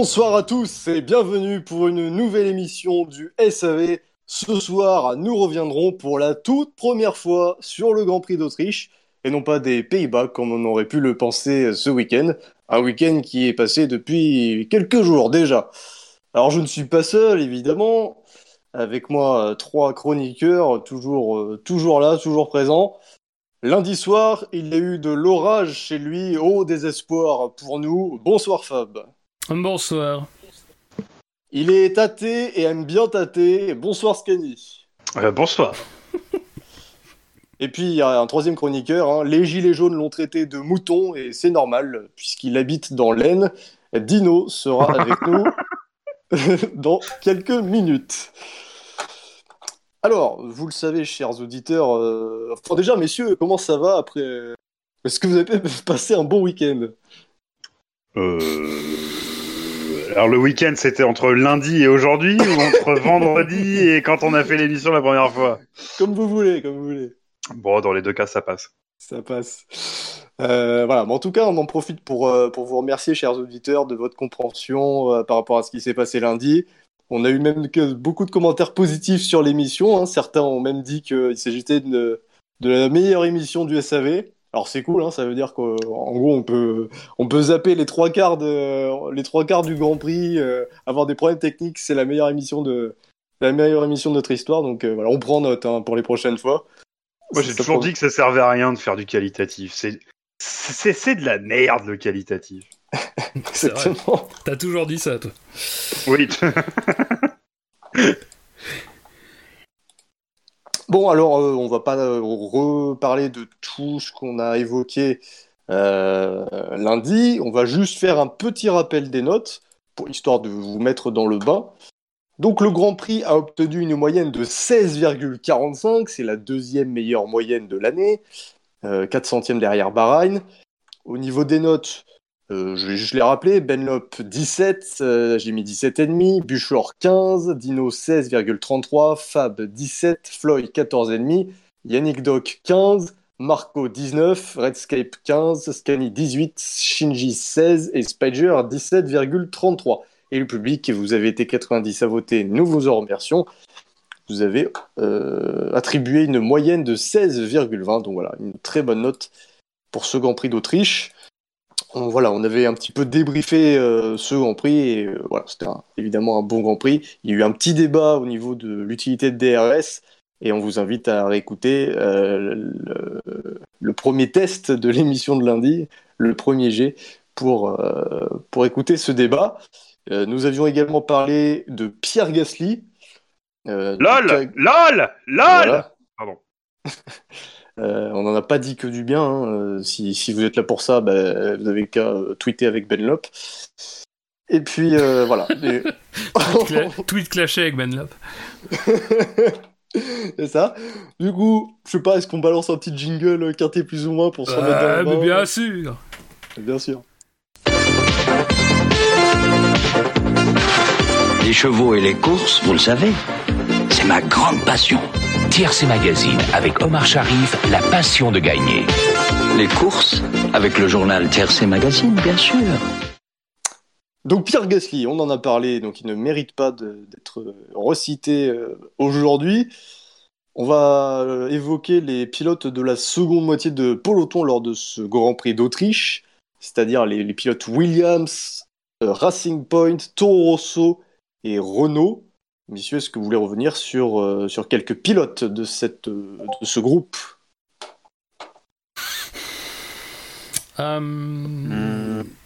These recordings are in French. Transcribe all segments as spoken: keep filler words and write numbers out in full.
Bonsoir à tous et bienvenue pour une nouvelle émission du S A V. Ce soir, nous reviendrons pour la toute première fois sur le Grand Prix d'Autriche et non pas des Pays-Bas comme on aurait pu le penser ce week-end. Un week-end qui est passé depuis quelques jours déjà. Alors je ne suis pas seul évidemment, avec moi trois chroniqueurs toujours, euh, toujours là, toujours présents. Lundi soir, il y a eu de l'orage chez lui, au désespoir pour nous. Bonsoir Fab. Bonsoir. Il est tâté et aime bien tâter. Bonsoir Scani. Euh, bonsoir. Et puis il y a un troisième chroniqueur, hein. Les gilets jaunes l'ont traité de mouton et c'est normal puisqu'il habite dans l'Aisne. Dino sera avec nous dans quelques minutes. Alors, vous le savez, chers auditeurs, euh... enfin déjà messieurs, comment ça va après? Est-ce que vous avez passé un bon week-end? Euh... Alors le week-end c'était entre lundi et aujourd'hui ou entre vendredi et quand on a fait l'émission la première fois? Comme vous voulez, comme vous voulez. Bon, dans les deux cas ça passe. Ça passe. Euh, voilà, mais en tout cas on en profite pour, euh, pour vous remercier chers auditeurs de votre compréhension euh, par rapport à ce qui s'est passé lundi. On a eu même que beaucoup de commentaires positifs sur l'émission, hein. Certains ont même dit qu'il s'agissait de, de la meilleure émission du S A V. Alors c'est cool, hein, ça veut dire qu'en gros on peut, on peut zapper les trois quarts, de, les trois quarts du Grand Prix, euh, avoir des problèmes techniques, c'est la meilleure émission de, la meilleure émission de notre histoire, donc euh, voilà, on prend note hein, pour les prochaines fois. Moi j'ai Ça toujours prend... dit que ça servait à rien de faire du qualitatif, c'est, c'est, c'est de la merde le qualitatif. C'est vrai. T'as toujours dit ça toi. Oui. Bon, alors, euh, on va pas euh, reparler de tout ce qu'on a évoqué euh, lundi. On va juste faire un petit rappel des notes, pour, histoire de vous mettre dans le bain. Donc, le Grand Prix a obtenu une moyenne de seize virgule quarante-cinq. C'est la deuxième meilleure moyenne de l'année. Euh, quatre centièmes derrière Bahreïn. Au niveau des notes, euh, je vais juste les rappeler. Benlop dix-sept, euh, j'ai mis dix-sept virgule cinq, Buchor quinze, Dino seize virgule trente-trois, Fab dix-sept, Floyd quatorze virgule cinq, Yannick Doc quinze, Marco dix-neuf, Redscape quinze, Scani dix-huit, Shinji seize et Spider dix-sept virgule trente-trois. Et le public, vous avez été quatre-vingt-dix à voter, nous vous en remercions. Vous avez euh, attribué une moyenne de seize virgule vingt, donc voilà, une très bonne note pour ce Grand Prix d'Autriche. On, voilà, on avait un petit peu débriefé euh, ce Grand Prix et euh, voilà, c'était un, évidemment un bon Grand Prix. Il y a eu un petit débat au niveau de l'utilité de D R S et on vous invite à réécouter euh, le, le premier test de l'émission de lundi, le premier G, pour, euh, pour écouter ce débat. Euh, nous avions également parlé de Pierre Gasly. Euh, LOL, donc, LOL LOL voilà. Pardon. Euh, on n'en a pas dit que du bien. Hein. Si, si vous êtes là pour ça, bah, vous avez qu'à tweeter avec Benlop. Et puis euh, voilà. Et... tweet, cla- tweet clashé avec Benlop. C'est ça. Du coup, je sais pas, est-ce qu'on balance un petit jingle quinté plus ou moins pour se euh, remettre dans le bain? Mais bien sûr. Bien sûr. Les chevaux et les courses, vous le savez, c'est ma grande passion. T R C Magazine avec Omar Sharif, la passion de gagner. Les courses avec le journal T R C Magazine, bien sûr. Donc Pierre Gasly, on en a parlé, donc il ne mérite pas de, d'être recité euh, aujourd'hui. On va euh, évoquer les pilotes de la seconde moitié de peloton lors de ce Grand Prix d'Autriche, c'est-à-dire les, les pilotes Williams, euh, Racing Point, Toro Rosso et Renault. Messieurs, est-ce que vous voulez revenir sur, euh, sur quelques pilotes de, cette, euh, de ce groupe? um... mmh.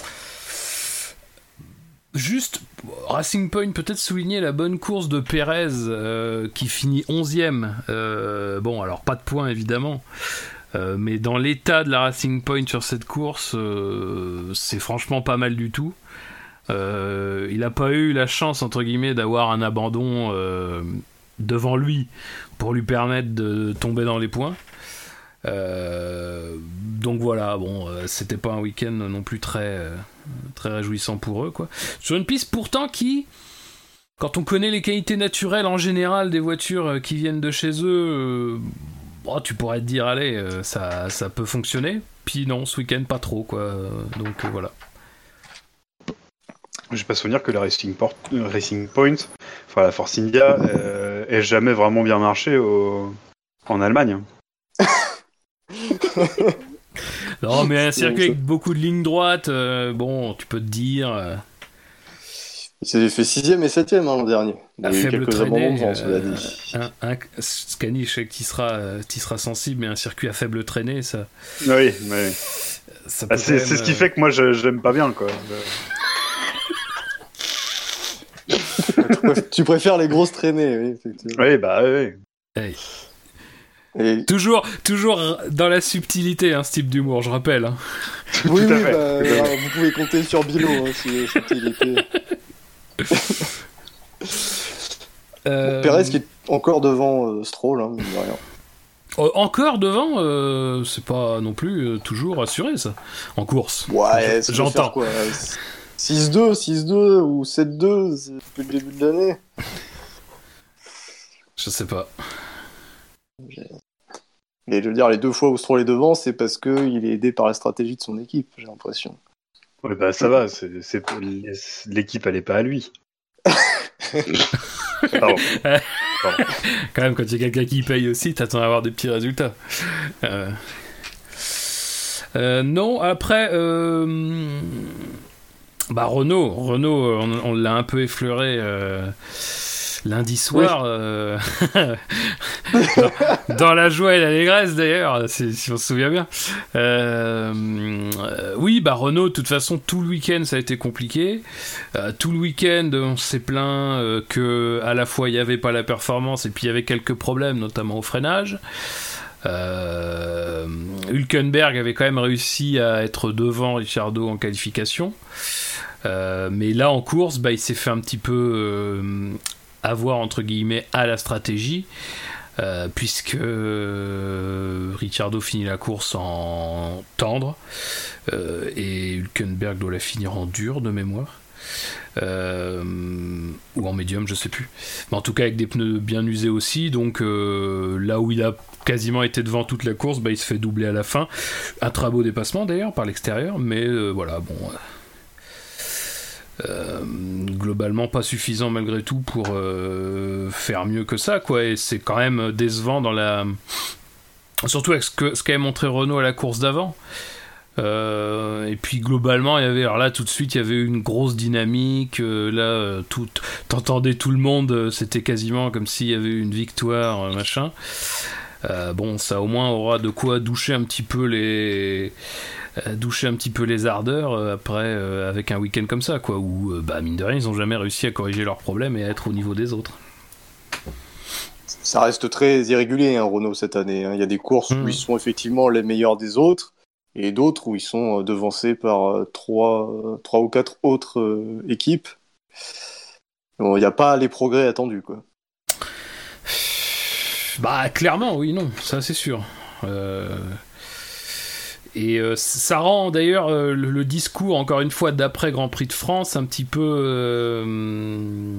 Juste, Racing Point, peut-être souligner la bonne course de Pérez, euh, qui finit onzième. Euh, bon, alors pas de points évidemment, euh, mais dans l'état de la Racing Point sur cette course, euh, c'est franchement pas mal du tout. Euh, il n'a pas eu la chance, entre guillemets, d'avoir un abandon euh, devant lui pour lui permettre de tomber dans les points. Euh, donc voilà, bon, euh, c'était pas un week-end non plus très, euh, très réjouissant pour eux, quoi. Sur une piste pourtant qui, quand on connaît les qualités naturelles en général des voitures qui viennent de chez eux, euh, bon, tu pourrais te dire, allez, euh, ça, ça peut fonctionner. Puis non, ce week-end pas trop, quoi. Donc euh, voilà. j'ai pas souvenir que la Racing, Port... Racing Point, enfin la Force India, euh, ait jamais vraiment bien marché au... en Allemagne. Non, mais un circuit avec beaucoup de lignes droites, euh, bon, tu peux te dire. Euh... Il s'est fait sixième et septième l'an dernier. Il y À a eu faible quelques abandons devant, traînée, cela euh, dit. un, un, Scani, je sais que tu seras, seras sensible, mais un circuit à faible traînée, ça. Oui, oui. Ça peut Ah, c'est, quand même, c'est ce qui euh, fait que moi je, j'aime pas bien, quoi. tu, préfères, tu préfères les grosses traînées, oui, effectivement. Oui, bah oui. Hey. Et... Toujours, toujours dans la subtilité, hein, ce type d'humour, je rappelle. Hein. Oui, Tout à oui, fait. bah, alors, vous pouvez compter sur Bilo, hein, si, si il était... Euh... Perez qui est encore devant euh, Stroll, hein, mine de rien. Euh, encore devant, euh, c'est pas non plus euh, toujours assuré, ça, en course. Ouais, Je, j'entends. Quoi, six deux, six deux ou sept deux depuis le début de l'année. Je sais pas. Et je veux dire, les deux fois où Stroll est devant, c'est parce qu'il est aidé par la stratégie de son équipe, j'ai l'impression. Ouais, bah ça va, c'est, c'est... l'équipe elle est pas à lui. Pardon. Pardon. Quand même, quand il y a quelqu'un qui paye aussi, t'attends à avoir des petits résultats. Euh... Euh, non, après, euh... bah Renault, Renault, on, on l'a un peu effleuré euh... lundi soir, oui. euh... dans, dans la joie et l'allégresse d'ailleurs, si, si on se souvient bien. Euh... Euh, oui, bah Renault, de toute façon, tout le week-end ça a été compliqué. Euh, tout le week-end, on s'est plaint euh, que à la fois il n'y avait pas la performance et puis il y avait quelques problèmes, notamment au freinage. Euh, Hülkenberg avait quand même réussi à être devant Ricciardo en qualification, euh, mais là en course, bah, il s'est fait un petit peu euh, avoir entre guillemets à la stratégie. Euh, puisque euh, Ricciardo finit la course en tendre euh, et Hülkenberg doit la finir en dur de mémoire euh, ou en médium, je sais plus, mais en tout cas avec des pneus bien usés aussi, donc euh, là où il a quasiment été devant toute la course, bah, il se fait doubler à la fin, un très beau dépassement d'ailleurs par l'extérieur, mais euh, voilà, bon euh, Euh, globalement pas suffisant malgré tout pour euh, faire mieux que ça, quoi, et c'est quand même décevant dans la, surtout avec ce que ce qu'avait montré Renault à la course d'avant. Euh, et puis globalement il y avait, alors là tout de suite il y avait une grosse dynamique, euh, là tout, t'entendais tout le monde, c'était quasiment comme s'il y avait une victoire, machin. Euh, bon, ça au moins aura de quoi doucher un petit peu les doucher un petit peu les ardeurs euh, après euh, avec un week-end comme ça, quoi, où euh, bah mine de rien ils ont jamais réussi à corriger leurs problèmes et à être au niveau des autres. Ça reste très irrégulier, hein, Renault cette année, hein. Il y a des courses mmh. où ils sont effectivement les meilleurs des autres et d'autres où ils sont euh, devancés par euh, trois, euh, trois ou quatre autres euh, équipes. Bon, il n'y a pas les progrès attendus, quoi. Bah clairement oui, non, ça c'est sûr. Euh... Et euh, ça rend d'ailleurs euh, le, le discours, encore une fois, d'après Grand Prix de France, un petit peu... Euh,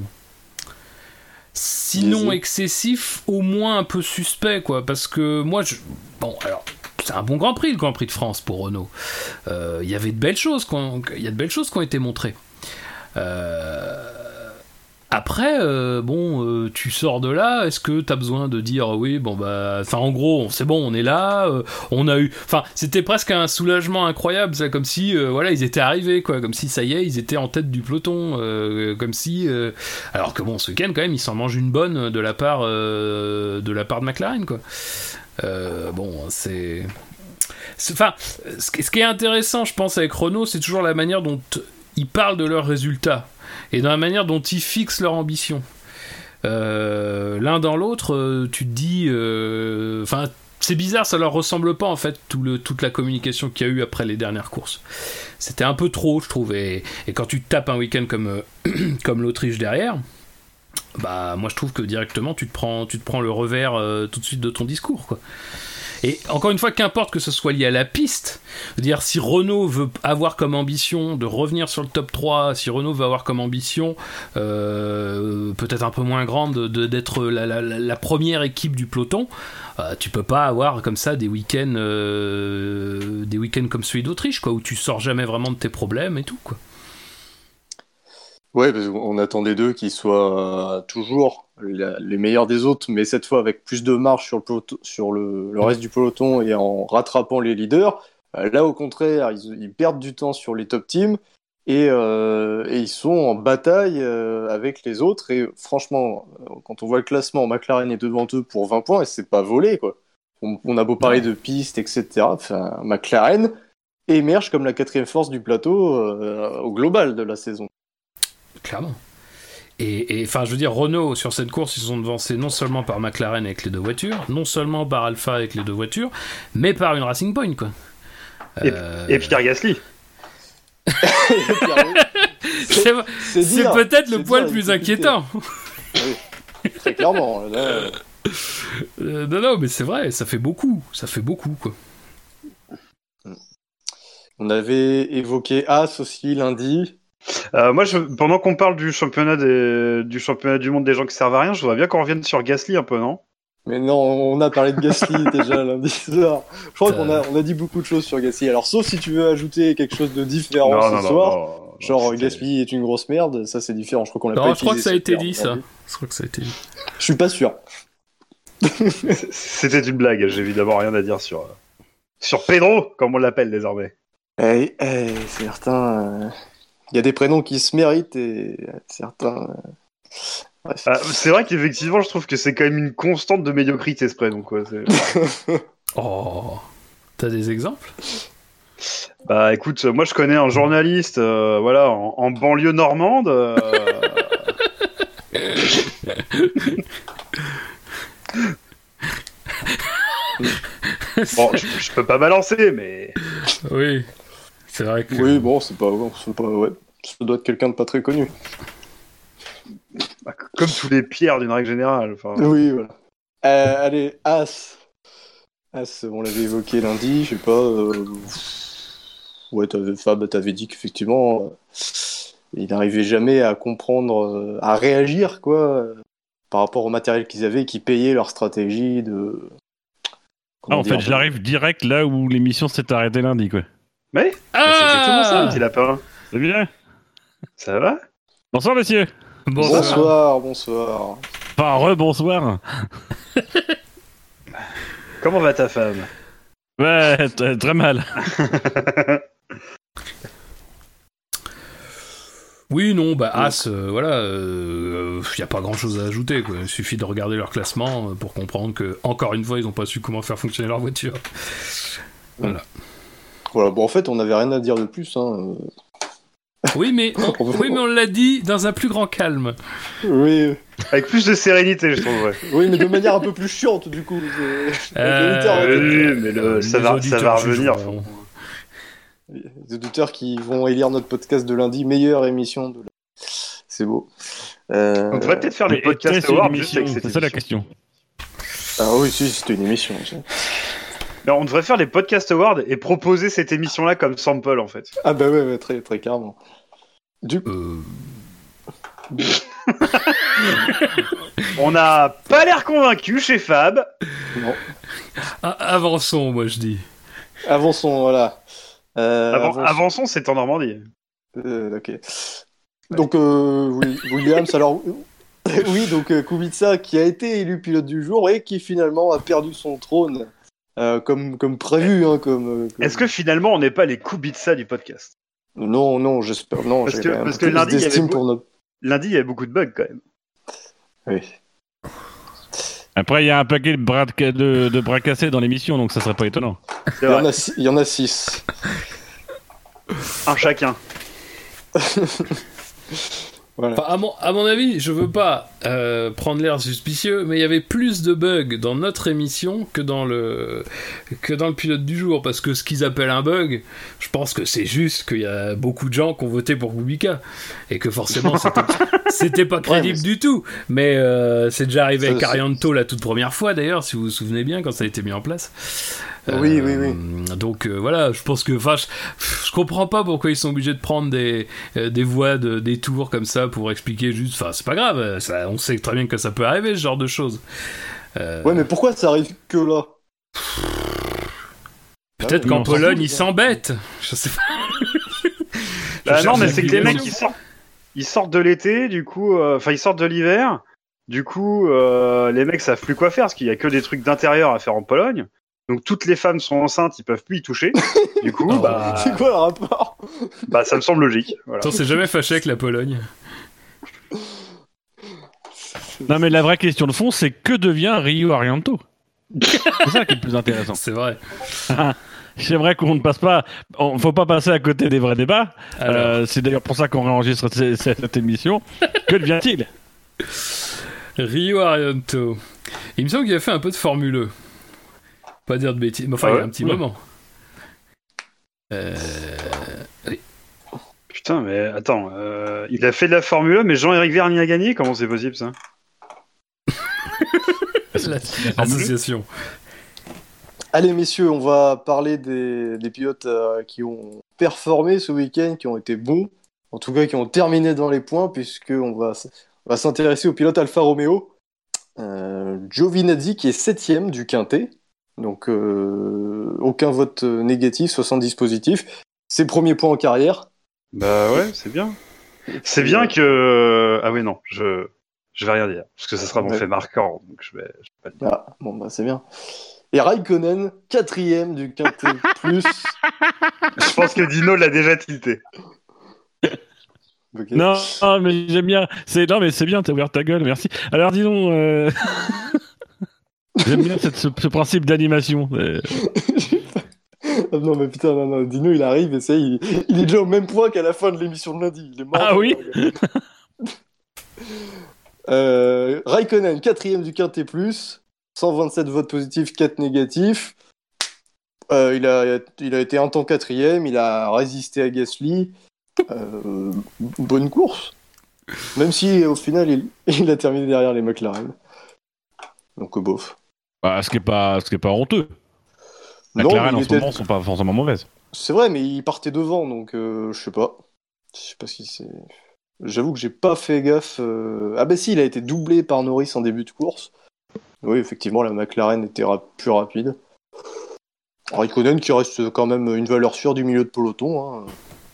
sinon excessif, au moins un peu suspect, quoi. Parce que moi, je... Bon, alors, c'est un bon Grand Prix, le Grand Prix de France, pour Renault. Il euh, y avait de belles choses, il y a de belles choses qui ont été montrées. Euh... Après, euh, bon, euh, tu sors de là, est-ce que t'as besoin de dire, oui, bon, bah, enfin, en gros, c'est bon, on est là, euh, on a eu, enfin, c'était presque un soulagement incroyable, ça, comme si, euh, voilà, ils étaient arrivés, quoi, comme si, ça y est, ils étaient en tête du peloton, euh, comme si, euh, alors que bon, ce week-end, quand même, ils s'en mangent une bonne de la part, euh, de la part de McLaren, quoi. Euh, bon, c'est... Enfin, ce qui est intéressant, je pense, avec Renault, c'est toujours la manière dont ils parlent de leurs résultats et dans la manière dont ils fixent leur ambition. Euh, l'un dans l'autre, euh, tu te dis... Enfin, euh, c'est bizarre, ça leur ressemble pas, en fait, tout le, toute la communication qu'il y a eu après les dernières courses. C'était un peu trop, je trouve. Et, et quand tu te tapes un week-end comme, euh, comme l'Autriche derrière, bah, moi, je trouve que directement, tu te prends, tu te prends le revers euh, tout de suite de ton discours, quoi. Et encore une fois, qu'importe que ce soit lié à la piste, c'est-à-dire si Renault veut avoir comme ambition de revenir sur le top trois, si Renault veut avoir comme ambition, euh, peut-être un peu moins grande, de, de, d'être la, la, la première équipe du peloton, euh, tu peux pas avoir comme ça des week-ends, euh, des week-ends comme celui d'Autriche, quoi, où tu sors jamais vraiment de tes problèmes et tout, quoi. Ouais, parce qu'on attendait d'eux qu'ils soient euh, toujours la- les meilleurs des autres, mais cette fois avec plus de marge sur le, peloton- sur le, le reste du peloton et en rattrapant les leaders. Euh, là, au contraire, ils, ils perdent du temps sur les top teams et, euh, et ils sont en bataille euh, avec les autres. Et franchement, euh, quand on voit le classement, McLaren est devant eux pour vingt points et c'est pas volé, quoi. On, on a beau parler de pistes, et cetera. Enfin, McLaren émerge comme la quatrième force du plateau euh, au global de la saison. Clairement. Et enfin, je veux dire, Renault, sur cette course, ils sont devancés non seulement par McLaren avec les deux voitures, non seulement par Alpha avec les deux voitures, mais par une Racing Point, quoi. Et, Euh... et Pierre Gasly. c'est c'est, c'est peut-être c'est le point le plus inquiétant. Oui, très clairement. Là... Euh, non, non, mais c'est vrai, ça fait beaucoup. Ça fait beaucoup, quoi. On avait évoqué As aussi lundi. Euh, moi, je, pendant qu'on parle du championnat, des, du championnat du monde des gens qui servent à rien, je voudrais bien qu'on revienne sur Gasly un peu, non ? Mais non, on a parlé de Gasly déjà lundi soir. Je crois qu'on a, on a dit beaucoup de choses sur Gasly. Alors, sauf si tu veux ajouter quelque chose de différent non, ce non, soir, non, non, genre non, Gasly est une grosse merde, ça c'est différent. Je crois qu'on l'a non, pas je crois que ça a été dit, ça. Je crois que ça a été dit. Je suis pas sûr. C'était une blague. J'ai évidemment rien à dire sur sur Pedro, comme on l'appelle désormais. Eh, eh, certains. Euh... Il y a des prénoms qui se méritent et certains. Bref. Ah, c'est vrai qu'effectivement, je trouve que c'est quand même une constante de médiocrité ce prénom, quoi. C'est... oh, t'as des exemples ? Bah, écoute, moi je connais un journaliste, euh, voilà, en, en banlieue normande. Euh... bon, je, je peux pas balancer, mais. Oui. C'est vrai que... Oui, bon, c'est pas, c'est pas, ouais, ça doit être quelqu'un de pas très connu. Bah, comme tous les Pierres d'une règle générale. Enfin... Oui, voilà. Euh, allez, As. As, on l'avait évoqué lundi, je sais pas. Euh... Ouais, t'avais, Fab, t'avais dit qu'effectivement, euh, il n'arrivait jamais à comprendre, euh, à réagir, quoi, euh, par rapport au matériel qu'ils avaient, qui payait leur stratégie de. Ah, en fait, j'arrive direct là où l'émission s'est arrêtée lundi, quoi. Mais ah c'est exactement ça, petit lapin. C'est bien. Ça va ? Bonsoir, monsieur. Bonsoir, bonsoir. bonsoir. Pas re-bonsoir. Comment va ta femme ? Ouais, t- très mal. Oui, non, bah As, euh, voilà, il euh, n'y a pas grand-chose à ajouter, quoi. Il suffit de regarder leur classement pour comprendre que, encore une fois, ils n'ont pas su comment faire fonctionner leur voiture. Voilà. Voilà, bon, en fait, on n'avait rien à dire de plus. Hein. Oui, mais on, oui, mais on l'a dit dans un plus grand calme. Oui. Avec plus de sérénité, je trouve. Ouais. Oui, mais de manière un peu plus chiante, du coup. Euh, oui, mais le, ça, va, ça va revenir. Jugeront. Les auditeurs qui vont élire notre podcast de lundi, meilleure émission de la... C'est beau. Euh... On devrait peut-être faire des podcasts awards juste avec cette C'est ça la question. Ah oui, si, c'était une émission. Mais on devrait faire les podcasts awards et proposer cette émission-là comme sample, en fait. Ah bah ouais, ouais très, très carrément. Du coup... Euh... On n'a pas l'air convaincu chez Fab. Non. Ah, avançons, moi je dis. Avançons, voilà. Euh, Avan- avançons. avançons, c'est en Normandie. Euh, ok. Donc, euh, oui, Williams, alors... oui, donc euh, Kubica qui a été élu pilote du jour et qui finalement a perdu son trône. Euh, comme, comme prévu. Hein, comme, comme... Est-ce que finalement on n'est pas les Kubica du podcast ? Non, non, j'espère. Non, parce j'ai que, quand même parce que lundi, il y avait pour notre... lundi, il y avait beaucoup de bugs quand même. Oui. Après, il y a un paquet de bras, de, de, de bras cassés dans l'émission, donc ça serait pas étonnant. Il y, en a six, il y en a six. Un chacun. Voilà. Enfin, à, mon, à mon avis, je veux pas euh, prendre l'air suspicieux, mais il y avait plus de bugs dans notre émission que dans le que dans le pilote du jour, parce que ce qu'ils appellent un bug, je pense que c'est juste qu'il y a beaucoup de gens qui ont voté pour Kubica et que forcément c'était, c'était pas crédible ouais, du tout. Mais euh, c'est déjà arrivé ça, avec Arianto la toute première fois d'ailleurs, si vous vous souvenez bien, quand ça a été mis en place. Oui, euh, oui, oui. Donc euh, voilà, je pense que, enfin, je, je comprends pas pourquoi ils sont obligés de prendre des euh, des voix de des tours comme ça pour expliquer juste. Enfin, c'est pas grave, ça, on sait très bien que ça peut arriver ce genre de choses. Euh... Ouais, mais pourquoi ça arrive que là ? Peut-être ah, qu'en Pologne ils s'embêtent. Je sais pas. Bah non, mais c'est que les mecs ils sortent. ils sortent de l'été, du coup, enfin, euh, ils sortent de l'hiver. Du coup, euh, les mecs savent plus quoi faire parce qu'il y a que des trucs d'intérieur à faire en Pologne. Donc toutes les femmes sont enceintes, ils peuvent plus y toucher. Du coup, Oh, bah, C'est quoi le rapport? bah, ça me semble logique. Voilà. On s'est jamais fâché avec la Pologne. Non, mais la vraie question de fond, c'est que devient Rio Arianto? C'est ça qui est le plus intéressant. C'est vrai. C'est vrai qu'on ne passe pas, on faut pas passer à côté des vrais débats. Alors. Euh, c'est d'ailleurs pour ça qu'on réenregistre cette, cette émission. Que devient-il? Rio Arianto. Il me semble qu'il a fait un peu de Formule E. Pas dire de bêtises, mais enfin Ah ouais, il y a un petit ouais. moment. Euh... Oui. Putain, mais attends, euh, il a fait de la Formule un, mais Jean-Éric Vergne a gagné? Comment c'est possible ça? L'association. Allez messieurs, on va parler des, des pilotes euh, qui ont performé ce week-end, qui ont été bons, en tout cas qui ont terminé dans les points, puisqu'on va, on va s'intéresser au pilote Alfa Romeo. Euh, Giovinazzi qui est septième du quintet, donc euh, aucun vote négatif, soixante-dix positifs. Ses premiers points en carrière. Bah ouais, c'est bien. C'est bien que... Ah oui, non, je... je vais rien dire, parce que ça sera mon Ouais. fait marquant, donc je vais, je vais pas le dire. Ah, bon bah c'est bien. Et Raikkonen, quatrième du quintet plus. Je pense que Dino l'a déjà tilté. Ok. Non, non, mais j'aime bien. C'est non, mais c'est bien. T'as ouvert ta gueule. Merci. Alors, dis donc. Euh... J'aime bien cette, ce, ce principe d'animation. Euh, Ah non mais putain, non, non, Dino il arrive et ça, il, il est déjà au même point qu'à la fin de l'émission de lundi. Il est mort. Ah oui. euh, Raikkonen, quatrième du quintet plus, cent vingt-sept votes positifs, quatre négatifs. Euh, il, a, il a été un temps quatrième, il a résisté à Gasly. Euh, bonne course. Même si au final il, il a terminé derrière les McLaren. Donc euh, bof. Bah, ce qui est pas, ce qui est pas honteux. La Non, McLaren mais en il ce était- moment sont pas forcément mauvaises. C'est vrai, mais il partait devant, donc euh, je sais pas. Je sais pas si c'est. J'avoue que j'ai pas fait gaffe. euh, Ah bah si, il a été doublé par Norris en début de course. Oui, effectivement, la McLaren était ra- plus rapide. Raikkonen qui reste quand même une valeur sûre du milieu de peloton. Hein.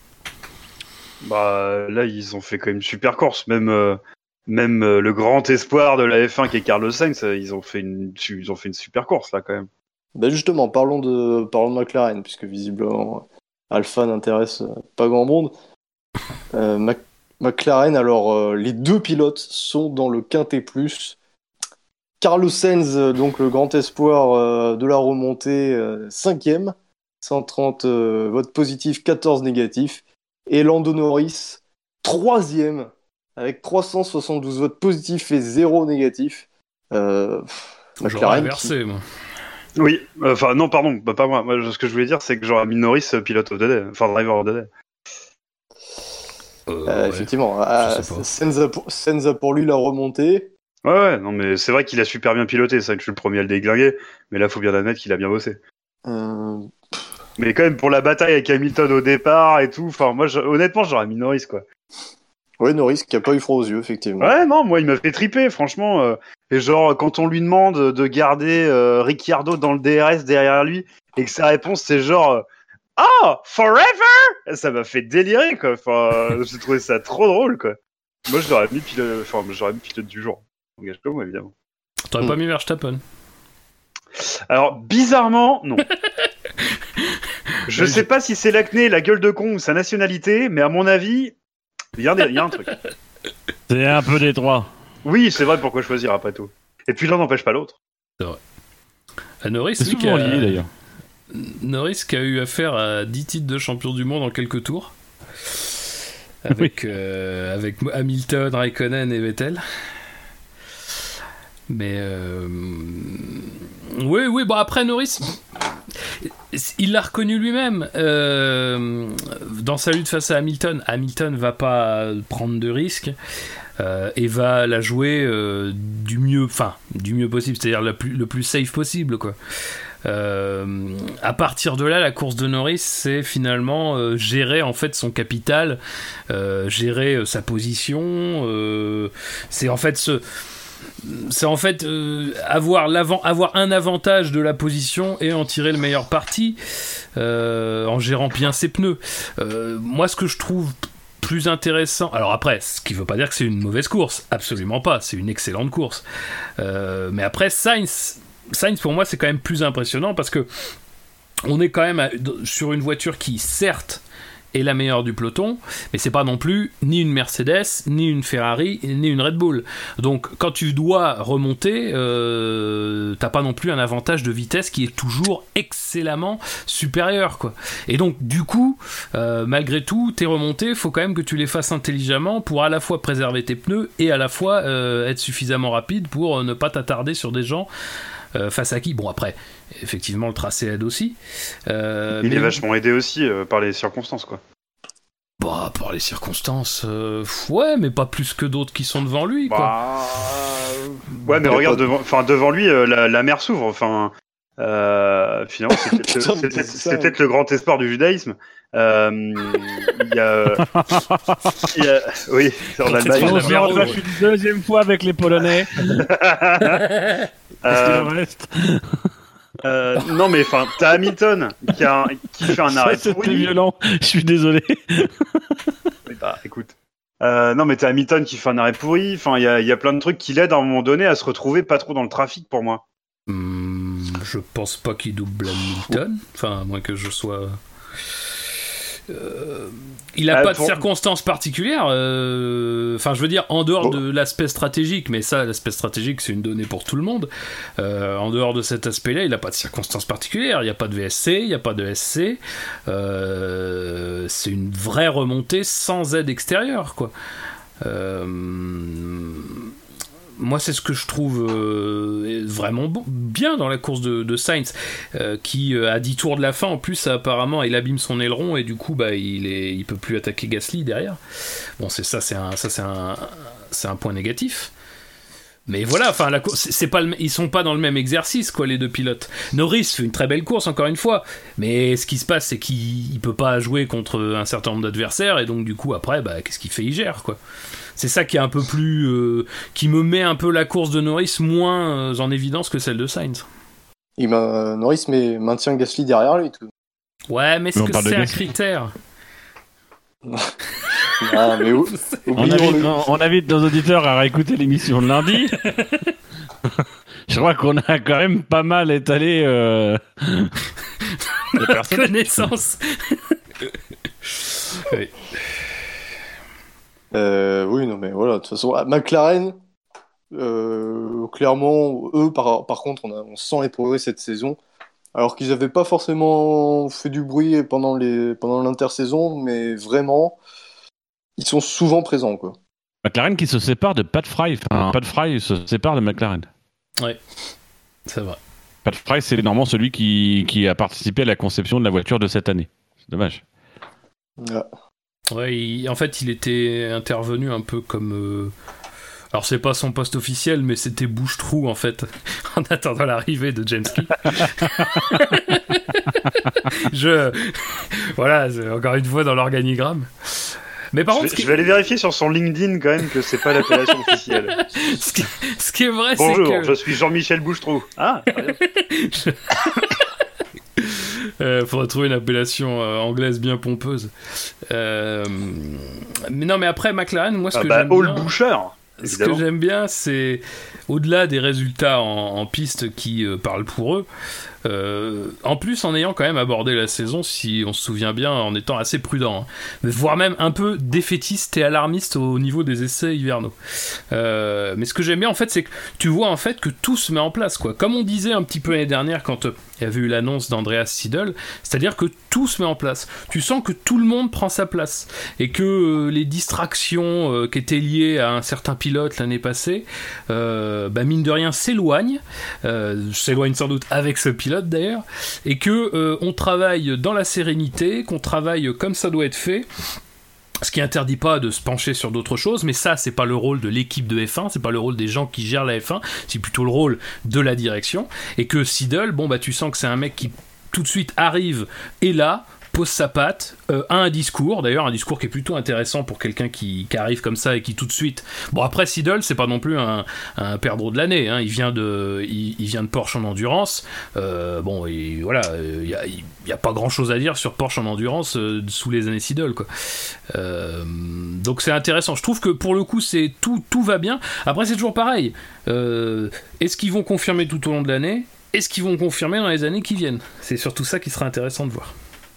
Bah là, ils ont fait quand même une super course. Même, euh, même euh, le grand espoir de la F un qui est Carlos Sainz, euh, ils ont fait une, ils ont fait une super course là quand même. Bah justement, parlons de, parlons de McLaren, puisque visiblement Alpha n'intéresse pas grand monde. Euh, Mac- McLaren, alors euh, les deux pilotes sont dans le quintet plus. Carlos Sainz, euh, donc le grand espoir euh, de la remontée, euh, cinquième, cent trente euh, votes positifs, quatorze négatifs. Et Lando Norris, troisième, avec trois cent soixante-douze votes positifs et zéro négatif. Euh, pff, J'aurais McLaren qui- inversé, moi. Oui, enfin non, pardon, bah, pas moi. Moi, ce que je voulais dire, c'est que j'aurais mis Norris euh, pilote of the day, enfin driver of the day. Euh, Euh, ouais. Effectivement, Je euh, sais pas. Sainz a pour, Sainz a pour lui la remontée. Ouais, ouais, non, mais c'est vrai qu'il a super bien piloté. C'est vrai que je suis le premier à le déglinguer, mais là, faut bien admettre qu'il a bien bossé. Euh, Mais quand même, pour la bataille avec Hamilton au départ et tout, enfin, moi, je- honnêtement, j'aurais mis Norris, quoi. ouais, Norris qui a pas eu froid aux yeux, effectivement. Ouais, non, moi, il m'a fait triper, franchement. euh, et genre, quand on lui demande de garder euh, Ricciardo dans le D R S derrière lui, et que sa réponse, c'est genre, euh, oh, forever! Ça m'a fait délirer, quoi. Enfin, j'ai trouvé ça trop drôle, quoi. Moi, je l'aurais mis pilote, enfin, j'aurais mis pilote du jour. Engage-toi, moi, évidemment. T'aurais Hmm. pas mis Verstappen. Alors, bizarrement, non. Je sais pas si c'est l'acné, la gueule de con ou sa nationalité, mais à mon avis, il y, a un des- il y a un truc. C'est un peu des trois. Oui, c'est vrai, pourquoi choisir après tout. Et puis l'un n'empêche pas l'autre. À Norris, C'est lui, qui souvent a- lié d'ailleurs. Norris qui a eu affaire à dix titres de champion du monde en quelques tours. Avec, euh, avec Hamilton, Raikkonen et Vettel. Mais euh... oui, oui, bon après Norris, il l'a reconnu lui-même euh, dans sa lutte face à Hamilton. Hamilton va pas prendre de risques euh, et va la jouer euh, du mieux, enfin du mieux possible, c'est-à-dire la plus, le plus safe possible, quoi. Euh, à partir de là, la course de Norris, c'est finalement euh, gérer en fait son capital, euh, gérer euh, sa position. Euh, c'est en fait ce c'est en fait euh, avoir, l'avant, avoir un avantage de la position et en tirer le meilleur parti euh, en gérant bien ses pneus. Euh, moi, ce que je trouve plus intéressant. Alors après, ce qui veut pas dire que c'est une mauvaise course, absolument pas. C'est une excellente course. Euh, mais après, Sainz, Sainz pour moi, c'est quand même plus impressionnant parce que on est quand même à, sur une voiture qui, certes, est la meilleure du peloton, mais c'est pas non plus ni une Mercedes, ni une Ferrari, ni une Red Bull. Donc quand tu dois remonter, euh, t'as pas non plus un avantage de vitesse qui est toujours excellemment supérieur, quoi. Et donc du coup, euh, malgré tout, tes remontées, faut quand même que tu les fasses intelligemment pour à la fois préserver tes pneus et à la fois euh, être suffisamment rapide pour ne pas t'attarder sur des gens euh, face à qui. Bon après, effectivement le tracé aide aussi. Euh, Il mais... est vachement aidé aussi euh, par les circonstances, quoi. Bah, par les circonstances, euh, ouais, mais pas plus que d'autres qui sont devant lui, quoi. Bah... Ouais, mais regarde, devant, enfin, devant lui, euh, la, la mer s'ouvre. Enfin, euh, finalement, c'est peut-être, Putain, c'est peut-être, c'est c'est ça, peut-être le grand espoir du judaïsme. Euh, Il y a, il y a, oui, en Allemagne. On la se mer retrouve rouge. une deuxième fois avec les Polonais. Qu'est-ce Euh, qu'il reste euh, non, mais enfin, t'as Hamilton qui, a un- qui fait un arrêt Ça, c'était pourri. violent. Je suis désolé. Oui, bah, écoute. Euh, non, mais t'as Hamilton qui fait un arrêt pourri. Enfin, il y a, il y a plein de trucs qui l'aident à un moment donné à se retrouver pas trop dans le trafic pour moi. Hmm, je pense pas qu'il double Hamilton, enfin, à moins que je sois... Euh, il a Ah, pas pour- de circonstances particulières, euh, enfin je veux dire en dehors Bon. de l'aspect stratégique, mais ça l'aspect stratégique c'est une donnée pour tout le monde, euh, en dehors de cet aspect là il a pas de circonstances particulières, il n'y a pas de V S C, il n'y a pas de S C, euh, c'est une vraie remontée sans aide extérieure quoi. Euh, moi c'est ce que je trouve euh, vraiment bon, bien dans la course de, de Sainz euh, qui euh, à dix tours de la fin en plus apparemment il abîme son aileron et du coup bah, il, est, il peut plus attaquer Gasly derrière. Bon c'est ça c'est un, ça, c'est un, c'est un point négatif. Mais voilà, enfin la course, c'est, c'est pas le, ils sont pas dans le même exercice quoi les deux pilotes. Norris fait une très belle course encore une fois, mais ce qui se passe c'est qu'il il peut pas jouer contre un certain nombre d'adversaires et donc du coup après bah qu'est-ce qu'il fait, il gère quoi. C'est ça qui est un peu plus euh, qui me met un peu la course de Norris moins euh, en évidence que celle de Sainz. Il m'a... Norris mais maintient Gasly derrière lui. Tout. Ouais, mais est-ce Mais on que parle de c'est un Gasly. critère? Ah, mais ou- On oublions invite, le... on- on invite nos auditeurs à réécouter l'émission de lundi. Je crois qu'on a quand même pas mal étalé euh... les personnes. Connaissance. Oui. Euh, oui, non, mais voilà, de toute façon, à McLaren, euh, clairement, eux, par, par contre, on, a, on sent les progrès cette saison, alors qu'ils n'avaient pas forcément fait du bruit pendant, les, pendant l'intersaison, mais vraiment, ils sont souvent présents, quoi. McLaren qui se sépare de Pat Fry. Enfin, Pat Fry se sépare de McLaren. Ouais, c'est vrai. Pat Fry, c'est normalement celui qui, qui a participé à la conception de la voiture de cette année. C'est dommage. Ouais. Ouais, il- en fait, il était intervenu un peu comme. euh, Alors, c'est pas son poste officiel, mais c'était bouche-trou en fait, en attendant l'arrivée de James Key. Je. Voilà, c'est encore une fois dans l'organigramme. Mais par Je contre, vais, ce qui, je vais aller vérifier sur son LinkedIn quand même que c'est pas l'appellation officielle. ce qui- ce qui est vrai, Bonjour, c'est que. je suis Jean-Michel Bouchetrou. Ah, très bien. Euh, faudrait trouver une appellation euh, anglaise bien pompeuse. Euh, mais non, mais après McLaren, moi ce Ah que bah, j'aime Hall bien, Boucher, ce que évidemment. j'aime bien, c'est au-delà des résultats en, en piste qui euh, parlent pour eux. Euh, en plus, en ayant quand même abordé la saison, si on se souvient bien, en étant assez prudent, hein, mais voire même un peu défaitiste et alarmiste au niveau des essais hivernaux. Euh, mais ce que j'aime bien, en fait, c'est que tu vois en fait que tout se met en place, quoi. Comme on disait un petit peu l'année dernière quand euh, il y avait eu l'annonce d'Andreas Seidel, c'est-à-dire que tout se met en place. Tu sens que tout le monde prend sa place et que euh, les distractions euh, qui étaient liées à un certain pilote l'année passée, euh, bah mine de rien s'éloignent, euh, s'éloignent sans doute avec ce pilote d'ailleurs, et que euh, on travaille dans la sérénité, qu'on travaille comme ça doit être fait. Ce qui interdit pas de se pencher sur d'autres choses, mais ça c'est pas le rôle de l'équipe de F un, c'est pas le rôle des gens qui gèrent la F un, c'est plutôt le rôle de la direction. Et que Seidel, bon bah tu sens que c'est un mec qui tout de suite arrive et là pose sa patte, euh, a un discours, d'ailleurs un discours qui est plutôt intéressant pour quelqu'un qui, qui arrive comme ça et qui tout de suite... Bon, après Seidel, c'est pas non plus un, un perdreau de l'année, hein. il, vient de, il, il vient de Porsche en endurance, euh, bon, et voilà, il n'y a, y a pas grand-chose à dire sur Porsche en endurance euh, sous les années Seidel, quoi. Euh, donc c'est intéressant, je trouve que pour le coup, c'est, tout, tout va bien. Après, c'est toujours pareil, euh, est-ce qu'ils vont confirmer tout au long de l'année ? Est-ce qu'ils vont confirmer dans les années qui viennent ? C'est surtout ça qui sera intéressant de voir.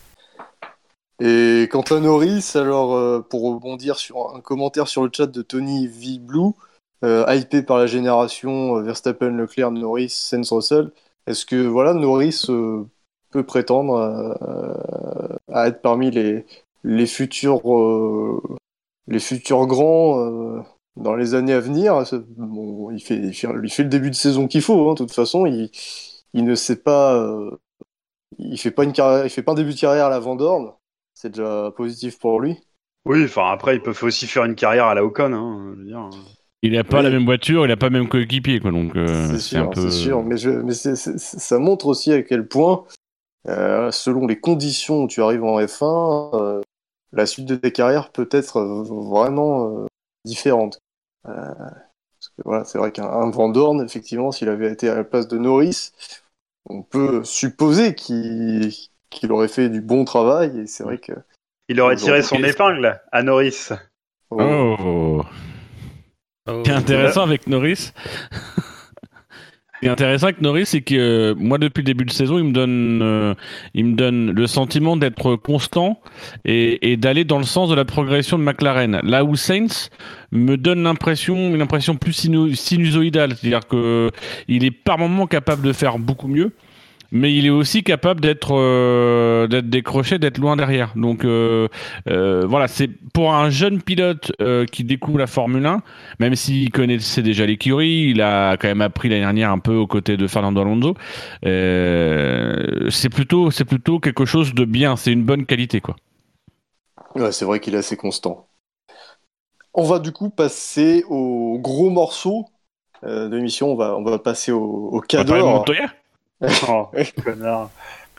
Et quant à Norris, alors euh, pour rebondir sur un commentaire sur le chat de Tony V. Blue, euh, hypé par la génération euh, Verstappen, Leclerc, Norris, Sainz, Russell, est-ce que voilà, Norris euh, peut prétendre euh, à être parmi les, les, futurs, euh, les futurs grands euh, dans les années à venir ? Bon, il, fait, il, fait, il fait le début de saison qu'il faut, hein, de toute façon, il, il ne sait pas... Euh, il fait pas une carrière, il fait pas un début de carrière à la Vandoorne. C'est déjà positif pour lui. Oui, enfin après, il peut aussi faire une carrière à la Ocon. Hein, je veux dire. Il n'a pas oui. la même voiture, il n'a pas le même coéquipier, quoi. Donc euh, c'est, c'est sûr, un peu. C'est sûr, mais, je, mais c'est, c'est, ça montre aussi à quel point, euh, selon les conditions où tu arrives en F un, euh, la suite de tes carrières peut être vraiment euh, différente. Euh, parce que, voilà, c'est vrai qu'un Vandoorne, effectivement, s'il avait été à la place de Norris, on peut supposer qu'il qu'il aurait fait du bon travail, et c'est vrai que... Il aurait tiré son épingle à Norris. Oh, oh. oh. Ce qui est intéressant avec Norris... Ce qui est intéressant avec Norris, c'est que euh, moi, depuis le début de saison, il me donne, euh, il me donne le sentiment d'être constant et, et d'aller dans le sens de la progression de McLaren. Là où Sainz me donne l'impression, une impression plus sinu- sinusoïdale, c'est-à-dire que il est par moments capable de faire beaucoup mieux, mais il est aussi capable d'être, euh, d'être décroché, d'être loin derrière. Donc euh, euh, voilà, c'est pour un jeune pilote euh, qui découvre la Formule un, même s'il connaissait déjà l'écurie, il a quand même appris l'année dernière un peu aux côtés de Fernando Alonso. Euh, c'est plutôt, c'est plutôt quelque chose de bien. C'est une bonne qualité, quoi. Ouais, c'est vrai qu'il est assez constant. On va du coup passer au gros morceau euh, de l'émission. On va, on va passer au, au cadeau. On va parler de Montoya. Oh, connard.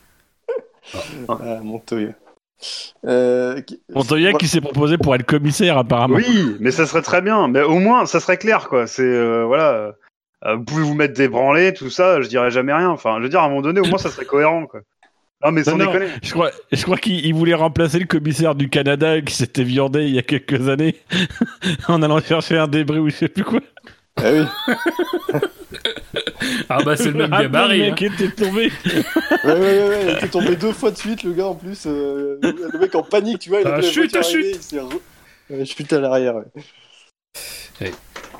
Ah, Montoya. Euh, qui... Montoya qui s'est proposé pour être commissaire, apparemment. Oui, mais ça serait très bien. Mais au moins, ça serait clair, quoi. C'est, euh, voilà. Euh, vous pouvez vous mettre des branlés, tout ça, je dirais jamais rien. Enfin, je veux dire, à un moment donné, au moins, ça serait cohérent, quoi. Non, mais sans non, déconner. Je crois, je crois qu'il voulait remplacer le commissaire du Canada qui s'était viandé il y a quelques années en allant chercher un débris ou je sais plus quoi. Ah oui. Ah bah c'est le même gabarit. Le mec hein. était tombé. Ouais, ouais, ouais, ouais, il était tombé deux fois de suite, le gars en plus. Euh, le mec en panique, tu vois. Il a ah, chute, ah, chute. Il s'est re... ouais, chute à l'arrière. Ouais. Hey.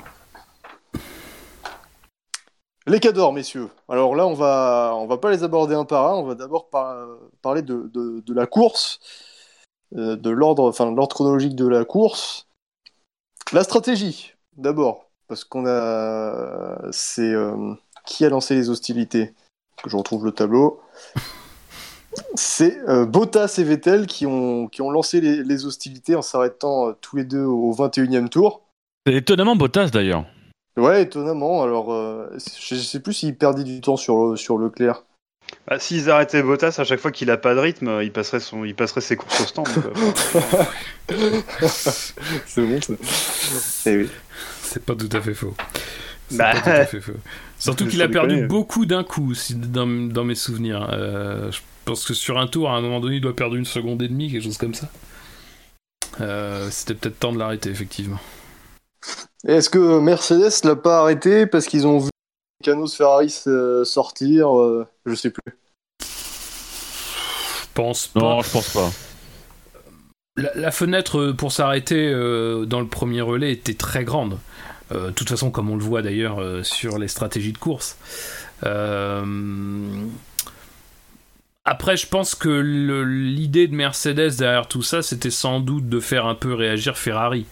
Les cadors, messieurs. Alors là, on va, on va pas les aborder un par un. On va d'abord par... parler de, de, de la course, euh, de l'ordre, enfin de l'ordre chronologique de la course. La stratégie, d'abord. Parce qu'on a... C'est... Euh... Qui a lancé les hostilités ? Que je retrouve le tableau. C'est euh, Bottas et Vettel qui ont, qui ont lancé les, les hostilités en s'arrêtant euh, tous les deux au vingt et unième tour. C'est étonnamment Bottas, d'ailleurs. Ouais, étonnamment. Alors, euh, je sais plus s'il perdait du temps sur, sur Leclerc. Bah, s'ils arrêtaient Bottas à chaque fois qu'il a pas de rythme, il passerait, son, il passerait ses courses au stand. C'est bon, ça. Eh oui. C'est pas tout à fait faux. C'est bah... pas tout à fait faux. Surtout qu'il a perdu déconner. beaucoup d'un coup, si, dans, dans mes souvenirs. Euh, je pense que sur un tour, à un moment donné, il doit perdre une seconde et demie, quelque chose comme ça. Euh, c'était peut-être temps de l'arrêter, effectivement. Est-ce que Mercedes l'a pas arrêté parce qu'ils ont vu Canos Ferrari euh, sortir euh, je sais plus. Je pense pas. Non, je pense pas. La, la fenêtre pour s'arrêter euh, dans le premier relais était très grande. De euh, toute façon, comme on le voit d'ailleurs euh, sur les stratégies de course. Euh... Après, je pense que le, l'idée de Mercedes derrière tout ça, c'était sans doute de faire un peu réagir Ferrari.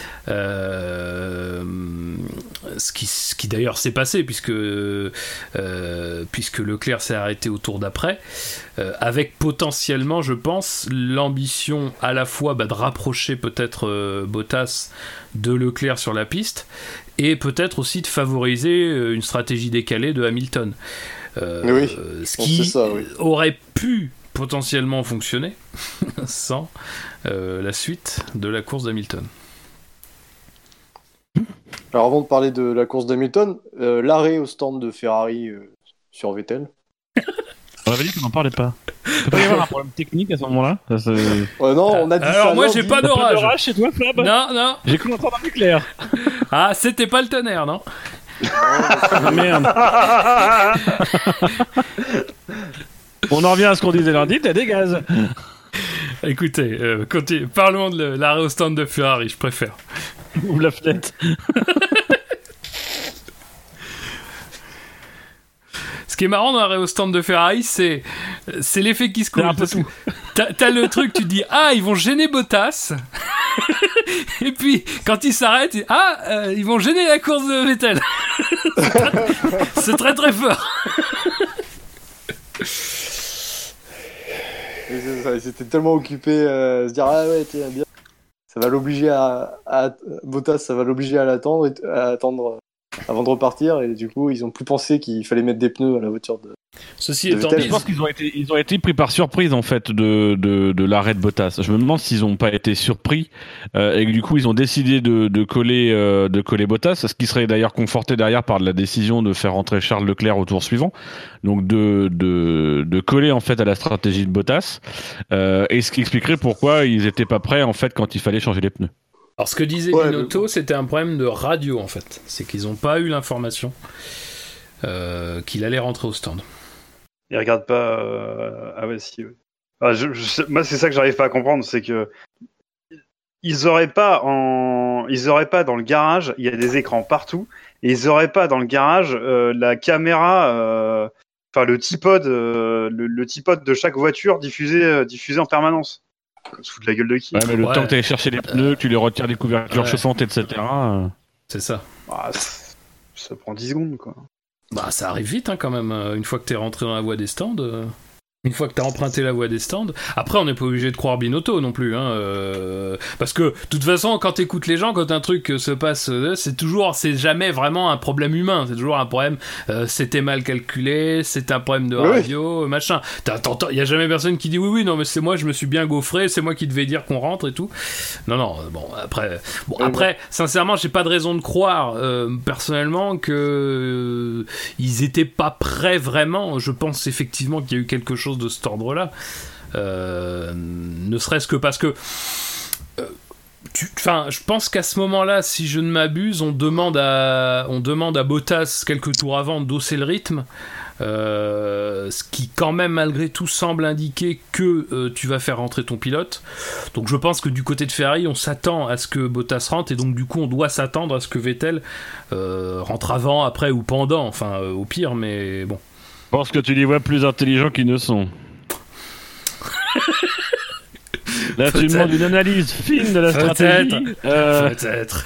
Euh, ce, qui, ce qui d'ailleurs s'est passé puisque, euh, puisque Leclerc s'est arrêté au tour d'après, euh, avec potentiellement, je pense, l'ambition à la fois bah, de rapprocher peut-être euh, Bottas de Leclerc sur la piste et peut-être aussi de favoriser une stratégie décalée de Hamilton. Euh, oui, ce qui ça, oui. aurait pu potentiellement fonctionner sans euh, la suite de la course d'Hamilton. Alors avant de parler de la course d'Hamilton, euh, l'arrêt au stand de Ferrari euh, sur Vettel. On avait dit qu'on n'en parlait pas. Il peut pas y avoir un problème technique à ce moment-là. Ça, c'est... Ouais, non, on a dit Alors ça moi lundi. j'ai pas T'as d'orage. pas d'orage chez toi, Flab? Non, non. J'ai cru entendre un éclair. Ah, c'était pas le tonnerre, non? Ah, merde. On en revient à ce qu'on disait lundi, t'as des gaz. Écoutez, euh, continue. Parlons de le- l'arrêt au stand de Ferrari, je préfère. Ouvre la fenêtre. Ce qui est marrant dans l'arrêt au stand de Ferrari, c'est, c'est l'effet qui se coule. C'est un peu Parce que tout. T'as, t'as le truc, tu te dis, ah, ils vont gêner Bottas. Et puis, quand ils s'arrêtent, ah, euh, ils vont gêner la course de Vettel. c'est, très, c'est très très fort. Et c'est ça, ils étaient tellement occupés euh, à se dire ah ouais tiens bien, ça va l'obliger à, à Bottas, ça va l'obliger à l'attendre, et, à attendre avant de repartir, et du coup ils ont plus pensé qu'il fallait mettre des pneus à la voiture de. Ceci De étant Vettel, dit, Je pense qu'ils ont été, ils ont été pris par surprise en fait de, de, de l'arrêt de Bottas. Je me demande s'ils n'ont pas été surpris euh, et que du coup ils ont décidé de, de coller, euh, de coller Bottas, ce qui serait d'ailleurs conforté derrière par la décision de faire rentrer Charles Leclerc au tour suivant. Donc de, de, de coller en fait à la stratégie de Bottas, euh, et ce qui expliquerait pourquoi ils n'étaient pas prêts en fait quand il fallait changer les pneus. alors ce que disait Ouais, Binotto, mais- c'était un problème de radio en fait. C'est qu'ils n'ont pas eu l'information euh, qu'il allait rentrer au stand. Ils regardent pas. euh, Ah ouais, si. Ouais. Ah, je, je sais- Moi, c'est ça que j'arrive pas à comprendre, c'est que ils auraient pas en, ils auraient pas dans le garage. Il y a des écrans partout, et ils auraient pas dans le garage euh, la caméra, euh, enfin le T-pod, euh, le, le T-pod de chaque voiture diffusé, euh, diffusé en permanence. On se fout de la gueule de qui? Ouais, mais le Ouais. temps que tu ailles chercher les pneus, que tu les retires des couvertures Ouais. chaussantes, et cetera. euh, C'est ça. Ah, c'est- ça prend dix secondes, quoi. Bah ça arrive vite hein, quand même, euh, une fois que t'es rentré dans la voie des stands. euh, Une fois que t'as emprunté la voie des stands. Après on n'est pas obligé de croire Binotto non plus. Hein, euh, Parce que de toute façon quand t'écoutes les gens, quand un truc euh, se passe, euh, c'est toujours, c'est jamais vraiment un problème humain. C'est toujours un problème, euh, c'était mal calculé, c'est un problème de Oui. radio, machin. Il y a jamais personne qui dit oui oui non mais c'est moi, je me suis bien gaufré, c'est moi qui devais dire qu'on rentre et tout. Non non, euh, bon après, bon, Oui, après sincèrement j'ai pas de raison de croire euh, personnellement que euh, ils étaient pas prêts vraiment. Je pense effectivement qu'il y a eu quelque chose de cet ordre-là, euh, ne serait-ce que parce que euh, enfin, je pense qu'à ce moment-là, si je ne m'abuse, on demande à on demande à Bottas quelques tours avant d'hausser le rythme. Euh, ce qui quand même malgré tout semble indiquer que euh, tu vas faire rentrer ton pilote. Donc je pense que du côté de Ferrari on s'attend à ce que Bottas rentre, et donc du coup on doit s'attendre à ce que Vettel euh, rentre avant, après ou pendant, enfin euh, au pire, mais bon. Je pense que tu les vois plus intelligents qu'ils ne sont. Là, tu Peut-être. demandes une analyse fine de la Peut-être. stratégie. Euh, Peut-être.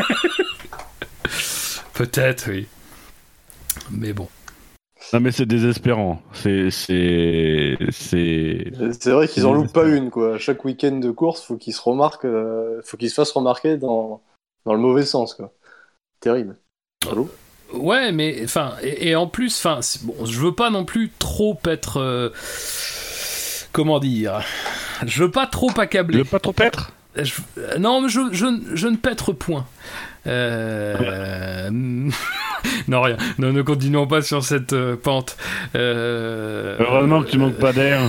Peut-être, oui. Mais bon. Non, mais c'est désespérant. C'est, c'est, c'est. C'est vrai qu'ils en loupent pas une quoi. Chaque week-end de course, faut qu'ils se remarquent, euh, faut qu'ils se fassent remarquer dans dans le mauvais sens quoi. Terrible. Allô? Ouais, mais enfin, et, et en plus, enfin, c'est- bon, je veux pas non plus trop être, euh, comment dire, je veux pas trop Tu accabler. veux pas trop être? Je- euh, non, mais je, je, je ne pètre point. Euh... non, rien. Non, ne continuons pas sur cette euh, pente. Euh... Heureusement que tu manques pas d'air.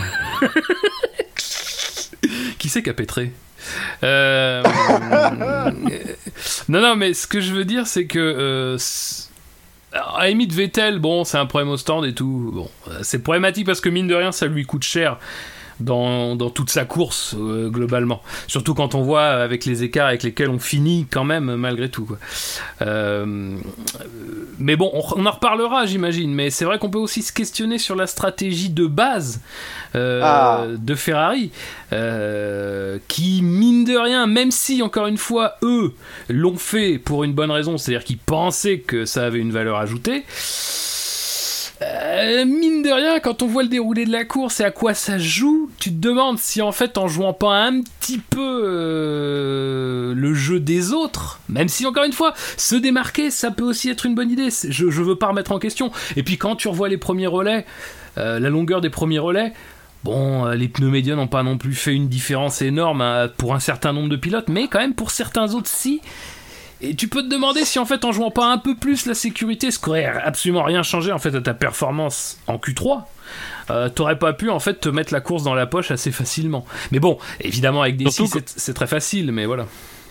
Qui c'est qui a pétré? Euh... non, non, mais ce que je veux dire, c'est que euh, c'est- alors, à la limite, Vettel, bon, c'est un problème au stand et tout. Bon, euh, c'est problématique parce que mine de rien, ça lui coûte cher dans, dans toute sa course euh, globalement. Surtout quand on voit avec les écarts avec lesquels on finit quand même malgré tout. Quoi. Euh, mais bon, on, on en reparlera, j'imagine. Mais c'est vrai qu'on peut aussi se questionner sur la stratégie de base euh, Ah. de Ferrari, euh, qui mine de rien, même si encore une fois eux l'ont fait pour une bonne raison, c'est-à-dire qu'ils pensaient que ça avait une valeur ajoutée. Euh, mine de rien, quand on voit le déroulé de la course et à quoi ça joue, tu te demandes si en fait en jouant pas un petit peu euh, le jeu des autres, même si encore une fois se démarquer ça peut aussi être une bonne idée, c'est- je, je veux pas remettre en question. Et puis quand tu revois les premiers relais, euh, la longueur des premiers relais, Bon, les pneus médians n'ont pas non plus fait une différence énorme hein, pour un certain nombre de pilotes, mais quand même pour certains autres, si. Et tu peux te demander si en fait en jouant pas un peu plus la sécurité, ce qui aurait absolument rien changé en fait à ta performance en Q trois, euh, t'aurais pas pu en fait te mettre la course dans la poche assez facilement. Mais bon, évidemment avec des six, c'est, c'est très facile, mais voilà.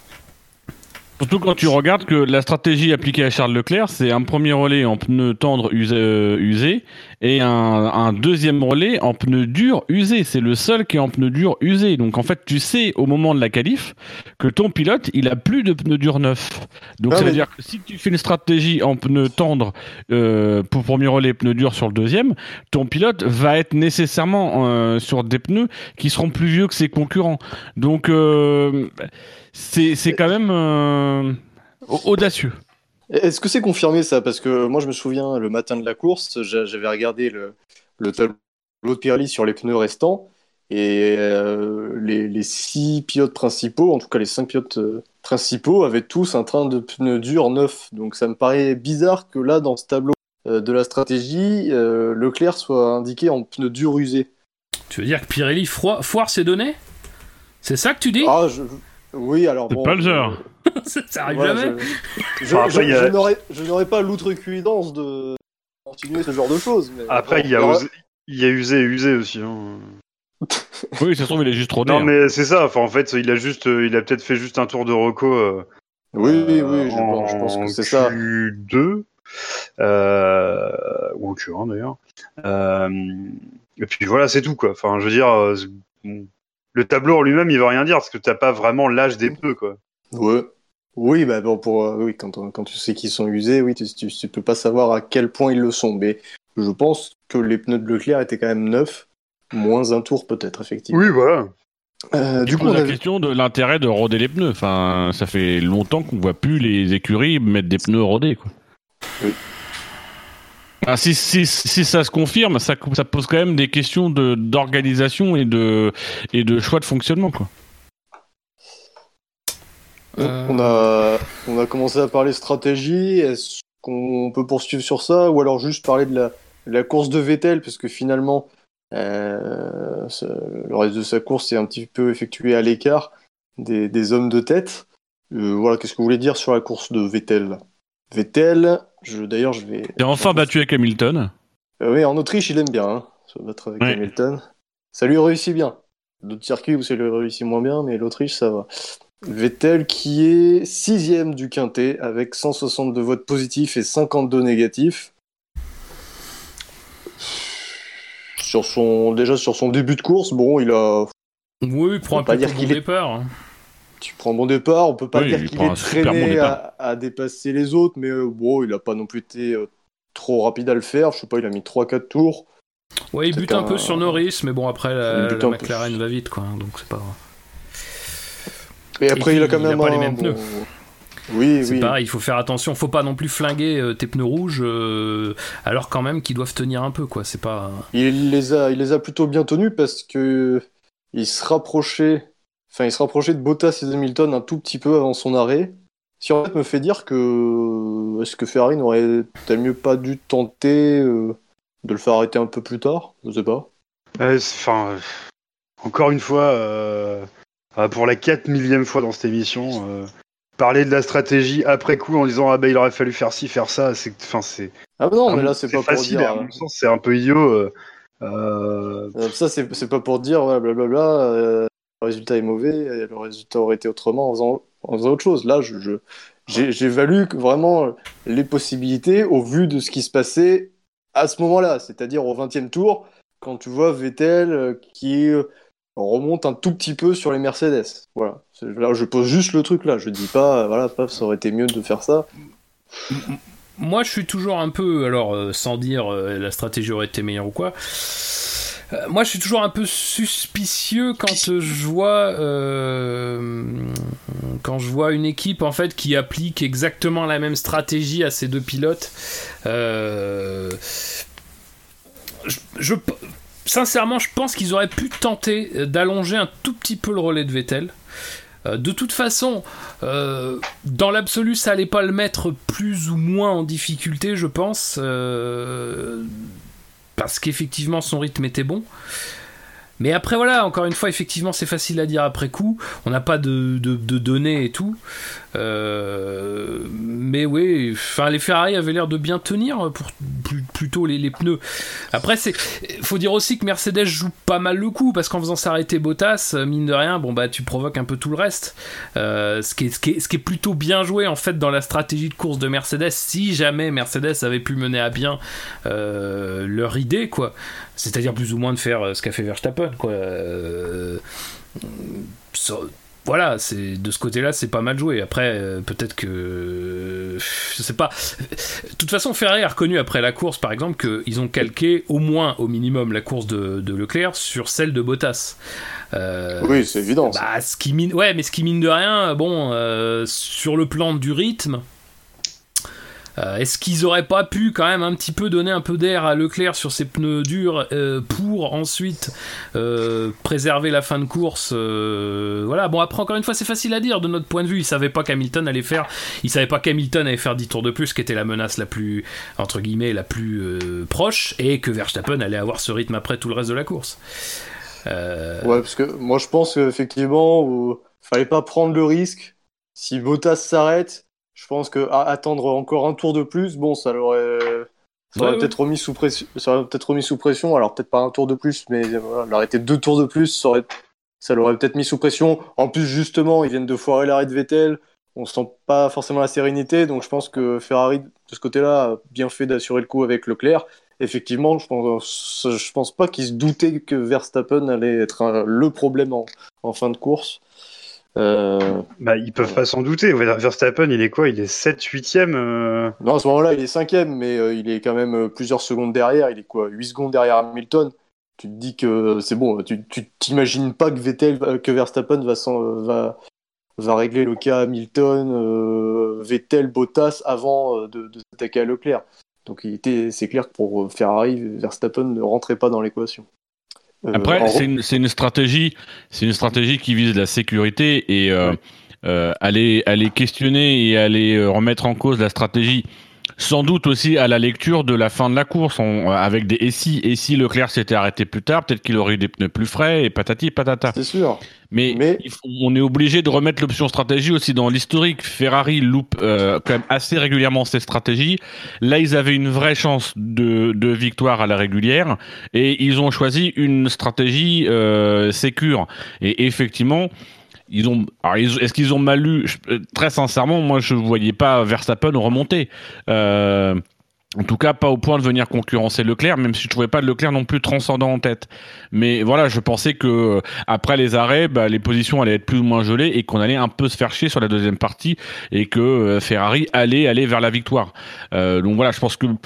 Surtout quand tu regardes que la stratégie appliquée à Charles Leclerc, c'est un premier relais en pneus tendres usés, euh, usés et un, un deuxième relais en pneus durs usés. C'est le seul qui est en pneus durs usés. Donc en fait, tu sais au moment de la qualif que ton pilote, il a plus de pneus durs neufs. Donc ah, ça veut mais... dire que si tu fais une stratégie en pneus tendres euh, pour premier relais, pneus durs sur le deuxième, ton pilote va être nécessairement euh, sur des pneus qui seront plus vieux que ses concurrents. Donc euh, c'est, c'est quand même euh, audacieux. Est-ce que c'est confirmé ça? Parce que moi je me souviens le matin de la course, j'avais regardé le, le tableau de Pirelli sur les pneus restants et euh, les, les six pilotes principaux, en tout cas les cinq pilotes euh, principaux, avaient tous un train de pneus durs neufs. Donc ça me paraît bizarre que là dans ce tableau euh, de la stratégie, euh, Leclerc soit indiqué en pneus durs usés. Tu veux dire que Pirelli froid, foire ses données? C'est ça que tu dis? Ah, je... Oui, alors c'est bon, pas le genre. Euh... ça, ça arrive voilà, jamais. Je, je, je, je, a... je, n'aurais, je n'aurais pas l'outrecuidance de continuer ce genre de choses. Mais après, bon, il, y a aura... osé, il y a usé et usé aussi. Hein. Oui, ça se trouve, il est juste rodé. Non, hein. mais c'est ça. Enfin, en fait, il a juste, il a peut-être fait juste un tour de reco. Euh, oui, oui, euh, je, en, je pense que c'est ça. Q deux euh, ou Q un d'ailleurs. Euh, et puis voilà, c'est tout quoi. Enfin, je veux dire. Euh, le tableau en lui-même, il veut rien dire parce que t'as pas vraiment l'âge des pneus, quoi. Ouais. Oui, bah bon, pour euh, oui, quand, quand tu sais qu'ils sont usés, oui, tu, tu, tu peux pas savoir à quel point ils le sont. Mais je pense que les pneus de Leclerc étaient quand même neufs, moins un tour peut-être, effectivement. Oui, voilà. Euh, du coup, on a la question de l'intérêt de roder les pneus. Enfin, ça fait longtemps qu'on voit plus les écuries mettre des pneus rodés, quoi. Oui. Ah, si, si, si ça se confirme, ça, ça pose quand même des questions de, d'organisation et de, et de choix de fonctionnement, quoi. Euh... On, a, on a commencé à parler stratégie. Est-ce qu'on peut poursuivre sur ça? Ou alors juste parler de la, de la course de Vettel? Parce que finalement, euh, ça, le reste de sa course est un petit peu effectué à l'écart des, des hommes de tête. Euh, voilà, qu'est-ce que vous voulez dire sur la course de Vettel? Vettel, je, d'ailleurs, je vais... Il a enfin battu avec Hamilton. Euh, oui, en Autriche, il aime bien, hein, se battre avec ouais. Hamilton. Ça lui réussit bien. D'autres circuits où ça lui réussit moins bien, mais l'Autriche, ça va. Vettel qui est sixième du quintet avec cent soixante-deux votes positifs et cinquante-deux négatifs. Sur son, déjà sur son début de course, bon, il a... Oui, il prend un peu de bon départ. Est... Tu prends un bon départ, on peut pas oui, dire qu'il est traîné bon à, à dépasser les autres, mais euh, bon, il a pas non plus été euh, trop rapide à le faire. Je sais pas, il a mis trois quatre tours. Ouais, il bute un, un peu sur Norris, mais bon, après, la, la McLaren peu. va vite, quoi, donc c'est pas grave. Et après, et il a quand il même a pas un les mêmes bon... pneus. Oui, c'est oui. pareil, il faut faire attention, faut pas non plus flinguer euh, tes pneus rouges, euh, alors quand même qu'ils doivent tenir un peu, quoi. C'est pas. Il les a, il les a plutôt bien tenus parce que il se rapprochait, enfin, il se rapprochait de Bottas et Hamilton un tout petit peu avant son arrêt. Ce qui en fait me fait dire que est-ce que Ferrari n'aurait peut-être mieux pas dû tenter euh, de le faire arrêter un peu plus tard, je sais pas. Enfin, euh, encore une fois. Euh... Pour la quatre millième fois dans cette émission, euh, parler de la stratégie après coup en disant ah ben il aurait fallu faire ci, faire ça, c'est, enfin c'est. Ah ben non, mais là c'est, c'est pas facile, pour dire. À mon sens, c'est un peu idiot. Euh, euh... Ça c'est, c'est pas pour dire ouais, blablabla. Euh, le résultat est mauvais, le résultat aurait été autrement en faisant, en faisant autre chose. Là, je, je j'ai, j'évalue vraiment les possibilités au vu de ce qui se passait à ce moment-là, c'est-à-dire au vingtième tour, quand tu vois Vettel euh, qui est on remonte un tout petit peu sur les Mercedes. Voilà. Là, je pose juste le truc là. Je dis pas, voilà, paf, ça aurait été mieux de faire ça. Moi, je suis toujours un peu, alors, euh, sans dire euh, la stratégie aurait été meilleure ou quoi. Euh, moi, je suis toujours un peu suspicieux quand euh, je vois, euh, quand je vois une équipe en fait qui applique exactement la même stratégie à ces deux pilotes. Euh, je, je Sincèrement, je pense qu'ils auraient pu tenter d'allonger un tout petit peu le relais de Vettel. Euh, de toute façon, euh, dans l'absolu, ça allait pas le mettre plus ou moins en difficulté, je pense, euh, parce qu'effectivement son rythme était bon. Mais après, voilà, encore une fois, effectivement, c'est facile à dire après coup. On n'a pas de, de, de données et tout. Euh, mais oui, enfin, les Ferrari avaient l'air de bien tenir pour plus, plutôt les, les pneus. Après, c'est, faut dire aussi que Mercedes joue pas mal le coup, parce qu'en faisant s'arrêter Bottas, mine de rien, bon bah tu provoques un peu tout le reste. Euh, ce qui est, ce qui est, ce qui est plutôt bien joué en fait dans la stratégie de course de Mercedes, si jamais Mercedes avait pu mener à bien euh, leur idée, quoi. C'est-à-dire plus ou moins de faire ce qu'a fait Verstappen, quoi. Euh, ça, voilà, c'est, de ce côté-là, c'est pas mal joué. Après, euh, peut-être que... Je sais pas. De toute façon, Ferrari a reconnu après la course, par exemple, qu'ils ont calqué au moins, au minimum, la course de, de Leclerc sur celle de Bottas. Euh, oui, c'est évident. Bah, ce qui mine, ouais, mais ce qui mine de rien, bon, euh, sur le plan du rythme... Euh, est-ce qu'ils auraient pas pu quand même un petit peu donner un peu d'air à Leclerc sur ses pneus durs euh, pour ensuite euh, préserver la fin de course euh, voilà, bon après encore une fois c'est facile à dire de notre point de vue, ils savaient pas qu'Hamilton allait faire ils savaient pas qu'Hamilton allait faire dix tours de plus, qui était la menace la plus entre guillemets la plus euh, proche, et que Verstappen allait avoir ce rythme après tout le reste de la course. Euh... Ouais, parce que moi je pense qu'effectivement il fallait pas prendre le risque. Si Bottas s'arrête, je pense que à attendre encore un tour de plus, bon, ça l'aurait, ça ouais, aurait ouais. peut-être remis sous pression. Ça aurait peut-être remis sous pression. Alors peut-être pas un tour de plus, mais voilà, l'arrêter deux tours de plus, ça, aurait, ça l'aurait peut-être mis sous pression. En plus, justement, ils viennent de foirer l'arrêt de Vettel. On sent pas forcément la sérénité, donc je pense que Ferrari de ce côté-là a bien fait d'assurer le coup avec Leclerc. Effectivement, je pense, je pense pas qu'ils se doutaient que Verstappen allait être un, le problème en, en fin de course. Euh... Bah, ils peuvent pas s'en douter. Verstappen, il est quoi? Il est sept, huitième euh... Non, à ce moment-là, il est cinquième, mais euh, il est quand même euh, plusieurs secondes derrière. Il est quoi, huit secondes derrière Hamilton. Tu te dis que euh, c'est bon, tu, tu t'imagines pas que Vettel, euh, que Verstappen va, euh, va, va régler le cas Hamilton, euh, Vettel, Bottas avant euh, de, de s'attaquer à Leclerc. Donc il était, c'est clair que pour Ferrari, Verstappen ne rentrait pas dans l'équation. Euh, Après, en... c'est, une, c'est une stratégie, c'est une stratégie qui vise la sécurité et euh, ouais. euh, aller, aller questionner et aller remettre en cause la stratégie. Sans doute aussi à la lecture de la fin de la course, on, avec des et si, et si Leclerc s'était arrêté plus tard, peut-être qu'il aurait eu des pneus plus frais et patati patata. C'est sûr. Mais, Mais... Il faut, on est obligé de remettre l'option stratégie aussi dans l'historique. Ferrari loupe euh, quand même assez régulièrement ses stratégies. Là, ils avaient une vraie chance de, de victoire à la régulière et ils ont choisi une stratégie euh, sécure. Et effectivement, ils ont. Alors, ils, est-ce qu'ils ont mal lu? Très sincèrement, moi, je ne voyais pas Verstappen remonter. Euh, En tout cas, pas au point de venir concurrencer Leclerc, même si je trouvais pas Leclerc non plus transcendant en tête. Mais voilà, je pensais que après les arrêts, bah, les positions allaient être plus ou moins gelées et qu'on allait un peu se faire chier sur la deuxième partie et que euh, Ferrari allait aller vers la victoire. Euh, donc voilà, je pense que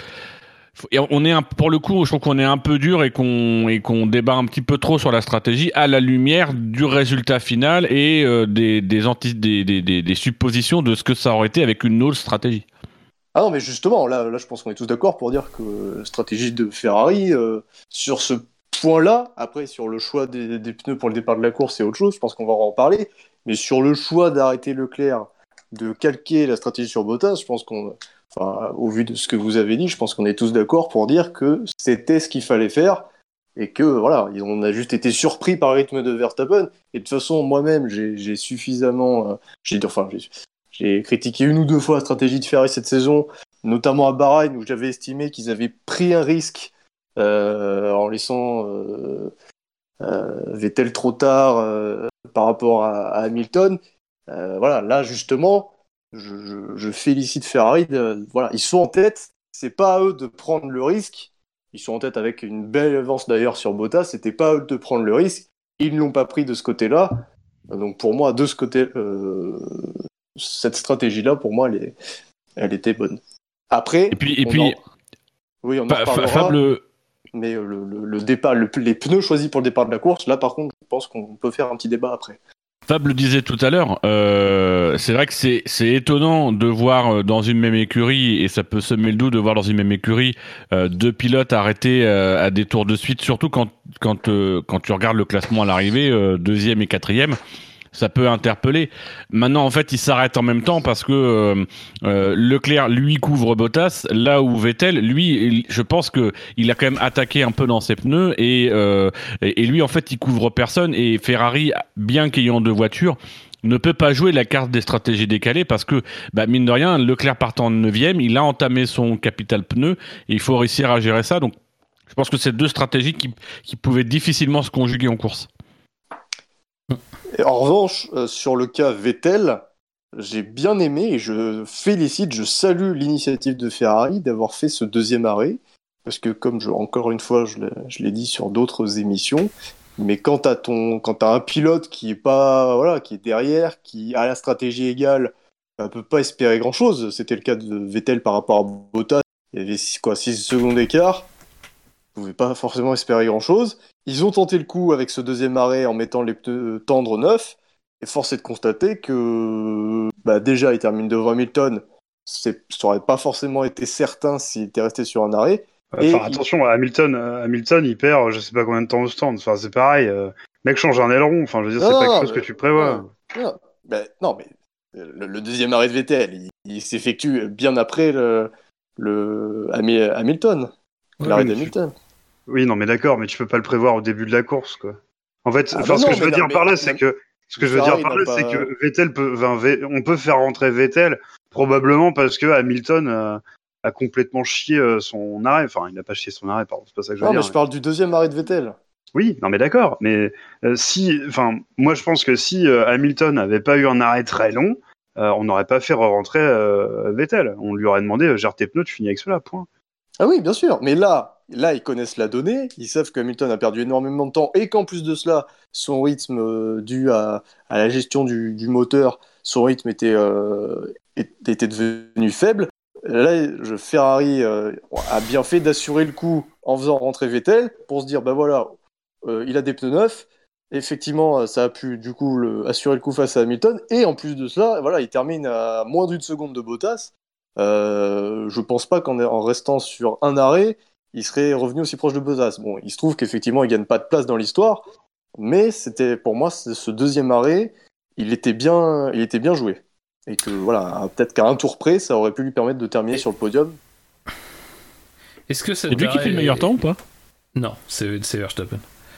on est un, pour le coup, je trouve qu'on est un peu dur et qu'on et qu'on débat un petit peu trop sur la stratégie à la lumière du résultat final et euh, des des, anti, des des des des suppositions de ce que ça aurait été avec une autre stratégie. Ah non, mais justement, là, là, je pense qu'on est tous d'accord pour dire que la stratégie de Ferrari, euh, sur ce point-là, après, sur le choix des, des pneus pour le départ de la course, c'est autre chose, je pense qu'on va en parler, mais sur le choix d'arrêter Leclerc, de calquer la stratégie sur Bottas, je pense qu'on, enfin, au vu de ce que vous avez dit, je pense qu'on est tous d'accord pour dire que c'était ce qu'il fallait faire, et que, voilà, on a juste été surpris par le rythme de Verstappen, et de toute façon, moi-même, j'ai, j'ai suffisamment, euh, j'ai, enfin, j'ai, J'ai critiqué une ou deux fois la stratégie de Ferrari cette saison, notamment à Bahreïn, où j'avais estimé qu'ils avaient pris un risque euh, en laissant euh, euh, Vettel trop tard euh, par rapport à, à Hamilton. Euh, voilà, là justement, je, je, je félicite Ferrari. De, voilà, ils sont en tête. C'est pas à eux de prendre le risque. Ils sont en tête avec une belle avance d'ailleurs sur Bottas. C'était pas à eux de prendre le risque. Ils ne l'ont pas pris de ce côté-là. Donc pour moi, de ce côté. Euh, cette stratégie-là, pour moi, elle, est, elle était bonne. Après, et puis, et puis en... oui, on en parlera, Fable... mais le, le, le départ, le, les pneus choisis pour le départ de la course, là, par contre, je pense qu'on peut faire un petit débat après. Fab le disait tout à l'heure, euh, c'est vrai que c'est, c'est étonnant de voir dans une même écurie, et ça peut semer le doute de voir dans une même écurie euh, deux pilotes arrêtés euh, à des tours de suite, surtout quand, quand, euh, quand tu regardes le classement à l'arrivée, euh, deuxième et quatrième. ça peut interpeller. Maintenant, en fait, il s'arrête en même temps parce que euh, euh, Leclerc, lui, couvre Bottas, là où Vettel, lui, je pense que il a quand même attaqué un peu dans ses pneus et, euh, et lui, en fait, il couvre personne. Et Ferrari, bien qu'ayant deux voitures, ne peut pas jouer la carte des stratégies décalées parce que, bah, mine de rien, Leclerc partant en neuvième, il a entamé son capital pneu et il faut réussir à gérer ça. Donc, je pense que c'est deux stratégies qui, qui pouvaient difficilement se conjuguer en course. Et en revanche, euh, sur le cas Vettel, j'ai bien aimé et je félicite, je salue l'initiative de Ferrari d'avoir fait ce deuxième arrêt. Parce que, comme je, encore une fois, je l'ai, je l'ai dit sur d'autres émissions, mais quand t'as ton, quand t'as un pilote qui est pas, voilà, qui est derrière, qui a la stratégie égale, ne peut pas espérer grand chose. C'était le cas de Vettel par rapport à Bottas. Il y avait six, quoi, six secondes d'écart. Vous pouvez pas forcément espérer grand chose. Ils ont tenté le coup avec ce deuxième arrêt en mettant les pneus tendres neufs. Et force est de constater que, bah, déjà, il termine devant Hamilton. C'est, ça aurait pas forcément été certain s'il était resté sur un arrêt. Enfin, Et attention, il... Hamilton, euh, Hamilton, il perd, je sais pas combien de temps au stand. Enfin, c'est pareil. Euh, le mec change un aileron. Enfin, je veux dire, c'est non, pas non, quelque chose mais... que tu prévois. Non, non, ben, non mais le, le deuxième arrêt de Vettel, il, il s'effectue bien après le, le Hamilton, Ouais, l'arrêt oui, d'Hamilton. Tu... Oui, non, mais d'accord, mais tu peux pas le prévoir au début de la course, quoi. En fait, ah enfin, bah ce non, que je veux mais dire non, par là, mais, c'est mais, que ce que je veux Ferrari dire par là, pas... c'est que Vettel peut, enfin, v... on peut faire rentrer Vettel probablement parce que Hamilton euh, a complètement chié euh, son arrêt. Enfin, il n'a pas chié son arrêt, pardon, c'est pas ça que je veux non, dire. mais je parle du deuxième arrêt de Vettel. Oui, non, mais d'accord, mais euh, si, enfin, moi je pense que si euh, Hamilton n'avait pas eu un arrêt très long, euh, on n'aurait pas fait rentrer euh, Vettel. On lui aurait demandé, gère tes pneus, tu finis avec cela, point. Ah oui, bien sûr, mais là, là, ils connaissent la donnée, ils savent que Hamilton a perdu énormément de temps et qu'en plus de cela, son rythme euh, dû à, à la gestion du, du moteur, son rythme était, euh, était devenu faible. Là, je, Ferrari euh, a bien fait d'assurer le coup en faisant rentrer Vettel pour se dire, ben voilà, euh, il a des pneus neufs. Effectivement, ça a pu du coup le, assurer le coup face à Hamilton. Et en plus de cela, voilà, il termine à moins d'une seconde de Bottas. Euh, je pense pas qu'en en restant sur un arrêt, il serait revenu aussi proche de Bottas. Bon, il se trouve qu'effectivement, il gagne pas de place dans l'histoire, mais c'était pour moi ce deuxième arrêt, il était bien, il était bien joué. Et que voilà, peut-être qu'à un tour près, ça aurait pu lui permettre de terminer sur le podium. Est-ce que c'est lui qui fait le meilleur est... temps ou pas? Non, c'est, c'est Verstappen.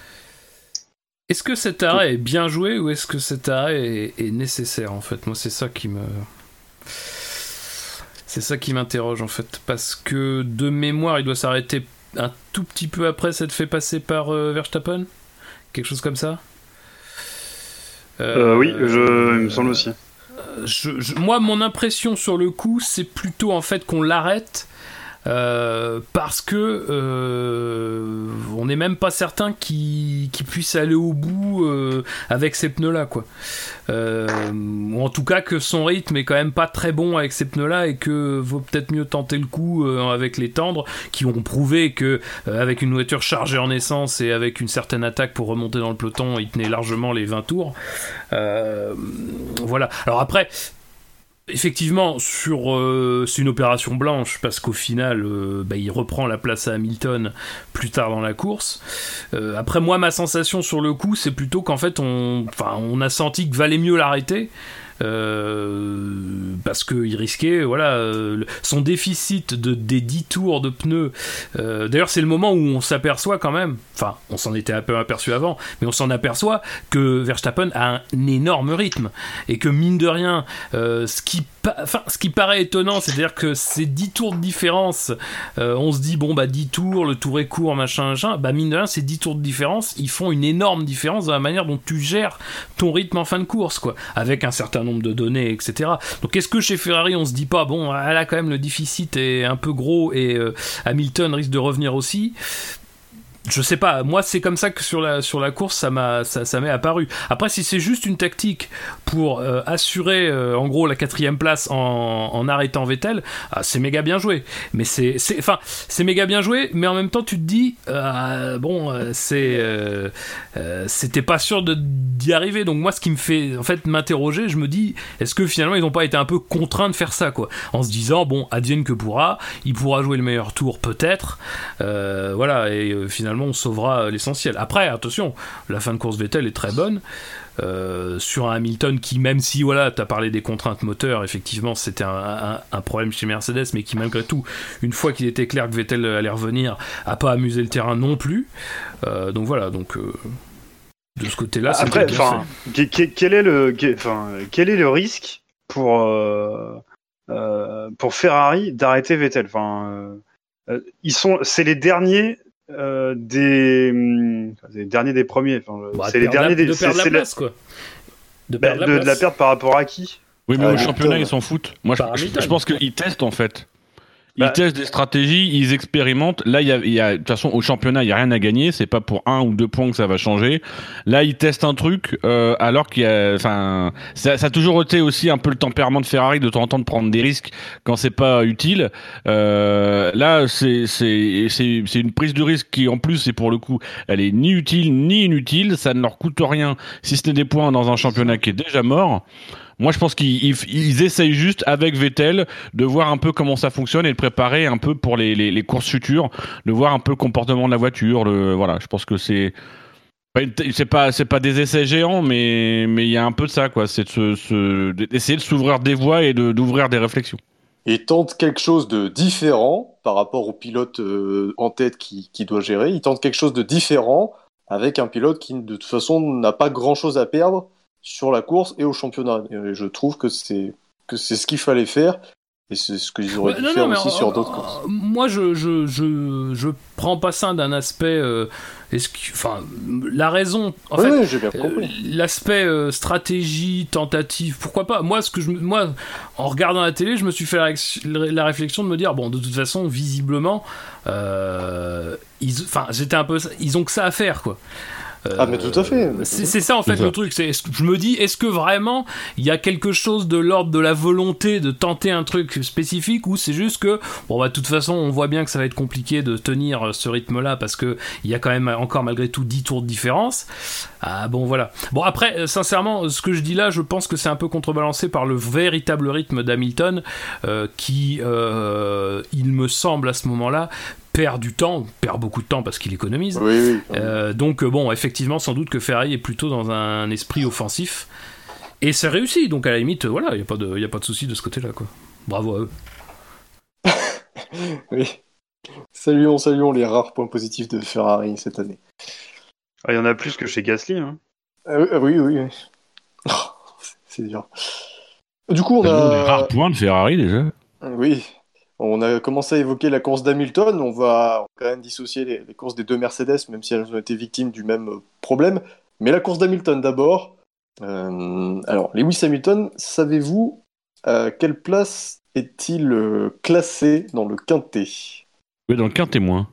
Est-ce que cet arrêt est bien joué ou est-ce que cet arrêt est, est nécessaire en fait? Moi, c'est ça qui me, c'est ça qui m'interroge en fait, parce que de mémoire, il doit s'arrêter un tout petit peu après s'être fait passer par euh, Verstappen, quelque chose comme ça. Euh, euh, oui, je, il me semble aussi. Je, je, moi, mon impression sur le coup, c'est plutôt en fait qu'on l'arrête euh, parce que euh, on n'est même pas certain qu'il, qu'il puisse aller au bout euh, avec ces pneus-là, quoi. Euh, ou en tout cas que son rythme est quand même pas très bon avec ces pneus-là et que vaut peut-être mieux tenter le coup euh, avec les tendres qui ont prouvé que euh, avec une voiture chargée en essence et avec une certaine attaque pour remonter dans le peloton, il tenait largement les vingt tours. Euh, voilà. Alors après, effectivement, sur, euh, c'est une opération blanche parce qu'au final, euh, bah, il reprend la place à Hamilton plus tard dans la course. Euh, après, moi, ma sensation sur le coup, c'est plutôt qu'en fait, on, enfin, on a senti qu'il valait mieux l'arrêter. Euh, parce qu'il risquait, voilà, euh, son déficit de, des dix tours de pneus. Euh, d'ailleurs, c'est le moment où on s'aperçoit quand même, enfin, on s'en était un peu aperçu avant, mais on s'en aperçoit que Verstappen a un énorme rythme et que mine de rien, euh, ce qui Enfin, ce qui paraît étonnant, c'est-à-dire que ces dix tours de différence, euh, on se dit, bon, bah, dix tours, le tour est court, machin, machin, bah, mine de rien, ces dix tours de différence, ils font une énorme différence dans la manière dont tu gères ton rythme en fin de course, quoi, avec un certain nombre de données, et cetera. Donc, est-ce que chez Ferrari, on se dit pas, bon, là, quand même, le déficit est un peu gros et euh, Hamilton risque de revenir aussi? Je sais pas, moi c'est comme ça que sur la, sur la course ça, m'a, ça, ça m'est apparu. Après, si c'est juste une tactique pour euh, assurer euh, en gros la quatrième place en, en arrêtant Vettel, ah, c'est méga bien joué. Mais c'est, c'est, enfin, c'est méga bien joué, mais en même temps tu te dis, euh, bon, euh, c'est, euh, euh, c'était pas sûr de, d'y arriver. Donc moi, ce qui me fait en fait m'interroger, je me dis, est-ce que finalement ils n'ont pas été un peu contraints de faire ça, quoi, en se disant, bon, advienne que pourra, il pourra jouer le meilleur tour peut-être, euh, voilà, et euh, finalement on sauvera l'essentiel. Après, attention, la fin de course Vettel est très bonne. Euh, sur un Hamilton qui, même si voilà, t'as parlé des contraintes moteurs, effectivement c'était un, un, un problème chez Mercedes, mais qui malgré tout, une fois qu'il était clair que Vettel allait revenir, a pas amusé le terrain non plus. Euh, donc voilà, donc euh, de ce côté-là, c'est après, bien fait. Quel est le, enfin, quel est le risque pour euh, euh, pour Ferrari d'arrêter Vettel? Enfin, euh, ils sont, c'est les derniers. Euh, des, des derniers des premiers. Enfin, bah, c'est les derniers des. De perdre la place, quoi. De perdre bah, la, de, place. de la perdre par rapport à qui? Oui, mais ah, au championnat, ils s'en foutent. Moi, je, je, je pense qu'ils testent en fait. Ils bah, testent des stratégies, ils expérimentent. Là, il y a, il y a, de toute façon, au championnat, il y a rien à gagner. C'est pas pour un ou deux points que ça va changer. Là, ils testent un truc, euh, alors qu'il y a, enfin, ça, ça a toujours été aussi un peu le tempérament de Ferrari de temps en temps de prendre des risques quand c'est pas utile. Euh, là, c'est, c'est, c'est, c'est une prise de risque qui, en plus, c'est pour le coup, elle est ni utile ni inutile. Ça ne leur coûte rien, si ce n'est des points dans un championnat qui est déjà mort. Moi, je pense qu'ils ils, ils essayent juste, avec Vettel, de voir un peu comment ça fonctionne et de préparer un peu pour les, les, les courses futures, de voir un peu le comportement de la voiture. Le, voilà, je pense que c'est c'est pas c'est pas des essais géants, mais mais il y a un peu de ça, quoi. C'est de se, se, d'essayer de s'ouvrir des voies et de, d'ouvrir des réflexions. Et tente quelque chose de différent par rapport au pilote euh, en tête qui, qui doit gérer. Il tente quelque chose de différent avec un pilote qui, de toute façon, n'a pas grand-chose à perdre sur la course et au championnat. Et je trouve que c'est, que c'est ce qu'il fallait faire et c'est ce qu'ils auraient dû non, faire non, aussi en, sur d'autres courses. Moi, je, je, je, je prends pas ça d'un aspect... Euh, est-ce que, enfin, la raison... En oui, fait, oui, j'ai bien compris. Euh, l'aspect euh, stratégie, tentative, pourquoi pas. Moi, ce que je, moi, en regardant la télé, je me suis fait la, la réflexion de me dire, bon, de toute façon, visiblement, euh, ils, enfin, j'étais un peu... Ils ont que ça à faire, quoi. Euh, ah mais tout à fait. C'est, c'est ça en fait c'est le ça. truc. C'est, est-ce que, je me dis, est-ce que vraiment il y a quelque chose de l'ordre de la volonté de tenter un truc spécifique ou c'est juste que bon bah de toute façon on voit bien que ça va être compliqué de tenir ce rythme-là parce que il y a quand même encore malgré tout dix tours de différence. Ah bon voilà. Bon après sincèrement ce que je dis là je pense que c'est un peu contrebalancé par le véritable rythme d'Hamilton euh, qui euh, il me semble à ce moment-là perd du temps, perd beaucoup de temps parce qu'il économise. Oui, oui. Euh, donc bon, effectivement, sans doute que Ferrari est plutôt dans un esprit offensif et c'est réussi. Donc à la limite, voilà, il y a pas de, il y a pas de souci de ce côté-là, quoi. Bravo à eux. Oui. Saluons, saluons les rares points positifs de Ferrari cette année. Ah, il y en a plus que chez Gasly, hein. Euh, oui, oui, oui. Oh, c'est dur. Du coup, on a des rares points de Ferrari déjà. Oui. On a commencé à évoquer la course d'Hamilton, on va quand même dissocier les, les courses des deux Mercedes, même si elles ont été victimes du même problème. Mais la course d'Hamilton d'abord. Euh, alors, Lewis Hamilton, savez-vous à quelle place est-il euh, classé dans le quintet ? Oui, dans le quintet moins.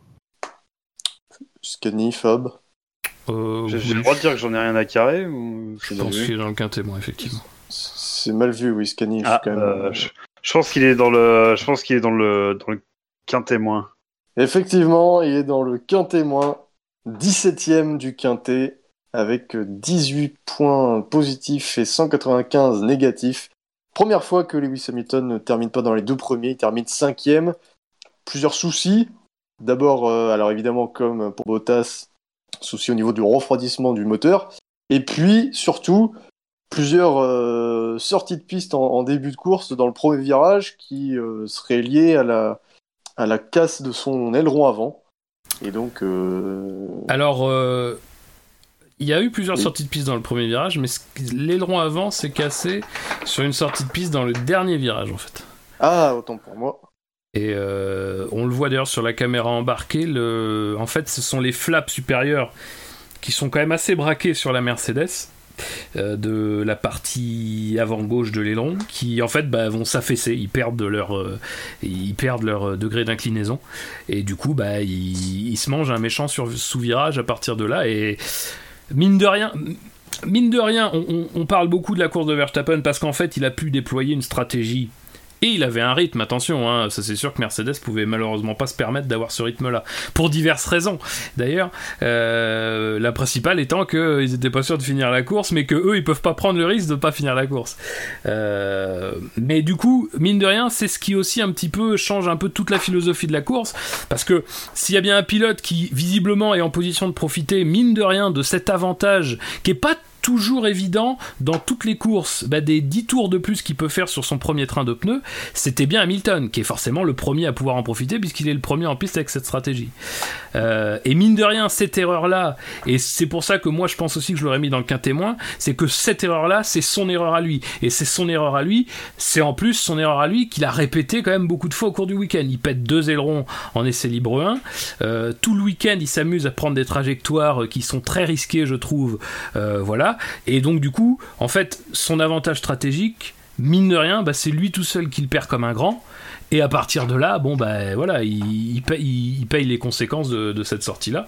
Scani, Fab. Euh, J'ai, j'ai le droit de dire que j'en ai rien à carrer ou... Je pense qu'il est dans le quintet moins, effectivement. C'est mal vu, oui, Scani. Ah, je, quand même... euh, je... je pense qu'il est dans le, je pense qu'il est dans le, dans le quintet moins. Effectivement, il est dans le quintet moins, dix-septième du quintet, avec dix-huit points positifs et cent quatre-vingt-quinze négatifs. Première fois que Lewis Hamilton ne termine pas dans les deux premiers, il termine cinquième. Plusieurs soucis. D'abord, euh, alors évidemment, comme pour Bottas, souci au niveau du refroidissement du moteur. Et puis, surtout, plusieurs euh, sorties de piste en, en début de course dans le premier virage qui euh, seraient liées à la, à la casse de son aileron avant. Et donc... Euh... Alors, il euh, y a eu plusieurs oui. sorties de piste dans le premier virage, mais l'aileron avant s'est cassé sur une sortie de piste dans le dernier virage, en fait. Ah, autant pour moi. Et euh, on le voit d'ailleurs sur la caméra embarquée, le... en fait ce sont les flaps supérieurs qui sont quand même assez braqués sur la Mercedes, euh, de la partie avant gauche de l'aileron, qui en fait bah, vont s'affaisser, ils perdent, de leur, euh, ils perdent leur degré d'inclinaison, et du coup bah, ils, ils se mangent un méchant sur, sous-virage à partir de là, et mine de rien... Mine de rien, on, on, on parle beaucoup de la course de Verstappen parce qu'en fait il a pu déployer une stratégie. Et il avait un rythme, attention, hein, ça c'est sûr que Mercedes pouvait malheureusement pas se permettre d'avoir ce rythme-là, pour diverses raisons. D'ailleurs, euh, la principale étant qu'ils étaient pas sûrs de finir la course, mais que eux ils peuvent pas prendre le risque de pas finir la course. Euh, mais du coup, mine de rien, c'est ce qui aussi un petit peu change un peu toute la philosophie de la course, parce que s'il y a bien un pilote qui visiblement est en position de profiter, mine de rien, de cet avantage qui est pas toujours évident dans toutes les courses, bah, des dix tours de plus qu'il peut faire sur son premier train de pneus, c'était bien Hamilton, qui est forcément le premier à pouvoir en profiter, puisqu'il est le premier en piste avec cette stratégie. Euh, et mine de rien, cette erreur-là, et c'est pour ça que moi je pense aussi que je l'aurais mis dans le quintémoin, c'est que cette erreur-là, c'est son erreur à lui. Et c'est son erreur à lui, c'est en plus son erreur à lui qu'il a répété quand même beaucoup de fois au cours du week-end. Il pète deux ailerons en essai libre un. Euh, tout le week-end, il s'amuse à prendre des trajectoires qui sont très risquées, je trouve. Euh, voilà. Et donc, du coup, en fait, son avantage stratégique, mine de rien, bah, c'est lui tout seul qui le perd comme un grand. Et à partir de là, bon, bah, voilà, il, il, paye, il paye les conséquences de, de cette sortie-là.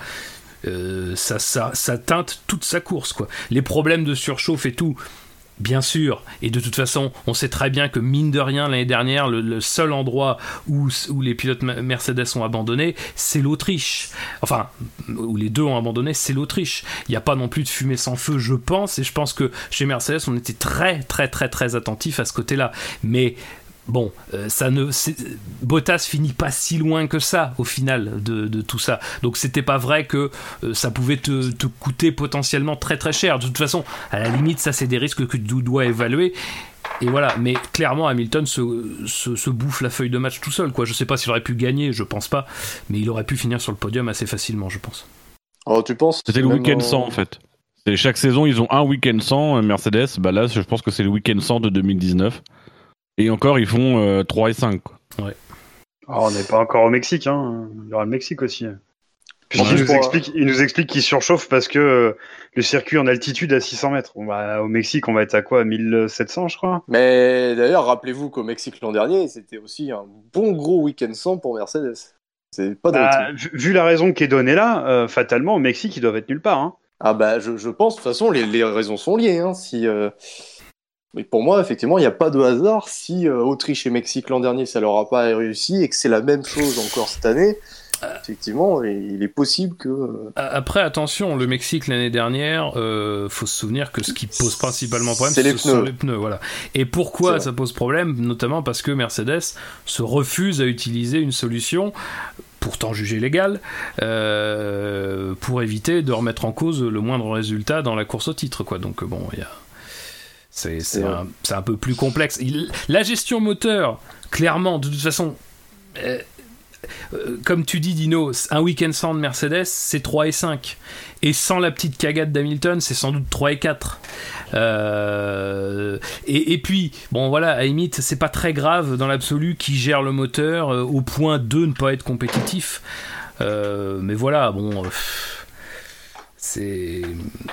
Euh, ça, ça, ça teinte toute sa course, quoi. Les problèmes de surchauffe et tout, bien sûr, et de toute façon, on sait très bien que mine de rien, l'année dernière, le, le seul endroit où, où les pilotes Mercedes ont abandonné, c'est l'Autriche. Enfin, où les deux ont abandonné, c'est l'Autriche. Il n'y a pas non plus de fumée sans feu, je pense, et je pense que chez Mercedes, on était très, très, très, très attentif à ce côté-là. Mais bon, euh, ça ne, Bottas finit pas si loin que ça au final de, de tout ça. Donc c'était pas vrai que euh, ça pouvait te, te coûter potentiellement très très cher. De toute façon, à la limite, ça c'est des risques que tu dois évaluer. Et voilà, mais clairement Hamilton se, se, se bouffe la feuille de match tout seul, quoi. Je sais pas s'il aurait pu gagner, je pense pas, mais il aurait pu finir sur le podium assez facilement, je pense. Oh, tu penses? C'était le week-end en... sans en fait. Et chaque saison, ils ont un week-end sans Mercedes. Bah là, je pense que c'est le week-end sans de deux mille dix-neuf. Et encore, ils font euh, trois et cinq. Quoi. Ouais. Oh, on n'est pas encore au Mexique. Hein. Il y aura le Mexique aussi. Puis il, nous explique, il nous explique qu'il surchauffe parce que euh, le circuit en altitude à six cents mètres. On va, au Mexique, on va être à quoi, à mille sept cents, je crois. Mais d'ailleurs, rappelez-vous qu'au Mexique l'an dernier, c'était aussi un bon gros week-end sans pour Mercedes. C'est pas bah, vu, vu la raison qui est donnée là, euh, fatalement, au Mexique, ils doivent être nulle part. Hein. Ah bah, je, je pense, de toute façon, les, les raisons sont liées. Hein, si... Euh... Mais pour moi, effectivement, il n'y a pas de hasard. Si euh, Autriche et Mexique l'an dernier, ça leur a pas réussi et que c'est la même chose encore cette année, euh, effectivement, il est possible que... Euh... Après, attention, le Mexique l'année dernière, euh, faut se souvenir que ce qui pose principalement problème, c'est ce les sont pneus. les pneus. Voilà. Et pourquoi ça pose problème? Notamment parce que Mercedes se refuse à utiliser une solution pourtant jugée légale, euh, pour éviter de remettre en cause le moindre résultat dans la course au titre, quoi. Donc bon, il y a... C'est, c'est, un, c'est un peu plus complexe. Il, la gestion moteur, clairement, de toute façon, euh, euh, comme tu dis, Dino, un week-end sans de Mercedes, c'est trois et cinq. Et sans la petite cagade d'Hamilton, c'est sans doute trois et quatre. Euh, et, et puis, bon voilà, à limite, c'est pas très grave dans l'absolu qui gère le moteur euh, au point de ne pas être compétitif. Euh, mais voilà, bon, euh, c'est.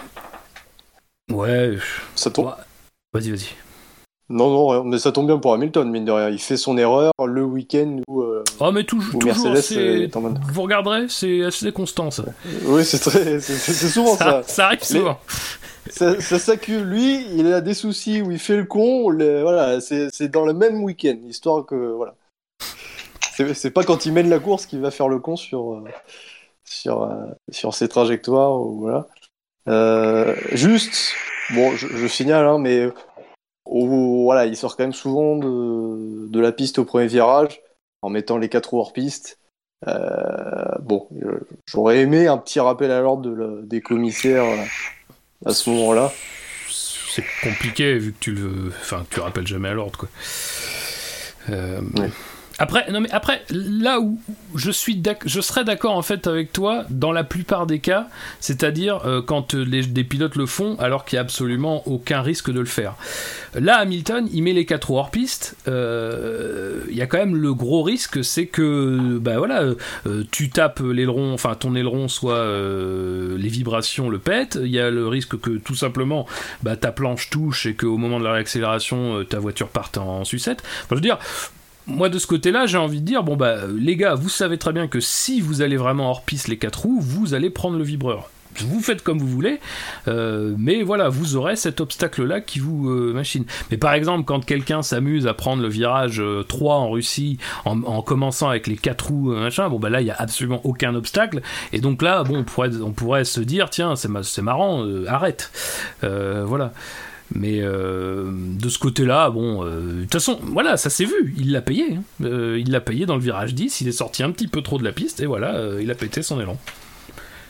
Ouais. Ça tombe. Ouais. Vas-y, vas-y. Non, non, rien. Mais ça tombe bien pour Hamilton, mine de rien. Il fait son erreur le week-end où, euh, oh, mais toujours, où toujours Mercedes c'est... est en mode... Vous regarderez, c'est assez constant, ça. Oui, c'est, très... c'est, c'est souvent ça. Ça, ça arrive souvent. Les... ça, ça s'accumule. Lui, il a des soucis où il fait le con. Le... Voilà, c'est, c'est dans le même week-end, histoire que... Voilà. C'est, c'est pas quand il mène la course qu'il va faire le con sur, euh, sur, euh, sur ses trajectoires. Ou... Voilà. Euh, juste... Bon, je, je signale, hein, mais oh, voilà, il sort quand même souvent de, de la piste au premier virage en mettant les quatre roues hors piste. Euh, bon, j'aurais aimé un petit rappel à l'ordre de la, des commissaires à ce moment-là. C'est compliqué vu que tu le, enfin, tu rappelles jamais à l'ordre, quoi. Euh... Ouais. Après, non mais après, là où je suis, je serais d'accord en fait avec toi dans la plupart des cas, c'est-à-dire euh, quand les, des pilotes le font alors qu'il n'y a absolument aucun risque de le faire. Là, Hamilton, il met les quatre roues hors piste. Il euh, y a quand même le gros risque, c'est que, bah voilà, euh, tu tapes l'aileron, enfin ton aileron soit euh, les vibrations le pètent. Il y a le risque que tout simplement, bah ta planche touche et qu'au moment de la réaccélération, euh, ta voiture parte en sucette. Enfin, je veux dire. Moi, de ce côté-là, j'ai envie de dire, bon bah, les gars, vous savez très bien que si vous allez vraiment hors piste les quatre roues, vous allez prendre le vibreur. Vous faites comme vous voulez, euh, mais voilà, vous aurez cet obstacle-là qui vous euh, machine. Mais par exemple, quand quelqu'un s'amuse à prendre le virage euh, trois en Russie, en, en commençant avec les quatre roues, euh, machin, bon bah là, il n'y a absolument aucun obstacle, et donc là, bon, on pourrait, on pourrait se dire, tiens, c'est, ma- c'est marrant, euh, arrête. Euh, voilà. Mais euh, de ce côté-là, bon, euh, de toute façon, voilà, ça s'est vu, il l'a payé. Hein. Euh, il l'a payé dans le virage dix, il est sorti un petit peu trop de la piste, et voilà, euh, il a pété son élan.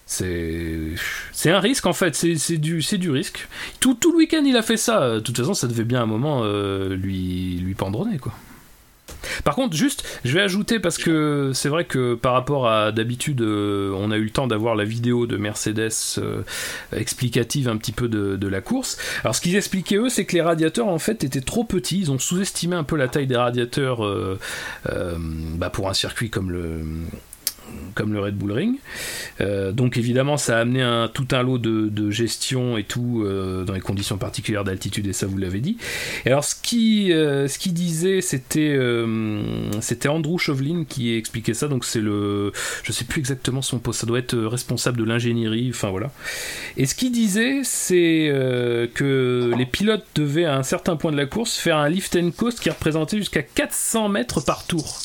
C'est, c'est un risque en fait, c'est, c'est, du, c'est du risque. Tout, tout le week-end il a fait ça, de toute façon ça devait bien à un moment euh, lui, lui pendronner quoi. Par contre, juste, je vais ajouter parce que c'est vrai que par rapport à d'habitude, euh, on a eu le temps d'avoir la vidéo de Mercedes euh, explicative un petit peu de, de la course. Alors, ce qu'ils expliquaient eux, c'est que les radiateurs en fait étaient trop petits. Ils ont sous-estimé un peu la taille des radiateurs euh, euh, bah, pour un circuit comme le. comme le Red Bull Ring. Euh, donc évidemment ça a amené un, tout un lot de, de gestion et tout euh, dans les conditions particulières d'altitude, et ça vous l'avez dit. Et alors ce qui euh, ce qui disait c'était euh, c'était Andrew Chauvelin qui expliquait ça, donc c'est le, je sais plus exactement son poste, ça doit être responsable de l'ingénierie, enfin voilà. Et ce qu'il disait c'est euh, que les pilotes devaient à un certain point de la course faire un lift and coast qui représentait jusqu'à quatre cents mètres par tour.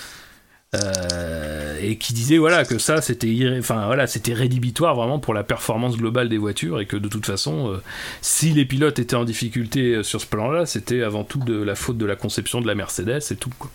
Euh, et qui disait voilà que ça c'était irré... enfin voilà c'était rédhibitoire vraiment pour la performance globale des voitures, et que de toute façon euh, si les pilotes étaient en difficulté sur ce plan-là, c'était avant tout de la faute de la conception de la Mercedes et tout quoi.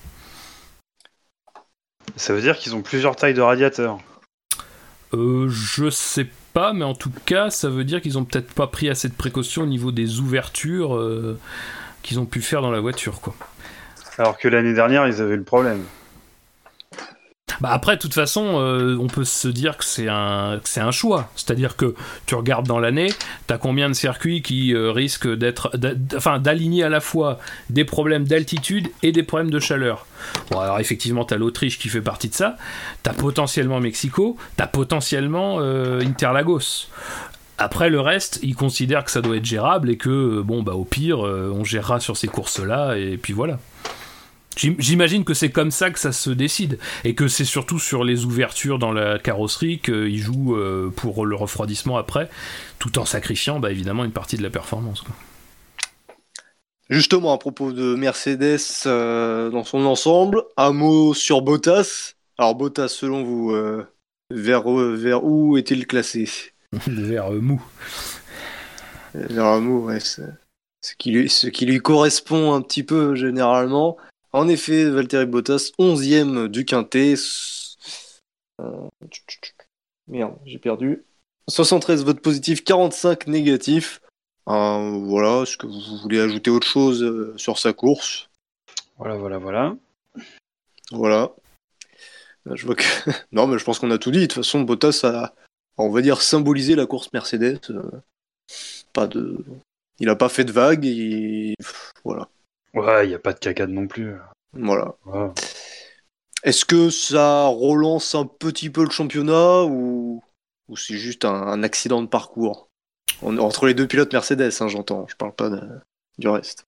Ça veut dire qu'ils ont plusieurs tailles de radiateurs. Euh, je sais pas, mais en tout cas ça veut dire qu'ils ont peut-être pas pris assez de précautions au niveau des ouvertures euh, qu'ils ont pu faire dans la voiture quoi. Alors que l'année dernière ils avaient le problème. Bah après, de toute façon, euh, on peut se dire que c'est un, que c'est un choix. C'est-à-dire que tu regardes dans l'année, t'as combien de circuits qui euh, risquent d'être, d'a, enfin, d'aligner à la fois des problèmes d'altitude et des problèmes de chaleur. Bon, alors effectivement, t'as l'Autriche qui fait partie de ça. T'as potentiellement Mexico. T'as potentiellement euh, Interlagos. Après le reste, ils considèrent que ça doit être gérable et que bon bah au pire, euh, on gérera sur ces courses-là et puis voilà. J'imagine que c'est comme ça que ça se décide, et que c'est surtout sur les ouvertures dans la carrosserie qu'ils jouent pour le refroidissement après, tout en sacrifiant bah, évidemment une partie de la performance quoi. Justement, à propos de Mercedes euh, dans son ensemble, un mot sur Bottas. Alors Bottas, selon vous, euh, vers, euh, vers où est-il classé ? Vers euh, mou. Vers un mou, ouais. C'est ce qui lui, ce qui lui correspond un petit peu généralement. En effet, Valtteri Bottas, onzième du Quintet. Euh... Merde, j'ai perdu. soixante-treize votes positifs, quarante-cinq négatifs. Euh, voilà, est-ce que vous voulez ajouter autre chose euh, sur sa course ? Voilà, voilà, voilà. Voilà. Je vois que... non, mais je pense qu'on a tout dit. De toute façon, Bottas a, on va dire, symbolisé la course Mercedes. Euh, pas de... Il n'a pas fait de vagues. Et... Voilà. Ouais, il n'y a pas de cacade non plus. Voilà. Ouais. Est-ce que ça relance un petit peu le championnat ou, ou c'est juste un, un accident de parcours ? On... Entre les deux pilotes Mercedes, hein, j'entends. Je parle pas de... du reste.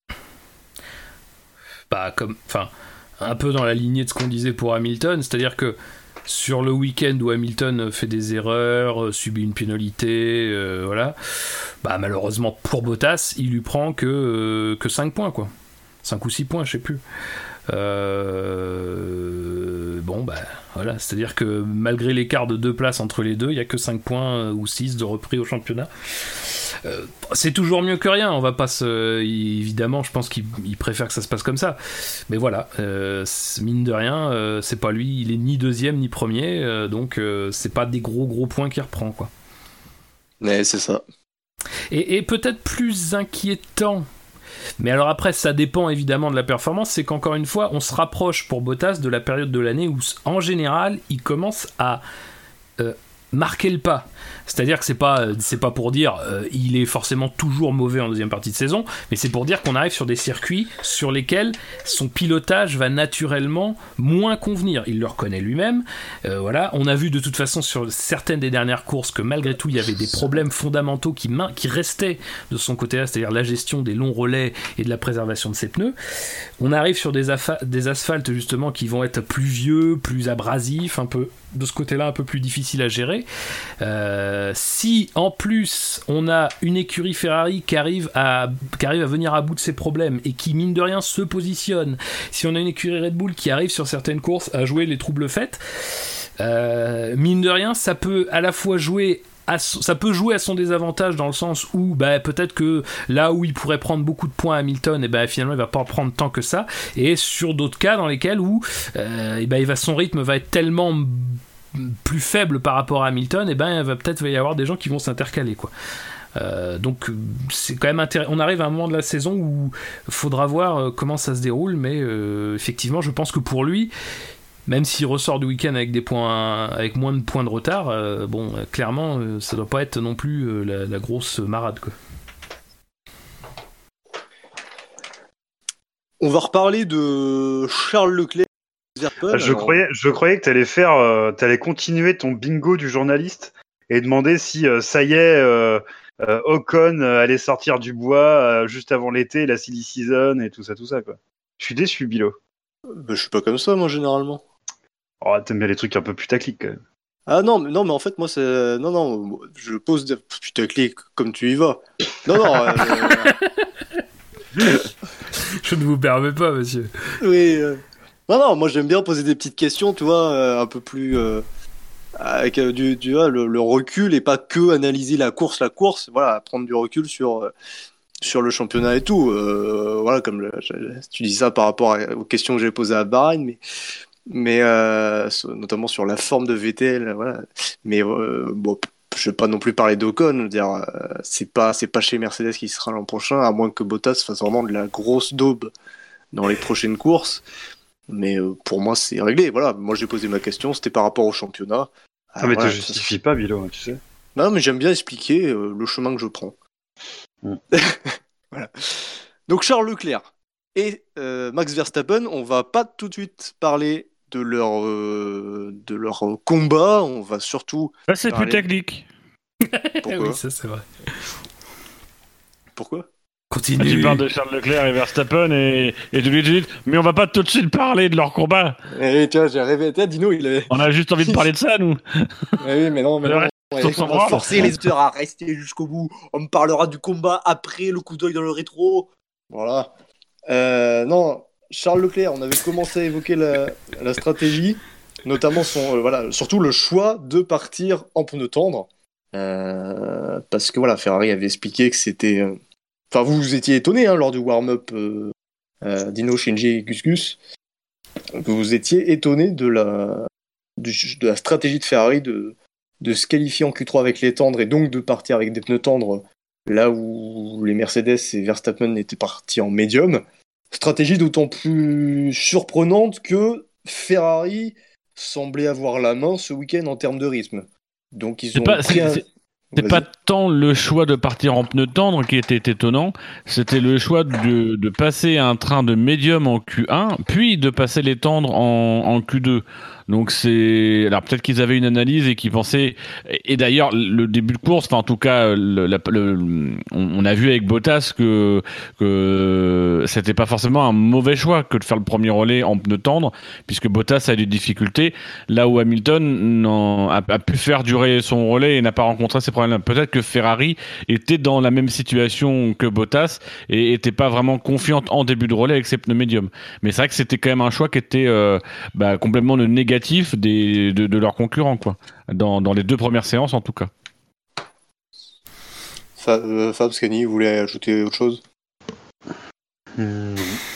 Bah, comme... Enfin, un peu dans la lignée de ce qu'on disait pour Hamilton, c'est-à-dire que sur le week-end où Hamilton fait des erreurs, subit une pénalité, euh, voilà, bah malheureusement pour Bottas, il lui prend que, euh, que cinq points, quoi. cinq ou six points, je sais plus. Euh... Bon, bah voilà, c'est-à-dire que malgré l'écart de deux places entre les deux, il n'y a que cinq points ou six de repris au championnat. Euh, c'est toujours mieux que rien, on va pas se... Évidemment, je pense qu'il il préfère que ça se passe comme ça. Mais voilà, euh, mine de rien, euh, c'est pas lui, il est ni deuxième ni premier, euh, donc euh, c'est pas des gros gros points qu'il reprend, quoi. Mais c'est ça. Et, et peut-être plus inquiétant, mais alors après ça dépend évidemment de la performance, c'est qu'encore une fois on se rapproche pour Bottas de la période de l'année où en général il commence à euh, marquer le pas. C'est-à-dire que c'est pas, c'est pas pour dire euh, il est forcément toujours mauvais en deuxième partie de saison, mais c'est pour dire qu'on arrive sur des circuits sur lesquels son pilotage va naturellement moins convenir. Il le reconnaît lui-même. Euh, voilà, on a vu de toute façon sur certaines des dernières courses que malgré tout il y avait des problèmes fondamentaux qui, main, qui restaient de son côté-là, c'est-à-dire la gestion des longs relais et de la préservation de ses pneus. On arrive sur des, afa- des asphaltes justement qui vont être plus vieux, plus abrasifs, un peu de ce côté-là un peu plus difficile à gérer. Euh, si en plus on a une écurie Ferrari qui arrive à qui arrive à venir à bout de ses problèmes et qui mine de rien se positionne, si on a une écurie Red Bull qui arrive sur certaines courses à jouer les troubles fêtes, euh, mine de rien ça peut à la fois jouer à son, ça peut jouer à son désavantage dans le sens où bah, peut-être que là où il pourrait prendre beaucoup de points à Hamilton, et bah, finalement il va pas en prendre tant que ça, et sur d'autres cas dans lesquels où euh, et bah, il va, son rythme va être tellement plus faible par rapport à Hamilton, et ben il va peut-être y avoir des gens qui vont s'intercaler, quoi. Euh, donc c'est quand même intéressant. On arrive à un moment de la saison où il faudra voir comment ça se déroule, mais euh, effectivement je pense que pour lui, même s'il ressort du week-end avec des points, avec moins de points de retard, euh, bon clairement euh, ça doit pas être non plus euh, la, la grosse marade, quoi. On va reparler de Charles Leclerc. Verstappen, je alors... croyais, je croyais que t'allais faire, euh, t'allais continuer ton bingo du journaliste et demander si euh, ça y est. Euh... Euh, Ocon euh, allait sortir du bois euh, juste avant l'été, la silly season et tout ça, tout ça, quoi. Je suis déçu, Bilo. Bah, je suis pas comme ça, moi, généralement. Oh, t'aimes bien les trucs un peu putaclic, quand même. Ah non, mais, non, mais en fait, moi, c'est... Non, non, je pose des putaclic comme tu y vas. Non, non... euh... Je ne vous permets pas, monsieur. Oui. Euh... Non, non, moi, j'aime bien poser des petites questions, tu vois, euh, un peu plus... Euh... avec euh, du, du ah, le, le recul et pas que analyser la course la course voilà, prendre du recul sur euh, sur le championnat et tout, euh, voilà, comme le, je, tu dis ça par rapport à, aux questions que j'ai posées à Bahreïn, mais mais euh, notamment sur la forme de Vettel, voilà, mais euh, bon, je vais pas non plus parler d'Ocon, je veux dire, euh, c'est pas c'est pas chez Mercedes qui sera l'an prochain, à moins que Bottas fasse vraiment de la grosse daube dans les prochaines courses. Mais euh, pour moi, c'est réglé. Voilà, moi j'ai posé ma question, c'était par rapport au championnat. Ah, ah mais voilà, te justifie pas, Bilo, tu sais. Non, mais j'aime bien expliquer euh, le chemin que je prends. Mm. Voilà. Donc Charles Leclerc et euh, Max Verstappen, on va pas tout de suite parler de leur euh, de leur combat. On va surtout. Ah, c'est parler... plus technique. Oui, ça c'est vrai. Pourquoi? Continue. Ah, tu parles de Charles Leclerc et Verstappen et, et tu lui dis, mais on va pas tout de suite parler de leur combat. Et tu vois, j'ai rêvé. Dino, il avait. On a juste envie de parler de ça, nous. Oui, mais non, mais non. Ouais, on va forcer les auditeurs à rester jusqu'au bout. On me parlera du combat après le coup d'œil dans le rétro. Voilà. Euh, non, Charles Leclerc, on avait commencé à évoquer la, la stratégie, notamment son, euh, voilà, surtout le choix de partir en pneu tendre. Euh, parce que voilà, Ferrari avait expliqué que c'était. Euh... Enfin, vous, vous étiez étonné hein, lors du warm-up euh, euh, Dino, Shinji et Gus Gus. Vous étiez étonné de la, du, de la stratégie de Ferrari de, de se qualifier en Q trois avec les tendres et donc de partir avec des pneus tendres là où les Mercedes et Verstappen étaient partis en médium. Stratégie d'autant plus surprenante que Ferrari semblait avoir la main ce week-end en termes de rythme. Donc ils c'est ont pas, pris c'est, un... c'est... C'est pas tant le choix de partir en pneus tendres qui était étonnant, c'était le choix de, de passer un train de médium en Q un, puis de passer les tendres en, en Q deux. Donc c'est, alors peut-être qu'ils avaient une analyse et qu'ils pensaient, et, et d'ailleurs le début de course, enfin en tout cas, le, la, le, on, on a vu avec Bottas que que c'était pas forcément un mauvais choix que de faire le premier relais en pneus tendres, puisque Bottas a des difficultés, là où Hamilton n'en, a, a pu faire durer son relais et n'a pas rencontré ces problèmes. Peut-être que Ferrari était dans la même situation que Bottas et était pas vraiment confiante en début de relais avec ses pneus médiums. Mais c'est vrai que c'était quand même un choix qui était euh, bah, complètement le négatif Des, de, de leurs concurrents, quoi. Dans, dans les deux premières séances, en tout cas. Fab, euh, Fab Scani, vous voulez ajouter autre chose? mmh.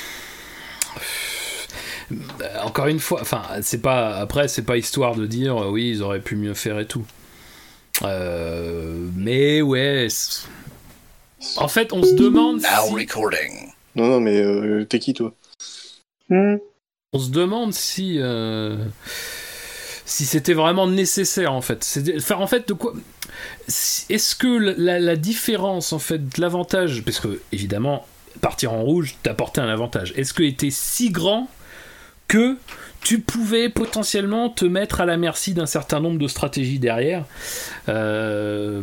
Encore une fois, enfin, c'est pas, après, c'est pas histoire de dire euh, oui, ils auraient pu mieux faire et tout. Euh, mais ouais. C'est... En fait, on se demande. Now si... recording. Non, non, mais euh, t'es qui, toi? mmh. On se demande si euh, si c'était vraiment nécessaire en fait. C'est, enfin, en fait de quoi est-ce que la, la différence en fait de l'avantage, parce que évidemment partir en rouge t'apportait un avantage. Est-ce que était si grand que tu pouvais potentiellement te mettre à la merci d'un certain nombre de stratégies derrière. Euh...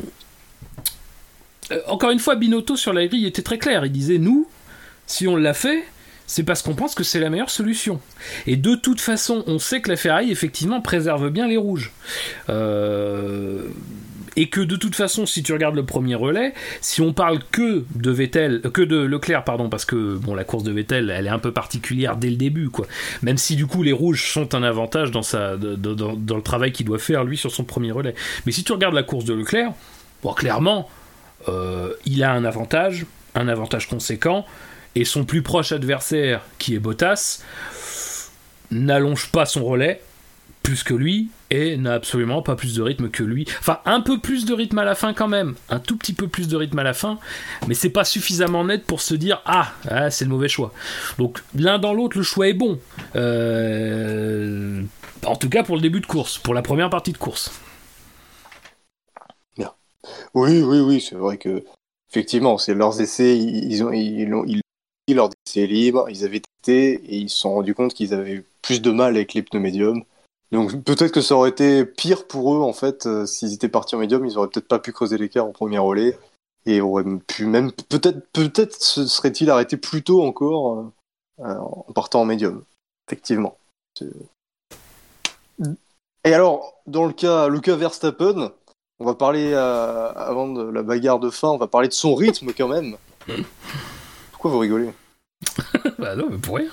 Encore une fois, Binotto sur la grille était très clair. Il disait nous, si on l'a fait, c'est parce qu'on pense que c'est la meilleure solution. Et de toute façon, on sait que la Ferrari, effectivement, préserve bien les rouges. Euh... Et que de toute façon, si tu regardes le premier relais, si on parle que de Vettel, que de Leclerc, pardon, parce que bon, la course de Vettel, elle est un peu particulière dès le début, quoi. Même si du coup les rouges sont un avantage dans sa, dans, dans, dans le travail qu'il doit faire lui sur son premier relais. Mais si tu regardes la course de Leclerc, bon, clairement, euh, il a un avantage, un avantage conséquent. Et son plus proche adversaire, qui est Bottas, n'allonge pas son relais plus que lui et n'a absolument pas plus de rythme que lui. Enfin, un peu plus de rythme à la fin quand même, un tout petit peu plus de rythme à la fin, mais c'est pas suffisamment net pour se dire ah, ah c'est le mauvais choix. Donc l'un dans l'autre, le choix est bon. Euh... En tout cas pour le début de course, pour la première partie de course. Bien. Oui, oui, oui, c'est vrai que effectivement, c'est leurs essais, ils ont, ils ont, ils ont leurs essais libres, ils avaient testé et ils se sont rendus compte qu'ils avaient plus de mal avec les pneus médiums. Donc peut-être que ça aurait été pire pour eux en fait euh, s'ils étaient partis en médium, ils auraient peut-être pas pu creuser l'écart au premier relais et auraient pu même peut-être peut-être se serait-il arrêté plus tôt encore euh, en partant en médium. Effectivement. C'est... Et alors dans le cas le cas Verstappen, on va parler euh, avant de la bagarre de fin, on va parler de son rythme quand même. Pourquoi vous rigolez? Bah non, mais pour rien.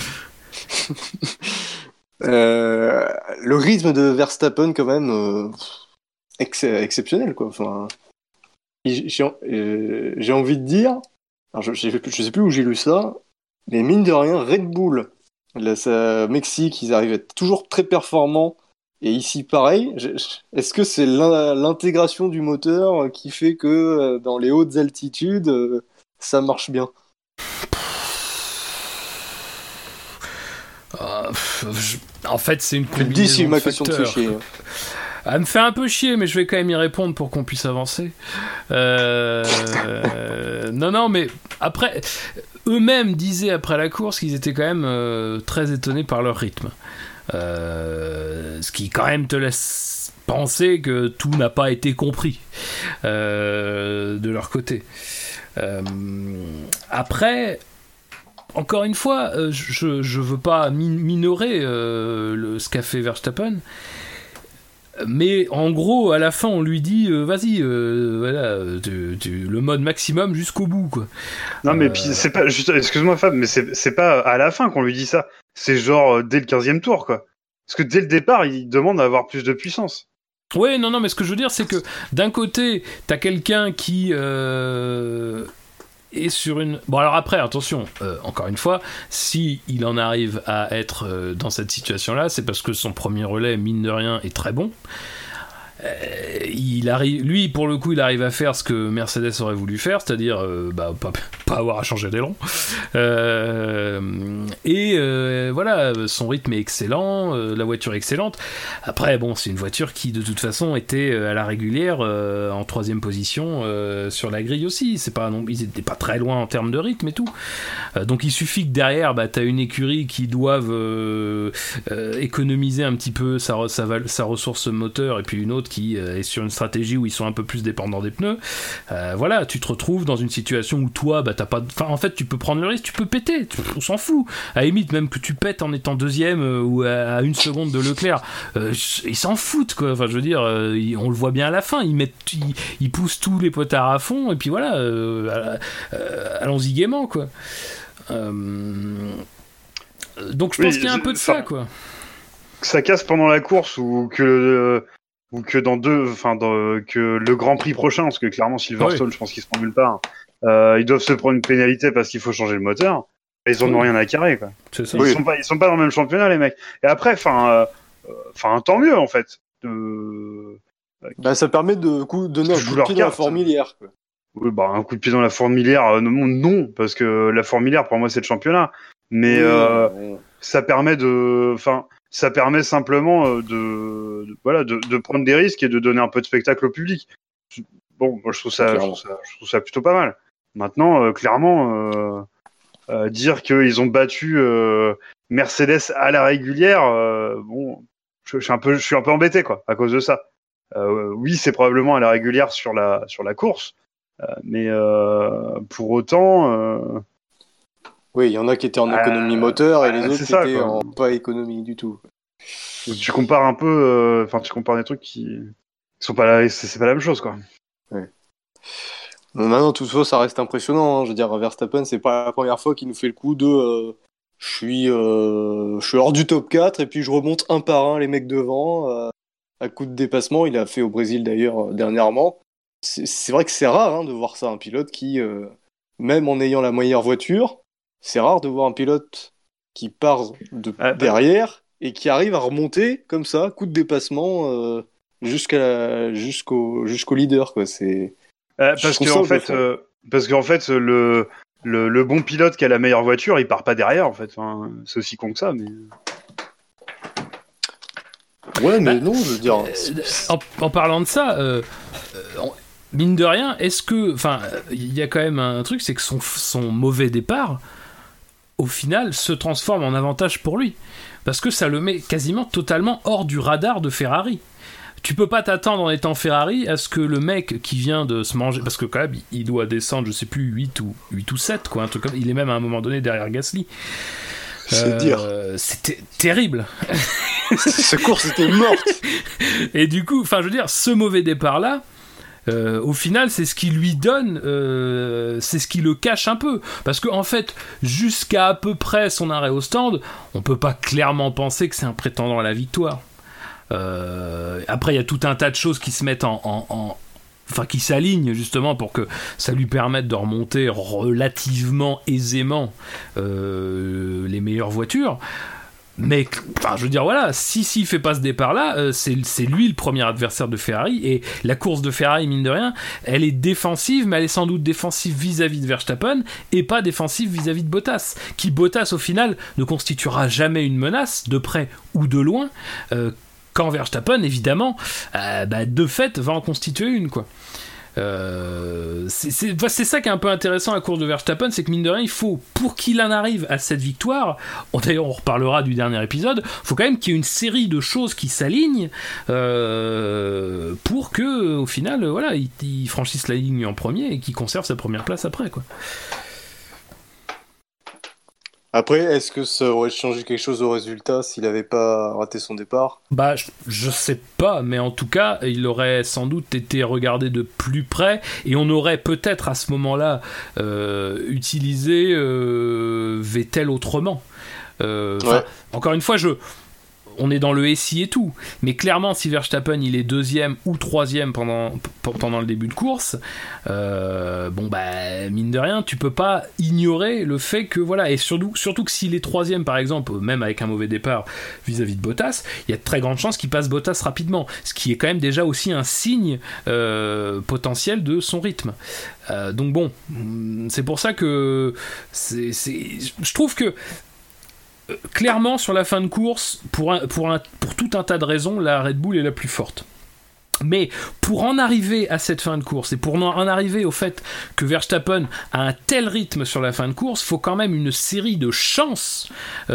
Euh, le rythme de Verstappen quand même euh, ex- exceptionnel quoi. Enfin, j'ai, j'ai, euh, j'ai envie de dire, alors je, je, je sais plus où j'ai lu ça, mais mine de rien, Red Bull, là, ça, Mexique, ils arrivent à être toujours très performants. Et ici pareil, je, est-ce que c'est l'in- l'intégration du moteur qui fait que euh, dans les hautes altitudes, euh, ça marche bien? Euh, je... En fait, c'est une Je te le combinaison dis, c'est de ma question de facteurs. tricher. Elle me fait un peu chier, mais je vais quand même y répondre pour qu'on puisse avancer. Euh... euh, non, non, mais après, eux-mêmes disaient après la course qu'ils étaient quand même euh, très étonnés par leur rythme. Euh... Ce qui quand même te laisse penser que tout n'a pas été compris euh, de leur côté. Euh... Après... Encore une fois, euh, je je veux pas min- minorer euh, le, ce qu'a fait Verstappen, mais en gros, à la fin, on lui dit euh, vas-y, euh, voilà, tu, tu, le mode maximum jusqu'au bout, quoi. Non, mais Euh, puis c'est pas, juste, excuse-moi Fab, mais c'est, c'est pas à la fin qu'on lui dit ça. C'est genre euh, dès le quinzième tour, quoi. Parce que dès le départ, il demande à avoir plus de puissance. Ouais, non, non, mais ce que je veux dire, c'est que d'un côté, t'as quelqu'un qui euh, est sur une. Bon, alors après, attention, euh, encore une fois, si il en arrive à être euh, dans cette situation-là, c'est parce que son premier relais, mine de rien, est très bon. Euh, il arrive, lui, pour le coup, il arrive à faire ce que Mercedes aurait voulu faire, c'est-à-dire euh, bah, pas, pas avoir à changer d'aileron. Euh, et euh, voilà, son rythme est excellent, euh, la voiture est excellente. Après, bon, c'est une voiture qui, de toute façon, était à la régulière euh, en troisième position euh, sur la grille aussi. C'est pas, non, ils étaient pas très loin en termes de rythme et tout. Euh, donc, il suffit que derrière, bah, t'as une écurie qui doive euh, euh, économiser un petit peu sa, sa, sa ressource moteur et puis une autre qui euh, est sur une stratégie où ils sont un peu plus dépendants des pneus. Euh, voilà, tu te retrouves dans une situation où toi, bah, t'as pas. Enfin, en fait, tu peux prendre le risque, tu peux péter, on s'en fout. À la limite, même que tu pètes en étant deuxième euh, ou à, à une seconde de Leclerc, euh, ils s'en foutent, quoi. Enfin, je veux dire, euh, ils, on le voit bien à la fin, ils mettent, ils, ils poussent tous les potards à fond et puis voilà, euh, euh, allons-y gaiement, quoi. Euh, donc, je pense Oui, qu'il y a un peu de ça, quoi. Que ça casse pendant la course ou que. Euh... ou que dans deux, enfin que le Grand Prix prochain, parce que clairement Silverstone, oui. Je pense qu'ils seront nulle part, euh, ils doivent se prendre une pénalité parce qu'il faut changer le moteur. Et ils en ont oui. rien à carrer, quoi. C'est ça. Ils Oui. sont pas, ils sont pas dans le même championnat, les mecs. Et après, enfin, enfin, euh, tant mieux en fait. De... Bah, ça permet de coup, donner un coup de pied dans la fourmilière, quoi. Oui, bah un coup de pied dans la fourmilière, euh, non, non, parce que la fourmilière pour moi c'est le championnat. Mais oui, euh, oui. ça permet de, enfin. Ça permet simplement de, de voilà de, de prendre des risques et de donner un peu de spectacle au public. Bon, moi je trouve ça, je trouve ça, je trouve ça plutôt pas mal. Maintenant, euh, clairement, euh, euh, dire qu'ils ont battu euh, Mercedes à la régulière, euh, bon, je, je suis un peu, je suis un peu embêté quoi à cause de ça. Euh, oui, c'est probablement à la régulière sur la sur la course, euh, mais euh, pour autant. Euh, Oui, il y en a qui étaient en économie euh, moteur et euh, les autres qui ça, étaient quoi. en pas économie du tout. Tu compares un peu, enfin, euh, tu compares des trucs qui, qui sont pas là, c'est, c'est pas la même chose, quoi. Ouais. Bon, maintenant, toutefois, ça reste impressionnant. Hein. Je veux dire, Verstappen, c'est pas la première fois qu'il nous fait le coup de, euh, je suis, euh, je suis hors du top quatre et puis je remonte un par un les mecs devant euh, à coup de dépassement. Il a fait au Brésil d'ailleurs euh, dernièrement. C'est, c'est vrai que c'est rare hein, de voir ça, un pilote qui, euh, même en ayant la meilleure voiture. C'est rare de voir un pilote qui part de ah, derrière et qui arrive à remonter comme ça, coup de dépassement, euh, jusqu'à la, jusqu'au, jusqu'au leader, quoi. C'est... Euh, parce que en fait, euh, parce qu'en fait, le, le le bon pilote qui a la meilleure voiture, il part pas derrière, en fait. Enfin, c'est aussi con que ça, mais. Ouais, mais bah, non, je veux dire. En, en parlant de ça, euh, on, mine de rien, est-ce que, enfin, il y a quand même un truc, c'est que son son mauvais départ, au final, se transforme en avantage pour lui, parce que ça le met quasiment totalement hors du radar de Ferrari. Tu peux pas t'attendre en étant Ferrari à ce que le mec qui vient de se manger, parce que quand même il doit descendre, je sais plus, huit ou sept, quoi, un truc comme, il est même à un moment donné derrière Gasly. C'est euh, dire. C'était terrible. Cette course était morte. Et du coup, enfin je veux dire, ce mauvais départ là, euh, au final c'est ce qui lui donne, euh, c'est ce qui le cache un peu, parce que en fait jusqu'à à peu près son arrêt au stand, on peut pas clairement penser que c'est un prétendant à la victoire. Euh, après il y a tout un tas de choses qui se mettent en, en, en enfin qui s'alignent justement pour que ça lui permette de remonter relativement aisément euh, les meilleures voitures, mais enfin je veux dire voilà, si s'il fait pas ce départ là, euh, c'est, c'est lui le premier adversaire de Ferrari, et la course de Ferrari mine de rien elle est défensive, mais elle est sans doute défensive vis-à-vis de Verstappen et pas défensive vis-à-vis de Bottas, qui Bottas au final ne constituera jamais une menace de près ou de loin, euh, quand Verstappen, évidemment, euh, bah, de fait, va en constituer une, quoi. Euh, c'est, c'est, bah, c'est ça qui est un peu intéressant à la course de Verstappen, c'est que mine de rien, il faut, pour qu'il en arrive à cette victoire, d'ailleurs on reparlera du dernier épisode, il faut quand même qu'il y ait une série de choses qui s'alignent euh, pour que, au final, voilà, il, il franchisse la ligne en premier et qu'il conserve sa première place après, quoi. Après, est-ce que ça aurait changé quelque chose au résultat s'il n'avait pas raté son départ ? Bah, je, je sais pas, mais en tout cas, il aurait sans doute été regardé de plus près, et on aurait peut-être à ce moment-là euh, utilisé euh, Vettel autrement. Euh, ouais. Encore une fois, je... on est dans le S I et tout, mais clairement si Verstappen il est deuxième ou troisième pendant, pendant le début de course, euh, bon bah mine de rien tu peux pas ignorer le fait que voilà, et surtout, surtout que s'il est troisième par exemple, même avec un mauvais départ vis-à-vis de Bottas, il y a de très grandes chances qu'il passe Bottas rapidement, ce qui est quand même déjà aussi un signe euh, potentiel de son rythme. Euh, donc bon, c'est pour ça que c'est, c'est, je trouve que clairement, sur la fin de course, pour, un, pour, un, pour tout un tas de raisons, la Red Bull est la plus forte. Mais pour en arriver à cette fin de course, et pour en arriver au fait que Verstappen a un tel rythme sur la fin de course, il faut quand même une série de chances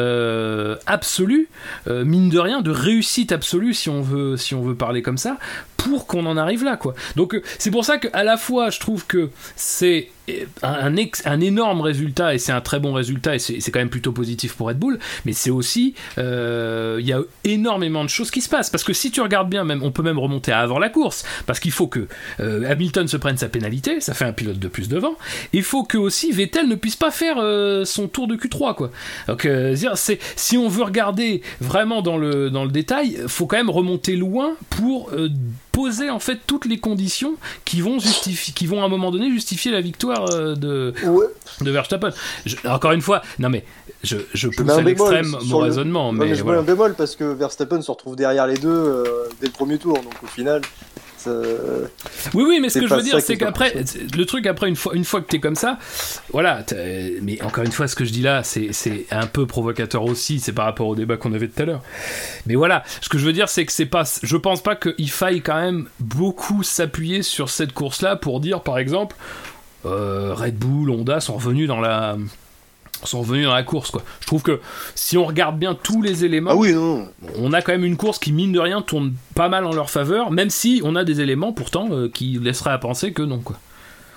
euh, absolues, euh, mine de rien, de réussite absolue, si on veut, si on veut parler comme ça, pour qu'on en arrive là, quoi. Donc euh, c'est pour ça qu'à la fois, je trouve que c'est un, un, ex, un énorme résultat, et c'est un très bon résultat, et c'est, c'est quand même plutôt positif pour Red Bull, mais c'est aussi, il euh, y a énormément de choses qui se passent, parce que si tu regardes bien, même, on peut même remonter à avant la course, parce qu'il faut que euh, Hamilton se prenne sa pénalité, ça fait un pilote de plus devant, et il faut que aussi Vettel ne puisse pas faire euh, son tour de Q trois, quoi. Donc euh, c'est, si on veut regarder vraiment dans le, dans le détail, il faut quand même remonter loin pour euh, poser en fait toutes les conditions qui vont, justifier, qui vont à un moment donné justifier la victoire euh, de, ouais. de Verstappen. Je, encore une fois, non mais je, je pousse à l'extrême mon raisonnement. Le... Mais, mais je voilà. mets un bémol parce que Verstappen se retrouve derrière les deux euh, dès le premier tour, donc au final. Ça... Oui, oui, mais ce que je veux dire, c'est qu'après, le truc, après, une fois, une fois que t'es comme ça, voilà, mais encore une fois, ce que je dis là, c'est, c'est un peu provocateur aussi, c'est par rapport au débat qu'on avait tout à l'heure. Mais voilà, ce que je veux dire, c'est que c'est pas, je pense pas qu'il faille quand même beaucoup s'appuyer sur cette course-là pour dire, par exemple, euh, Red Bull, Honda sont revenus dans la. sont revenus dans la course, quoi. Je trouve que si on regarde bien tous les éléments, ah oui, non. on a quand même une course qui mine de rien tourne pas mal en leur faveur, même si on a des éléments pourtant euh, qui laisseraient à penser que non, quoi.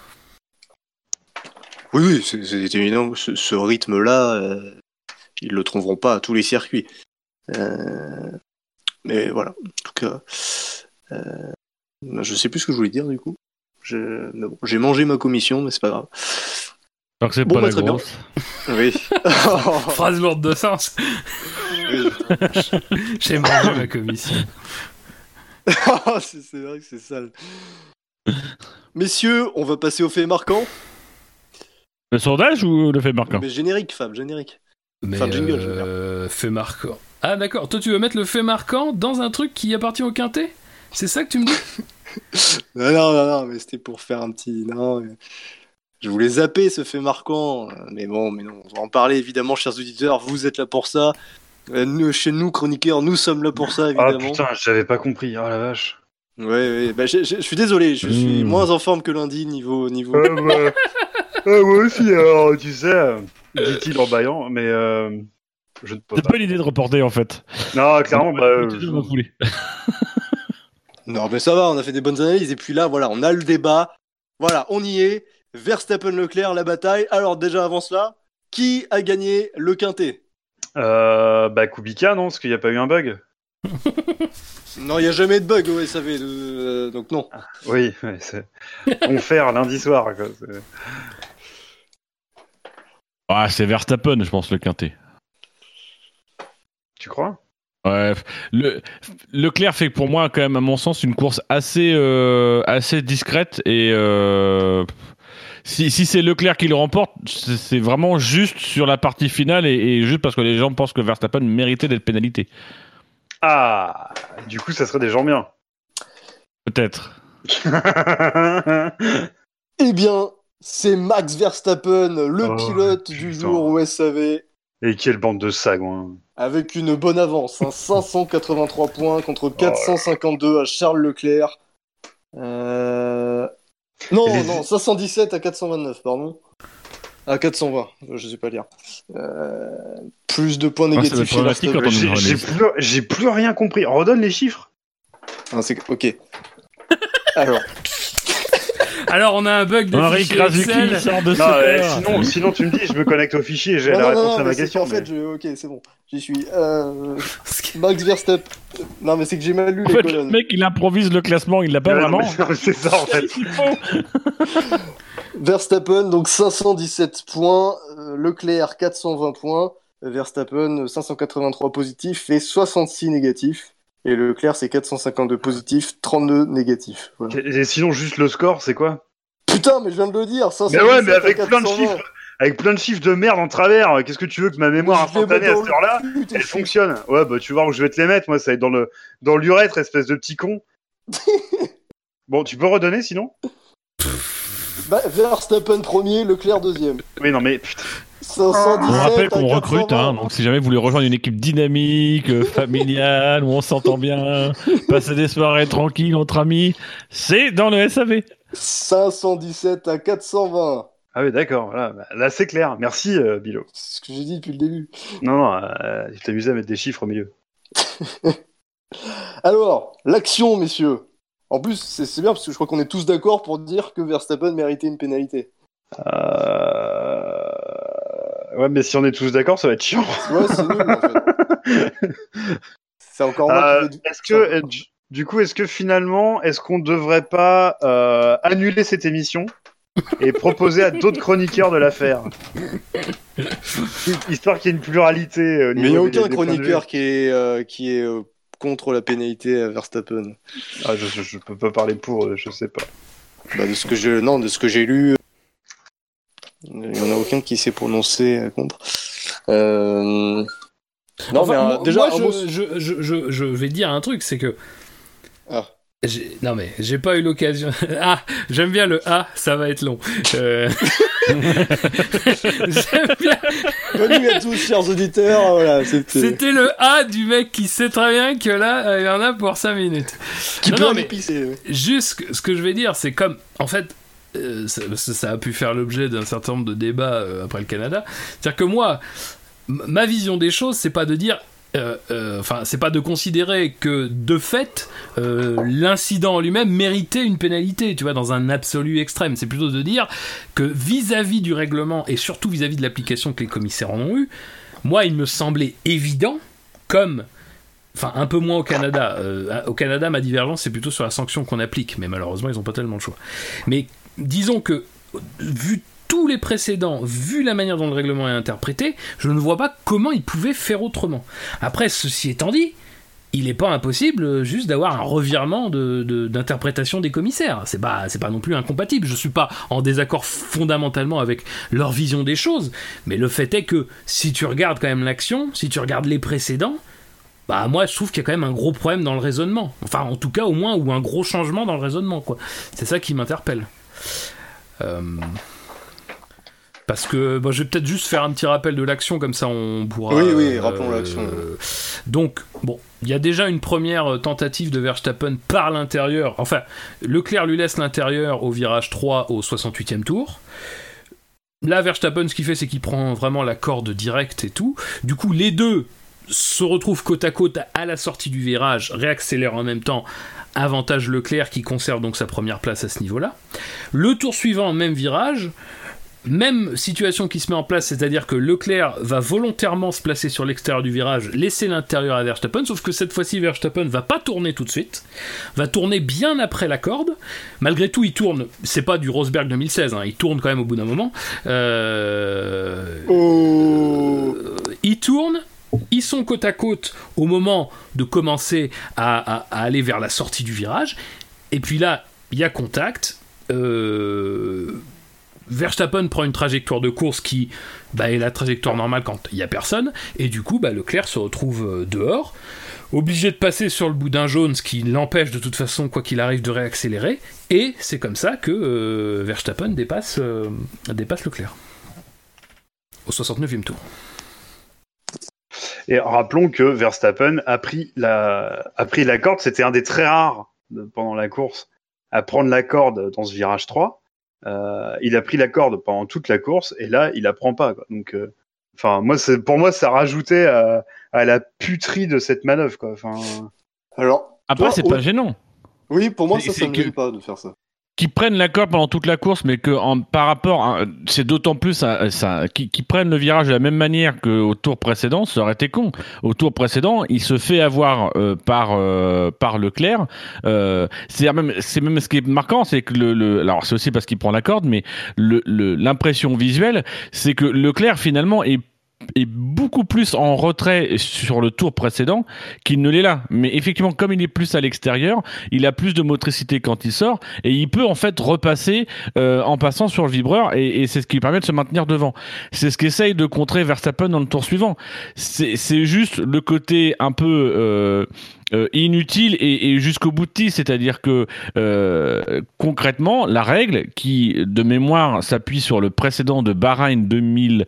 Oui, oui, c'est, c'est évident. Ce, ce rythme-là, euh, ils le trouveront pas à tous les circuits. Euh, mais voilà, en tout cas, euh, je sais plus ce que je voulais dire du coup. Je, bon, j'ai mangé ma commission, mais c'est pas grave. Donc c'est bon, pas bah, la grosse. Bien. Oui. Phrase lourde de sens. Oui. J'ai mangé ma commission. c'est, c'est vrai que c'est sale. Messieurs, on va passer au fait marquant. Le sondage ou le fait marquant ? Mais générique, Fab, générique. Mais Fab, jingle, euh, fait marquant. Ah d'accord, toi tu veux mettre le fait marquant dans un truc qui appartient au quintet ? C'est ça que tu me dis ? Non, non, non, non, mais c'était pour faire un petit... Non, mais... Je voulais zapper ce fait marquant, mais bon, mais non, on va en parler évidemment, chers auditeurs, vous êtes là pour ça. Euh, nous, chez nous, chroniqueurs, nous sommes là pour ça, évidemment. Ah putain, j'avais pas compris, oh la vache. Ouais, ouais, bah, je, je, je suis désolé, je suis Mmh. moins en forme que lundi niveau... niveau... Euh, bah, euh, moi aussi, alors, tu sais, euh, dit-il en baillant, mais euh, je ne peux C'est pas. pas l'idée de reporter en fait. Non, clairement, bah... euh, Je m'en voulais. Non, mais ça va, on a fait des bonnes analyses, et puis là, voilà, on a le débat, voilà, on y est, Verstappen-Leclerc, la bataille. Alors déjà, avant cela, qui a gagné le quintet ? Euh, bah Kubica, non, parce qu'il n'y a pas eu un bug. Non, il n'y a jamais de bug au S A V, euh, donc non. Oui, ouais, c'est... On fait lundi soir, quoi. C'est... Ah, c'est Verstappen, je pense, le quintet. Tu crois ? Ouais, le Leclerc fait pour moi quand même à mon sens une course assez euh, assez discrète et euh, si, si c'est Leclerc qui le remporte, c'est, c'est vraiment juste sur la partie finale et, et juste parce que les gens pensent que Verstappen méritait d'être pénalité. Ah, du coup, ça serait des gens bien. Peut-être. Eh bien, c'est Max Verstappen, le Oh, pilote putain. du jour au S A V, Et quelle bande de sagouins. avec une bonne avance, hein, cinq cent quatre-vingt-trois points contre quatre cent cinquante-deux à Charles Leclerc. Euh... Non, Les- non, cinq cent dix-sept à quatre cent vingt-neuf, pardon. À quatre cent vingt, je sais pas lire. Euh... Plus de points Ah, ça va négatifs être chez problématique Verstappen. quand on J'ai, nous j'ai, analyse. plus, j'ai plus rien compris. Redonne les chiffres. Ah, c'est... Ok. Alors, Alors on a un bug de Henri fichier Krasuki Excel. sort de Non, ce euh, terre. sinon, sinon, tu me dis, je me connecte au fichier et j'ai non, la non, réponse non, à non, ma mais c'est question. qu'en fait, mais- je... ok, c'est bon, j'y suis. Euh... Max Verstappen. Non, mais c'est que j'ai mal lu En les fait, le colonnes. mec, il improvise le classement, il l'a pas Ouais, non, vraiment. mais c'est ça, en fait. Il faut. Verstappen, donc cinq cent dix-sept points, euh, Leclerc quatre cent vingt points, Verstappen cinq cent quatre-vingt-trois positifs et soixante-six négatifs. Et Leclerc c'est quatre cent cinquante-deux positifs, trente-deux négatifs. Voilà. Et sinon, juste le score, c'est quoi ? Putain, mais je viens de le dire, cinq cent dix-sept Mais ouais, mais avec à plein de quatre cent vingt. chiffres, avec plein de chiffres de merde en travers. Qu'est-ce que tu veux que ma mémoire Je les mets instantanée à dans cette heure-là, le cul, tes elle chiffres. fonctionne. Ouais, bah tu vois où je vais te les mettre, moi, ça va être dans le dans l'urètre, espèce de petit con. Bon, tu peux redonner sinon ? Bah, Verstappen premier, Leclerc deuxième. Oui, non mais putain. cinq cent dix-sept On rappelle à qu'on recrute, quatre cent vingt. hein, donc si jamais vous voulez rejoindre une équipe dynamique, euh, familiale, où on s'entend bien, passer des soirées tranquilles entre amis, c'est dans le S A V. cinq cent dix-sept à quatre cent vingt. Ah oui, d'accord. Voilà. Bah, là, c'est clair. Merci, euh, Bilo. C'est ce que j'ai dit depuis le début. Non, non, euh, tu t'amusais à mettre des chiffres au milieu. Alors, l'action, messieurs. En plus, c'est, c'est bien parce que je crois qu'on est tous d'accord pour dire que Verstappen méritait une pénalité. Euh... Ouais, mais si on est tous d'accord, ça va être chiant. Ouais, c'est nul en fait. C'est encore moi Euh, qui vais... est-ce que, euh, du, du coup, est-ce que finalement, est-ce qu'on devrait pas euh, annuler cette émission et proposer à d'autres chroniqueurs de la faire, histoire qu'il y ait une pluralité euh, au Mais il n'y a niveau aucun des- des points de chroniqueur vue. qui est, euh, qui est euh, contre la pénalité à Verstappen. Ah, je, je, je peux pas parler pour, euh, je sais pas. Bah, de ce que je, non, de ce que j'ai lu, il n'y en a aucun qui s'est prononcé euh, contre. Euh... Non, Enfin, mais euh, moi, déjà, moi, un je, mot- je, je, je, je vais dire un truc, c'est que Ah. j'ai- non mais j'ai pas eu l'occasion. Ah, j'aime bien le A, ça va être long. Euh... j'aime bien. Bonne nuit à tous, chers auditeurs. Voilà, c'était... C'était le A du mec qui sait très bien que là, euh, il y en a pour cinq minutes. Qui Non, peut non, aller mais- pisser. ouais. Juste ce que- ce que je vais dire, c'est comme, en fait, euh, ça, ça- ça a pu faire l'objet d'un certain nombre de débats euh, après le Canada. C'est-à-dire que moi, m- ma vision des choses, c'est pas de dire, euh, euh, enfin, c'est pas de considérer que de fait, euh, l'incident en lui-même méritait une pénalité, tu vois, dans un absolu extrême. C'est plutôt de dire que vis-à-vis du règlement et surtout vis-à-vis de l'application que les commissaires en ont eu, moi, il me semblait évident, comme enfin un peu moins au Canada. Euh, au Canada, ma divergence, c'est plutôt sur la sanction qu'on applique, mais malheureusement, ils n'ont pas tellement le choix. Mais disons que, vu tous les précédents, vu la manière dont le règlement est interprété, je ne vois pas comment ils pouvaient faire autrement. Après, ceci étant dit, il n'est pas impossible euh, juste d'avoir un revirement de, de- d'interprétation des commissaires. C'est pas, c'est pas non plus incompatible. Je suis pas en désaccord fondamentalement avec leur vision des choses, mais le fait est que si tu regardes quand même l'action, si tu regardes les précédents, bah moi je trouve qu'il y a quand même un gros problème dans le raisonnement. Enfin, en tout cas, au moins, ou un gros changement dans le raisonnement, quoi. C'est ça qui m'interpelle. Euh... Parce que bon, je vais peut-être juste faire un petit rappel de l'action, comme ça on pourra... Oui, oui, rappelons euh, l'action. Euh, donc, bon, il y a déjà une première tentative de Verstappen par l'intérieur. Enfin, Leclerc lui laisse l'intérieur au virage trois au soixante-huitième tour. Là, Verstappen, ce qu'il fait, c'est qu'il prend vraiment la corde directe et tout. Du coup, les deux se retrouvent côte à côte à la sortie du virage, réaccélèrent en même temps. Avantage Leclerc qui conserve donc sa première place à ce niveau-là. Le tour suivant, même virage... Même situation qui se met en place, c'est-à-dire que Leclerc va volontairement se placer sur l'extérieur du virage, laisser l'intérieur à Verstappen, sauf que cette fois-ci Verstappen va pas tourner tout de suite, va tourner bien après la corde. Malgré tout, il tourne, c'est pas du Rosberg deux mille seize, hein, il tourne quand même au bout d'un moment. Euh... Oh. Il tourne, ils sont côte à côte au moment de commencer à, à, à aller vers la sortie du virage, et puis là, il y a contact. Euh... Verstappen prend une trajectoire de course qui bah, est la trajectoire normale quand il n'y a personne, et du coup bah, Leclerc se retrouve euh, dehors, obligé de passer sur le bout d'un jaune, ce qui l'empêche de toute façon, quoi qu'il arrive, de réaccélérer, et c'est comme ça que euh, Verstappen dépasse, euh, dépasse Leclerc au soixante-neuvième tour. Et rappelons que Verstappen a pris la, a pris la corde, c'était un des très rares de, pendant la course à prendre la corde dans ce virage trois. Euh, il a pris la corde pendant toute la course et là il la prend pas, quoi. Donc enfin euh, moi c'est pour moi ça rajoutait à, à la puterie de cette manœuvre, quoi. Enfin alors après toi, c'est oh... pas gênant. Oui, pour moi c'est, ça ça me que... gêne pas de faire ça. Qui prennent la corde pendant toute la course, mais que en, par rapport, à, c'est d'autant plus ça, ça, qui, qui prennent le virage de la même manière qu'au tour précédent, ça aurait été con. Au tour précédent, il se fait avoir euh, par euh, par Leclerc. Euh, c'est même c'est même ce qui est marquant, c'est que le, le alors c'est aussi parce qu'il prend la corde, mais le, le l'impression visuelle, c'est que Leclerc finalement est est beaucoup plus en retrait sur le tour précédent qu'il ne l'est là. Mais effectivement, comme il est plus à l'extérieur, il a plus de motricité quand il sort et il peut en fait repasser euh, en passant sur le vibreur et, et c'est ce qui lui permet de se maintenir devant. C'est ce qu'essaye de contrer Verstappen dans le tour suivant. C'est, c'est juste le côté un peu... Euh, Euh, inutile et, et jusqu'au boutiste, c'est-à-dire que euh, concrètement, la règle qui, de mémoire, s'appuie sur le précédent de Bahreïn deux mille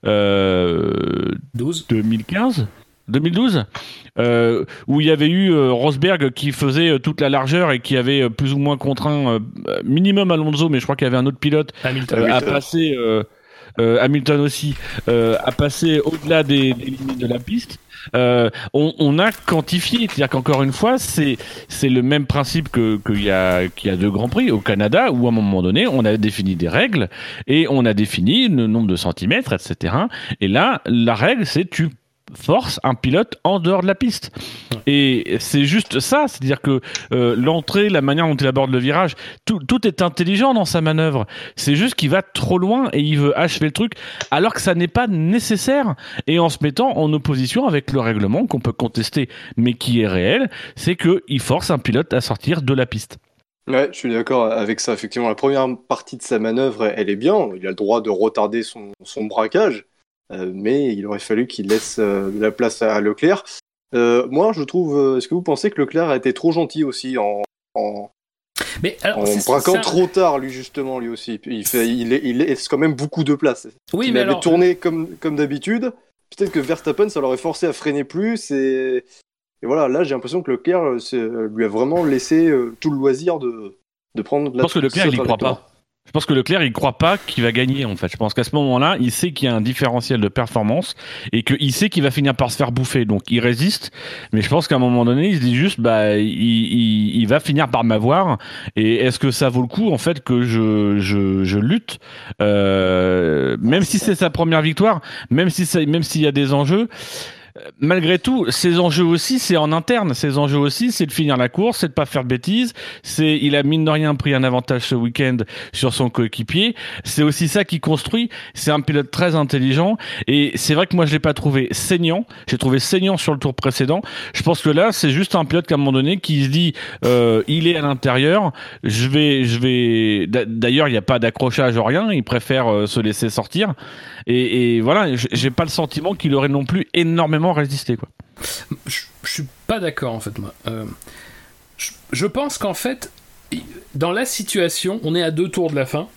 douze deux mille quinze deux mille douze euh, où il y avait eu euh, Rosberg qui faisait euh, toute la largeur et qui avait euh, plus ou moins contraint euh, minimum Alonso, mais je crois qu'il y avait un autre pilote Hamilton, euh, Hamilton. à passer euh, euh, Hamilton aussi euh, à passer au-delà des, des limites de la piste. Euh, on, on a quantifié, c'est-à-dire qu'encore une fois, c'est c'est le même principe que qu'il y a qu'il y a deux grands prix au Canada où à un moment donné, on a défini des règles et on a défini le nombre de centimètres, et cetera. Et là, la règle, c'est tu force un pilote en dehors de la piste. Et c'est juste ça, c'est-à-dire que euh, l'entrée, la manière dont il aborde le virage, tout, tout est intelligent dans sa manœuvre. C'est juste qu'il va trop loin et il veut achever le truc, alors que ça n'est pas nécessaire. Et en se mettant en opposition avec le règlement qu'on peut contester, mais qui est réel, c'est qu'il force un pilote à sortir de la piste. Ouais, je suis d'accord avec ça. Effectivement, la première partie de sa manœuvre, elle est bien. Il a le droit de retarder son, son braquage. Euh, mais il aurait fallu qu'il laisse euh, la place à Leclerc. Euh, moi, je trouve... Euh, est-ce que vous pensez que Leclerc a été trop gentil aussi en, en, mais alors, en c'est, braquant c'est ça... trop tard, lui, justement, lui aussi. Il, fait, il, il laisse quand même beaucoup de place. Oui, il mais avait alors... tourné comme, comme d'habitude. Peut-être que Verstappen, ça l'aurait forcé à freiner plus. Et, et voilà, là, j'ai l'impression que Leclerc c'est, lui a vraiment laissé euh, tout le loisir de, de prendre la... Je pense que Leclerc, il y croit pas. Je pense que Leclerc, il croit pas qu'il va gagner, en fait. Je pense qu'à ce moment-là, il sait qu'il y a un différentiel de performance et qu'il sait qu'il va finir par se faire bouffer. Donc, il résiste. Mais je pense qu'à un moment donné, il se dit juste, bah, il, il, il va finir par m'avoir. Et est-ce que ça vaut le coup, en fait, que je, je, je lutte, euh, même si c'est sa première victoire, même si ça, même s'il y a des enjeux. Malgré tout, ses enjeux aussi, c'est en interne. Ses enjeux aussi, c'est de finir la course, c'est de pas faire de bêtises. C'est, il a mine de rien pris un avantage ce week-end sur son coéquipier. C'est aussi ça qui construit. C'est un pilote très intelligent. Et c'est vrai que moi, je l'ai pas trouvé saignant. J'ai trouvé saignant sur le tour précédent. Je pense que là, c'est juste un pilote qu'à un moment donné qui se dit, euh, il est à l'intérieur. Je vais, je vais. D'ailleurs, il n'y a pas d'accrochage, rien. Il préfère euh, se laisser sortir. Et, et voilà, j'ai pas le sentiment qu'il aurait non plus énormément vraiment résister, quoi. Je, je suis pas d'accord en fait, moi. Euh, je, je pense qu'en fait, dans la situation, on est à deux tours de la fin.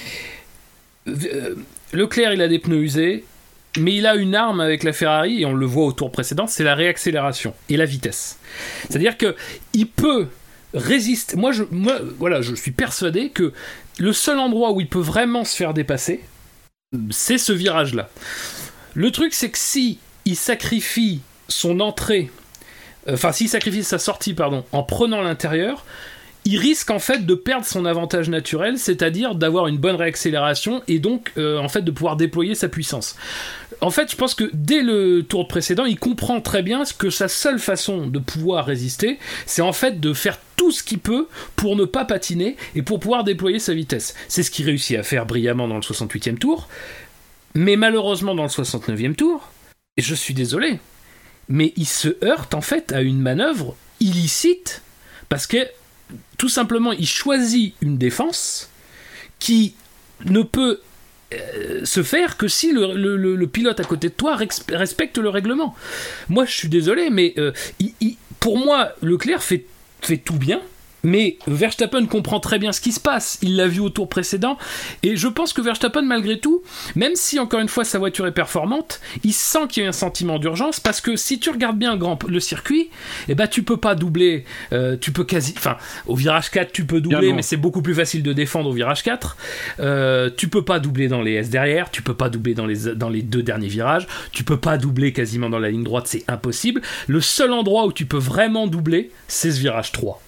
Euh, Leclerc, il a des pneus usés, mais il a une arme avec la Ferrari, et on le voit au tour précédent, c'est la réaccélération et la vitesse. C'est-à-dire que il peut résister. Moi, je, moi, voilà, je suis persuadé que le seul endroit où il peut vraiment se faire dépasser, c'est ce virage-là. Le truc, c'est que si il sacrifie son entrée, enfin, s'il sacrifie sa sortie, pardon, en prenant l'intérieur, il risque en fait de perdre son avantage naturel, c'est-à-dire d'avoir une bonne réaccélération et donc euh, en fait de pouvoir déployer sa puissance. En fait, je pense que dès le tour précédent, il comprend très bien que sa seule façon de pouvoir résister, c'est en fait de faire tout ce qu'il peut pour ne pas patiner et pour pouvoir déployer sa vitesse. C'est ce qu'il réussit à faire brillamment dans le soixante-huitième tour, mais malheureusement dans le soixante-neuvième tour, et je suis désolé, mais il se heurte en fait à une manœuvre illicite parce que tout simplement, il choisit une défense qui ne peut euh, se faire que si le, le, le pilote à côté de toi respecte le règlement. Moi, je suis désolé, mais euh, il, il, pour moi, Leclerc fait, fait tout bien. Mais Verstappen comprend très bien ce qui se passe, il l'a vu au tour précédent, et je pense que Verstappen, malgré tout, même si encore une fois sa voiture est performante, il sent qu'il y a un sentiment d'urgence, parce que si tu regardes bien grand, le circuit, eh ben, tu peux pas doubler, euh, tu peux quasi, enfin, au virage quatre tu peux doubler, mais c'est beaucoup plus facile de défendre au virage quatre, euh, tu peux pas doubler dans les S derrière, tu peux pas doubler dans les, dans les deux derniers virages, tu peux pas doubler quasiment dans la ligne droite, c'est impossible. Le seul endroit où tu peux vraiment doubler, c'est ce virage trois.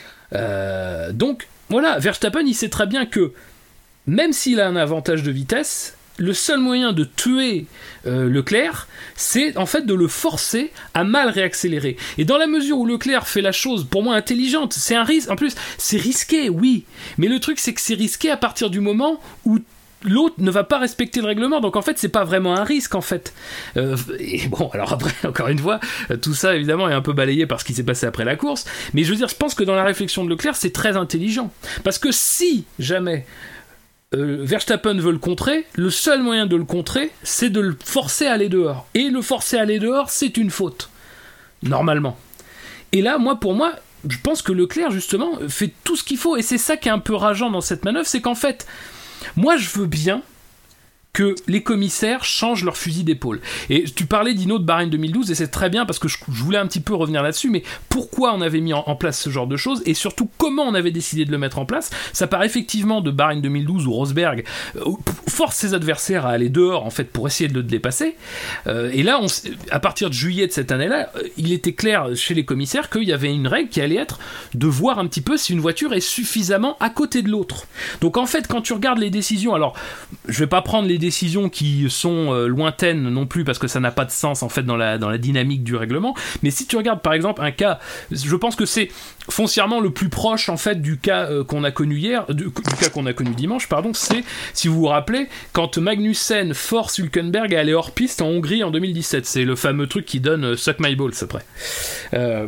Euh, donc voilà, Verstappen il sait très bien que même s'il a un avantage de vitesse, le seul moyen de tuer euh, Leclerc, c'est en fait de le forcer à mal réaccélérer. Et dans la mesure où Leclerc fait la chose pour moi intelligente, c'est un risque, en plus c'est risqué, oui, mais le truc c'est que c'est risqué à partir du moment où l'autre ne va pas respecter le règlement, donc en fait c'est pas vraiment un risque en fait. Euh, et bon, alors après encore une fois, tout ça évidemment est un peu balayé par ce qui s'est passé après la course, mais je veux dire, je pense que dans la réflexion de Leclerc c'est très intelligent, parce que si jamais euh, Verstappen veut le contrer, le seul moyen de le contrer c'est de le forcer à aller dehors, et le forcer à aller dehors c'est une faute normalement. Et là, moi pour moi je pense que Leclerc justement fait tout ce qu'il faut, et c'est ça qui est un peu rageant dans cette manœuvre, c'est qu'en fait moi, je veux bien que les commissaires changent leur fusil d'épaule. Et tu parlais d'Ino de Bahreïn deux mille douze, et c'est très bien parce que je, je voulais un petit peu revenir là-dessus, mais pourquoi on avait mis en, en place ce genre de choses, et surtout comment on avait décidé de le mettre en place. Ça part effectivement de Bahreïn deux mille douze où Rosberg euh, force ses adversaires à aller dehors en fait pour essayer de le dépasser. Euh, et là, on, à partir de juillet de cette année-là, euh, il était clair chez les commissaires qu'il y avait une règle qui allait être de voir un petit peu si une voiture est suffisamment à côté de l'autre. Donc en fait, quand tu regardes les décisions, alors je vais pas prendre les décisions qui sont euh, lointaines non plus parce que ça n'a pas de sens en fait dans la, dans la dynamique du règlement, mais si tu regardes par exemple un cas, je pense que c'est foncièrement le plus proche en fait du cas euh, qu'on a connu hier, du, du cas qu'on a connu dimanche, pardon, c'est, si vous vous rappelez, quand Magnussen force Hülkenberg à aller hors piste en Hongrie en deux mille dix-sept, c'est le fameux truc qui donne euh, suck my balls après. Euh,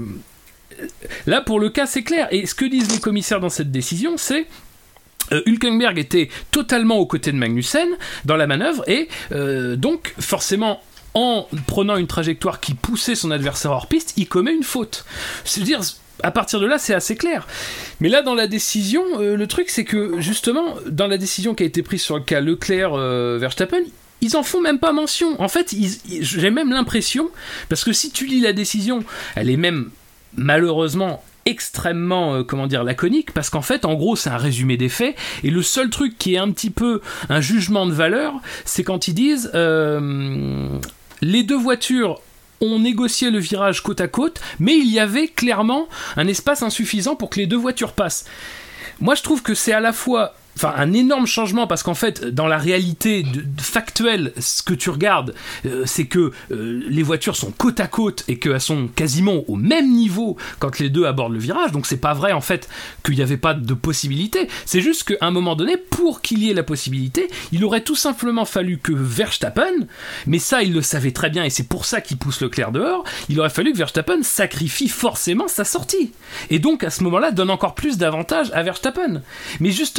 là pour le cas c'est clair, et ce que disent les commissaires dans cette décision c'est Euh, Hülkenberg était totalement aux côtés de Magnussen dans la manœuvre, et euh, donc forcément en prenant une trajectoire qui poussait son adversaire hors piste, il commet une faute. C'est-à-dire, à partir de là, c'est assez clair. Mais là, dans la décision, euh, le truc, c'est que justement, dans la décision qui a été prise sur le cas Leclerc-Verstappen, euh, ils en font même pas mention. En fait, ils, ils, j'ai même l'impression, parce que si tu lis la décision, elle est même malheureusement extrêmement euh, comment dire laconique, parce qu'en fait en gros c'est un résumé des faits, et le seul truc qui est un petit peu un jugement de valeur, c'est quand ils disent euh, les deux voitures ont négocié le virage côte à côte, mais il y avait clairement un espace insuffisant pour que les deux voitures passent. Moi je trouve que c'est à la fois enfin un énorme changement, parce qu'en fait dans la réalité de, de factuelle, ce que tu regardes euh, c'est que euh, les voitures sont côte à côte et qu'elles sont quasiment au même niveau quand les deux abordent le virage, donc c'est pas vrai en fait qu'il n'y avait pas de possibilité, c'est juste qu'à un moment donné, pour qu'il y ait la possibilité, il aurait tout simplement fallu que Verstappen, mais ça il le savait très bien et c'est pour ça qu'il pousse Leclerc dehors, il aurait fallu que Verstappen sacrifie forcément sa sortie, et donc à ce moment-là donne encore plus d'avantages à Verstappen. Mais justement lui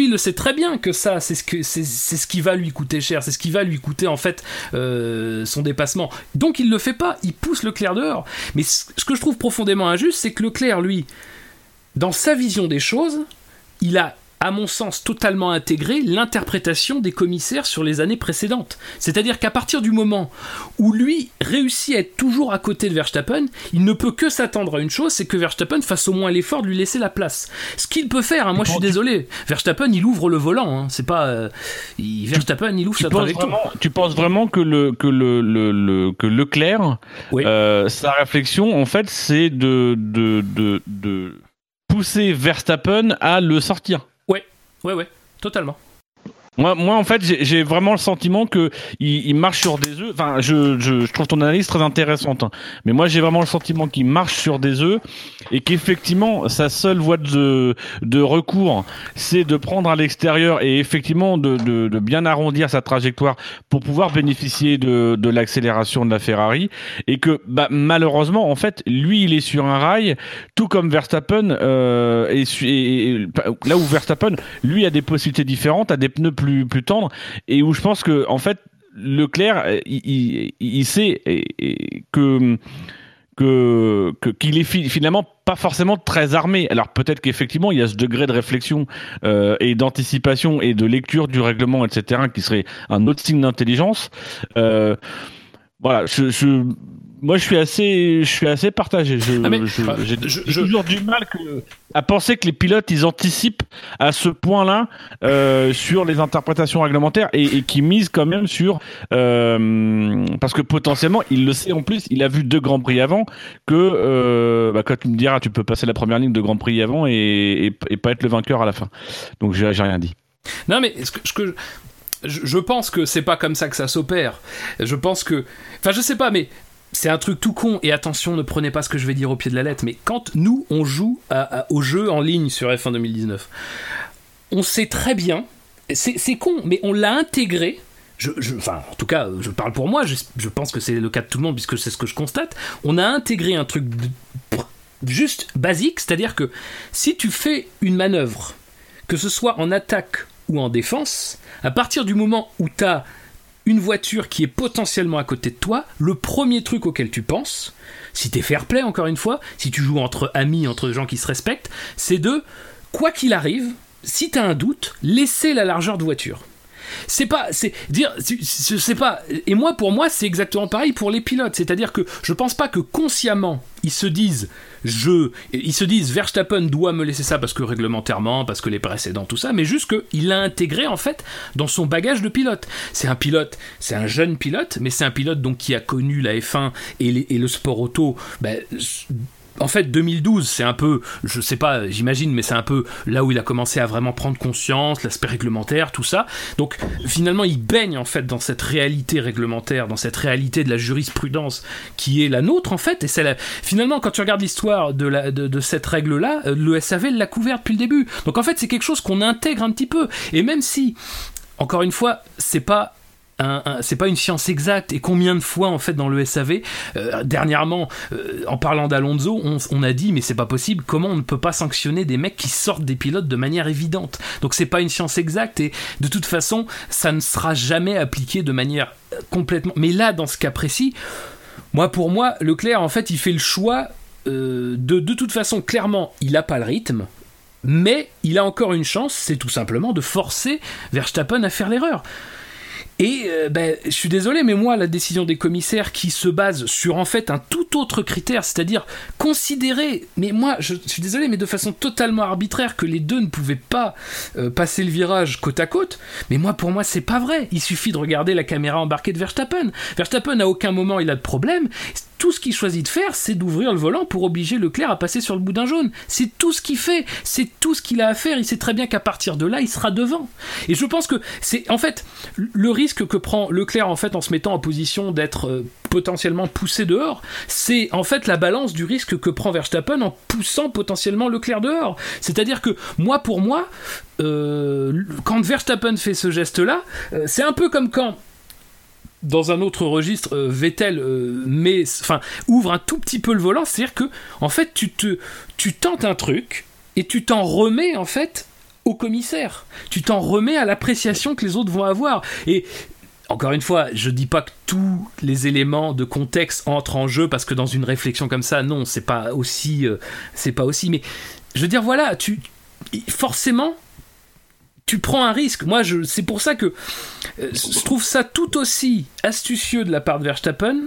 il le sait très bien que ça, c'est ce, que, c'est, c'est ce qui va lui coûter cher, c'est ce qui va lui coûter en fait euh, son dépassement. Donc il le fait pas, il pousse Leclerc dehors. Mais ce que je trouve profondément injuste, c'est que Leclerc, lui, dans sa vision des choses, il a, à mon sens, totalement intégré l'interprétation des commissaires sur les années précédentes. C'est-à-dire qu'à partir du moment où lui réussit à être toujours à côté de Verstappen, il ne peut que s'attendre à une chose, c'est que Verstappen fasse au moins l'effort de lui laisser la place. Ce qu'il peut faire, hein, moi je suis désolé, Verstappen il ouvre le volant, hein, c'est pas... Euh, il, Verstappen il ouvre sa trajectoire. Tu penses vraiment que, le, que, le, le, le, que Leclerc, oui. euh, sa réflexion, en fait, c'est de, de, de, de pousser Verstappen à le sortir? Ouais, ouais, totalement. Moi, moi, en fait, j'ai, j'ai vraiment le sentiment que il, il marche sur des œufs. Enfin, je, je, je trouve ton analyse très intéressante, hein. Mais moi, j'ai vraiment le sentiment qu'il marche sur des œufs et qu'effectivement, sa seule voie de, de recours, c'est de prendre à l'extérieur et effectivement de, de, de bien arrondir sa trajectoire pour pouvoir bénéficier de, de l'accélération de la Ferrari. Et que, bah, malheureusement, en fait, lui, il est sur un rail, tout comme Verstappen. Euh, et, et, et là où Verstappen, lui, a des possibilités différentes, a des pneus plus plus tendre, et où je pense que en fait Leclerc il, il, il sait que, que, que qu'il est finalement pas forcément très armé. Alors peut-être qu'effectivement il y a ce degré de réflexion euh, et d'anticipation et de lecture du règlement, etc., qui serait un autre signe d'intelligence. Euh, voilà, je, je moi, je suis assez, je suis assez partagé. Je, ah mais, je, euh, j'ai, je, j'ai toujours je... du mal que, à penser que les pilotes, ils anticipent à ce point-là euh, sur les interprétations réglementaires et, et qui misent quand même sur, euh, parce que potentiellement, il le sait en plus, il a vu deux Grands Prix avant que, euh, bah, quand tu me diras, tu peux passer la première ligne de Grand Prix avant et, et, et pas être le vainqueur à la fin. Donc, j'ai, j'ai rien dit. Non, mais ce que, ce que je, je pense que c'est pas comme ça que ça s'opère. Je pense que, enfin, je sais pas, mais c'est un truc tout con, et attention, ne prenez pas ce que je vais dire au pied de la lettre, mais quand nous, on joue à, à, au jeu en ligne sur F un deux mille dix-neuf, on sait très bien, c'est, c'est con, mais on l'a intégré, je, je, enfin, en tout cas, je parle pour moi, je, je pense que c'est le cas de tout le monde, puisque c'est ce que je constate, on a intégré un truc de, juste basique, c'est-à-dire que si tu fais une manœuvre, que ce soit en attaque ou en défense, à partir du moment où tu as une voiture qui est potentiellement à côté de toi, le premier truc auquel tu penses, si t'es fair play encore une fois, si tu joues entre amis, entre gens qui se respectent, c'est de, quoi qu'il arrive, si t'as un doute, laisser la largeur de voiture. C'est pas, c'est dire, je sais pas. Et moi, pour moi, c'est exactement pareil pour les pilotes. C'est-à-dire que je pense pas que consciemment ils se disent, je, ils se disent, Verstappen doit me laisser ça parce que réglementairement, parce que les précédents, tout ça, mais juste qu'il l'a intégré en fait dans son bagage de pilote. C'est un pilote, c'est un jeune pilote, mais c'est un pilote donc qui a connu la F un et, les, et le sport auto. Ben, en fait, deux mille douze, c'est un peu, je sais pas, j'imagine, mais c'est un peu là où il a commencé à vraiment prendre conscience, l'aspect réglementaire, tout ça. Donc, finalement, il baigne, en fait, dans cette réalité réglementaire, dans cette réalité de la jurisprudence qui est la nôtre, en fait. Et c'est la... finalement, quand tu regardes l'histoire de, la, de, de cette règle-là, le S A V l'a couvert depuis le début. Donc, en fait, c'est quelque chose qu'on intègre un petit peu. Et même si, encore une fois, c'est pas... Un, un, c'est pas une science exacte, et combien de fois en fait dans le S A V euh, dernièrement euh, en parlant d'Alonso on, on a dit mais c'est pas possible, comment on ne peut pas sanctionner des mecs qui sortent des pilotes de manière évidente. Donc c'est pas une science exacte et de toute façon ça ne sera jamais appliqué de manière complètement, mais là dans ce cas précis, moi pour moi Leclerc en fait il fait le choix euh, de de toute façon clairement il a pas le rythme, mais il a encore une chance, c'est tout simplement de forcer Verstappen à faire l'erreur. Et euh, ben, je suis désolé, mais moi, la décision des commissaires qui se base sur en fait un tout autre critère, c'est-à-dire considérer, mais moi, je, je suis désolé, mais de façon totalement arbitraire, que les deux ne pouvaient pas euh, passer le virage côte à côte, mais moi, pour moi, c'est pas vrai. Il suffit de regarder la caméra embarquée de Verstappen. Verstappen, à aucun moment, il a de problème. Tout ce qu'il choisit de faire, c'est d'ouvrir le volant pour obliger Leclerc à passer sur le boudin jaune. C'est tout ce qu'il fait, c'est tout ce qu'il a à faire. Il sait très bien qu'à partir de là, il sera devant. Et je pense que c'est, en fait, le risque que prend Leclerc, en fait, en se mettant en position d'être euh, potentiellement poussé dehors, c'est en fait la balance du risque que prend Verstappen en poussant potentiellement Leclerc dehors. C'est-à-dire que moi, pour moi, euh, quand Verstappen fait ce geste-là, euh, c'est un peu comme quand, dans un autre registre, euh, Vettel euh, met, enfin, ouvre un tout petit peu le volant, c'est-à-dire que en fait tu te, tu tentes un truc et tu t'en remets en fait au commissaire. Tu t'en remets à l'appréciation que les autres vont avoir. Et encore une fois, je dis pas que tous les éléments de contexte entrent en jeu parce que dans une réflexion comme ça, non, c'est pas aussi, euh, c'est pas aussi. Mais je veux dire, voilà, tu forcément, tu prends un risque. Moi, je, c'est pour ça que euh, je trouve ça tout aussi astucieux de la part de Verstappen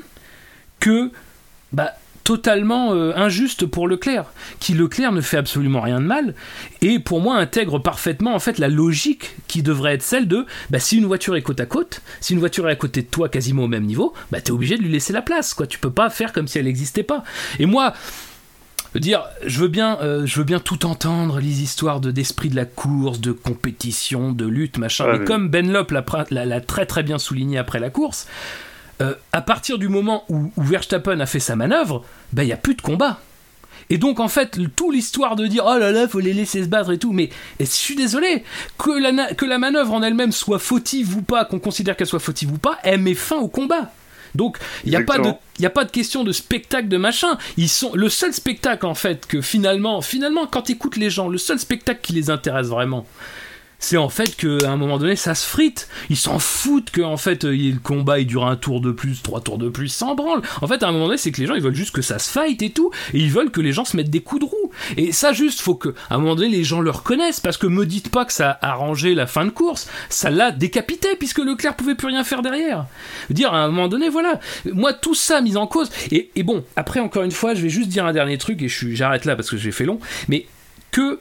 que, bah, totalement euh, injuste pour Leclerc, qui Leclerc ne fait absolument rien de mal et pour moi intègre parfaitement en fait la logique qui devrait être celle de bah, si une voiture est côte à côte, si une voiture est à côté de toi quasiment au même niveau, bah t'es obligé de lui laisser la place, quoi. Tu peux pas faire comme si elle n'existait pas. Et moi je veux dire, je veux bien, euh, je veux bien tout entendre, les histoires de, d'esprit de la course, de compétition, de lutte, machin, ouais, mais, mais comme Ben Lop l'a, l'a, l'a très très bien souligné après la course, Euh, à partir du moment où, où Verstappen a fait sa manœuvre, ben il y a plus de combat. Et donc en fait, tout l'histoire de dire oh là là, faut les laisser se battre et tout, mais et je suis désolé que la que la manœuvre en elle-même soit fautive ou pas, qu'on considère qu'elle soit fautive ou pas, elle met fin au combat. Donc il n'y a pas de il y a pas de question de spectacle de machin. Ils sont le seul spectacle en fait que finalement finalement quand t'écoutes les gens, le seul spectacle qui les intéresse vraiment, c'est en fait qu'à un moment donné ça se frite. Ils s'en foutent que en fait le combat il dure un tour de plus, trois tours de plus, sans branle. En fait à un moment donné c'est que les gens ils veulent juste que ça se fight et tout, et ils veulent que les gens se mettent des coups de roue. Et ça juste faut que à un moment donné les gens le reconnaissent, parce que me dites pas que ça a arrangé la fin de course, ça l'a décapité puisque Leclerc pouvait plus rien faire derrière. Dire à un moment donné voilà, moi tout ça mis en cause. Et, et bon après encore une fois je vais juste dire un dernier truc et je suis, j'arrête là parce que j'ai fait long, mais que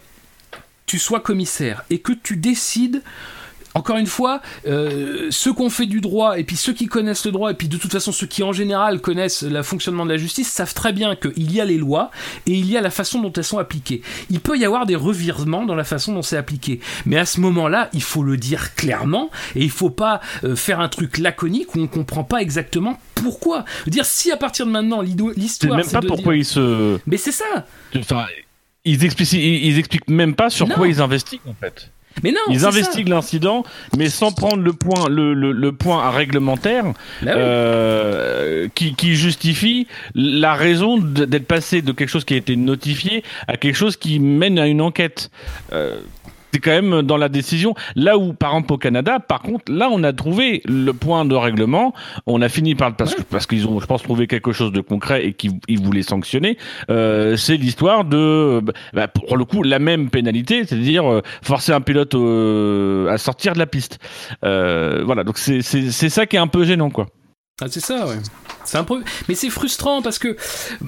tu sois commissaire et que tu décides, encore une fois, euh, ceux qui ont fait du droit et puis ceux qui connaissent le droit et puis de toute façon ceux qui en général connaissent le fonctionnement de la justice savent très bien qu'il y a les lois et il y a la façon dont elles sont appliquées. Il peut y avoir des revirements dans la façon dont c'est appliqué, mais à ce moment-là il faut le dire clairement et il faut pas euh, faire un truc laconique où on comprend pas exactement pourquoi. Dire si à partir de maintenant l'histoire c'est même c'est pas de pourquoi dire... ils se mais c'est ça enfin Ils expliquent, ils expliquent même pas sur non. quoi ils investiguent en fait. Mais non, ils investiguent ça. L'incident, mais sans prendre le point, le, le, le point réglementaire bah oui. euh, qui, qui justifie la raison d'être passé de quelque chose qui a été notifié à quelque chose qui mène à une enquête. Euh, c'est quand même dans la décision. Là où, par exemple, au Canada, par contre, là, on a trouvé le point de règlement. On a fini par parce, ouais. parce qu'ils ont, je pense, trouvé quelque chose de concret et qu'ils ils voulaient sanctionner. Euh, c'est l'histoire de, bah, pour le coup, la même pénalité, c'est-à-dire euh, forcer un pilote euh, à sortir de la piste. Euh, voilà. Donc c'est, c'est, c'est ça qui est un peu gênant, quoi. Ah, c'est ça, ouais. C'est un peu, mais c'est frustrant parce que,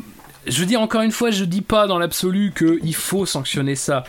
je veux dire, encore une fois, je dis pas dans l'absolu qu'il faut sanctionner ça.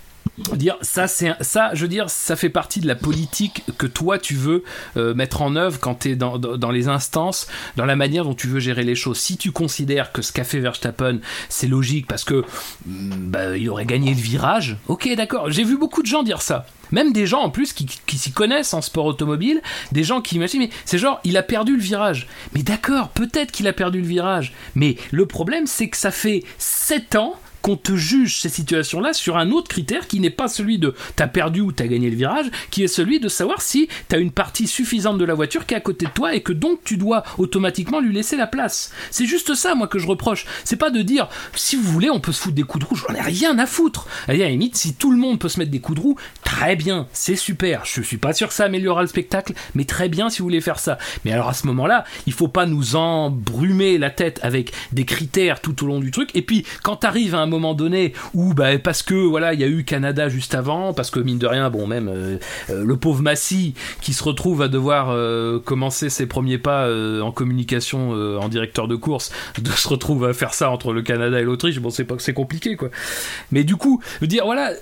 Dire ça c'est ça je veux dire ça fait partie de la politique que toi tu veux euh, mettre en œuvre quand t'es dans, dans, dans les instances, dans la manière dont tu veux gérer les choses. Si tu considères que ce qu'a fait Verstappen c'est logique parce que bah, il aurait gagné le virage, ok d'accord, j'ai vu beaucoup de gens dire ça, même des gens en plus qui, qui s'y connaissent en sport automobile, des gens qui imaginent mais c'est genre il a perdu le virage, mais d'accord peut-être qu'il a perdu le virage, mais le problème c'est que ça fait sept ans qu'on te juge ces situations-là sur un autre critère qui n'est pas celui de t'as perdu ou t'as gagné le virage, qui est celui de savoir si t'as une partie suffisante de la voiture qui est à côté de toi et que donc tu dois automatiquement lui laisser la place. C'est juste ça, moi, que je reproche. C'est pas de dire, si vous voulez, on peut se foutre des coups de roue, j'en ai rien à foutre. À la limite, si tout le monde peut se mettre des coups de roue, très bien, c'est super. Je suis pas sûr que ça améliorera le spectacle, mais très bien si vous voulez faire ça. Mais alors à ce moment-là, il faut pas nous embrumer la tête avec des critères tout au long du truc, et puis quand t'arrives à un moment donné où bah parce que voilà il y a eu Canada juste avant, parce que mine de rien bon même euh, euh, le pauvre Massy qui se retrouve à devoir euh, commencer ses premiers pas euh, en communication euh, en directeur de course, de se retrouve à faire ça entre le Canada et l'Autriche, bon c'est pas que c'est compliqué quoi, mais du coup je veux dire voilà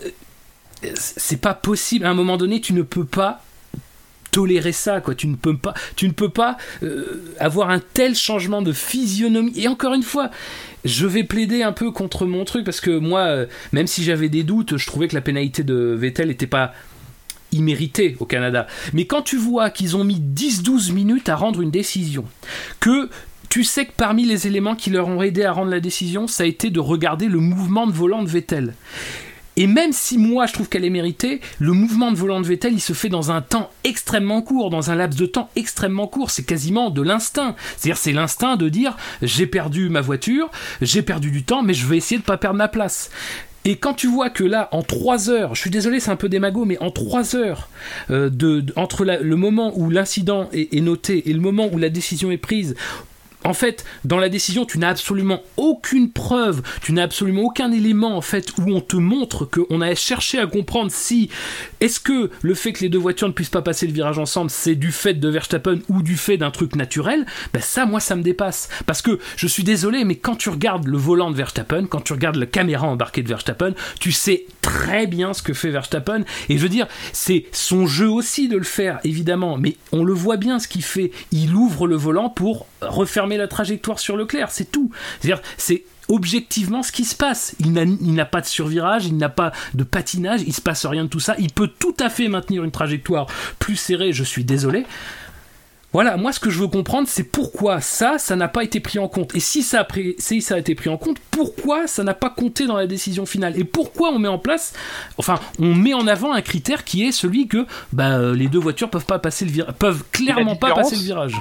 c'est pas possible à un moment donné, tu ne peux pas tolérer ça quoi, tu ne peux pas tu ne peux pas euh, avoir un tel changement de physionomie. Et encore une fois je vais plaider un peu contre mon truc parce que moi euh, même si j'avais des doutes, je trouvais que la pénalité de Vettel n'était pas imméritée au Canada, mais quand tu vois qu'ils ont mis dix douze minutes à rendre une décision, que tu sais que parmi les éléments qui leur ont aidé à rendre la décision, ça a été de regarder le mouvement de volant de Vettel. Et même si moi je trouve qu'elle est méritée, le mouvement de volant de Vettel il se fait dans un temps extrêmement court, dans un laps de temps extrêmement court, c'est quasiment de l'instinct. C'est-à-dire c'est l'instinct de dire j'ai perdu ma voiture, j'ai perdu du temps, mais je vais essayer de pas perdre ma place. Et quand tu vois que là, en trois heures, je suis désolé, c'est un peu démago, mais en trois heures, euh, de, de, entre la, le moment où l'incident est, est noté et le moment où la décision est prise, en fait, dans la décision, tu n'as absolument aucune preuve, tu n'as absolument aucun élément en fait où on te montre qu'on a cherché à comprendre si est-ce que le fait que les deux voitures ne puissent pas passer le virage ensemble, c'est du fait de Verstappen ou du fait d'un truc naturel. Ben ça, moi, ça me dépasse parce que je suis désolé, mais quand tu regardes le volant de Verstappen, quand tu regardes la caméra embarquée de Verstappen, tu sais très bien ce que fait Verstappen. Et je veux dire, c'est son jeu aussi de le faire, évidemment, mais on le voit bien ce qu'il fait. Il ouvre le volant pour refermer la trajectoire sur Leclerc, c'est tout. C'est-à-dire, c'est objectivement ce qui se passe. Il n'a, il n'a pas de survirage, il n'a pas de patinage, il se passe rien de tout ça. Il peut tout à fait maintenir une trajectoire plus serrée, je suis désolé. Voilà, moi ce que je veux comprendre, c'est pourquoi ça, ça n'a pas été pris en compte. Et si ça a, pris, si ça a été pris en compte, pourquoi ça n'a pas compté dans la décision finale. Et pourquoi on met en place, enfin, on met en avant un critère qui est celui que bah, les deux voitures peuvent pas passer le virage, peuvent clairement pas passer le virage.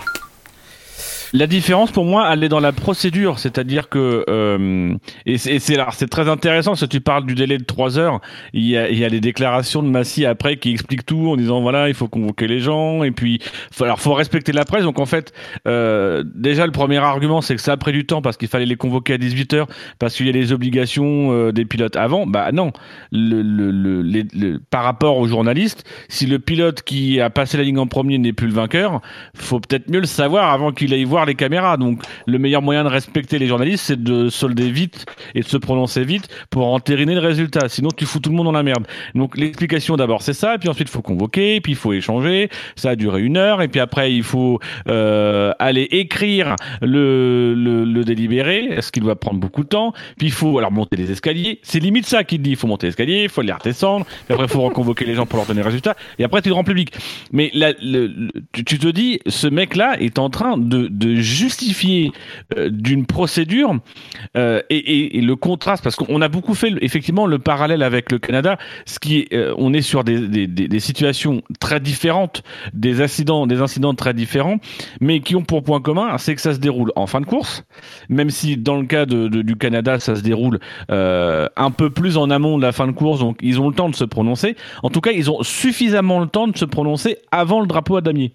La différence pour moi, elle est dans la procédure, c'est-à-dire que euh, et c'est, et c'est, alors, c'est très intéressant parce que tu parles du délai de trois heures. Il y a, il y a les déclarations de Massy après qui expliquent tout en disant voilà, il faut convoquer les gens et puis faut, alors faut respecter la presse. Donc en fait, euh, déjà le premier argument c'est que ça a pris du temps parce qu'il fallait les convoquer à dix-huit heures parce qu'il y a les obligations euh, des pilotes avant. Bah non, le, le, le, les, le, par rapport aux journalistes, si le pilote qui a passé la ligne en premier n'est plus le vainqueur, faut peut-être mieux le savoir avant qu'il aille voir les caméras. Donc le meilleur moyen de respecter les journalistes, c'est de solder vite et de se prononcer vite pour entériner le résultat. Sinon tu fous tout le monde dans la merde. Donc l'explication d'abord c'est ça, et puis ensuite il faut convoquer, puis il faut échanger. Ça a duré une heure, et puis après il faut euh, aller écrire le, le, le délibéré, ce qui doit prendre beaucoup de temps. Puis il faut alors monter les escaliers. C'est limite ça qu'il dit. Il faut monter les escaliers, il faut les redescendre. Puis après il faut reconvoquer les gens pour leur donner le résultat. Et après tu le rends public. Mais là, le, le, tu, tu te dis, ce mec-là est en train de, de justifier euh, d'une procédure euh, et, et, et le contraste, parce qu'on a beaucoup fait effectivement le parallèle avec le Canada, ce qui est, euh, on est sur des, des, des situations très différentes, des incidents, des incidents très différents, mais qui ont pour point commun, c'est que ça se déroule en fin de course, même si dans le cas de, de, du Canada, ça se déroule euh, un peu plus en amont de la fin de course, donc ils ont le temps de se prononcer. En tout cas, ils ont suffisamment le temps de se prononcer avant le drapeau à damier.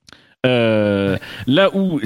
Euh, là où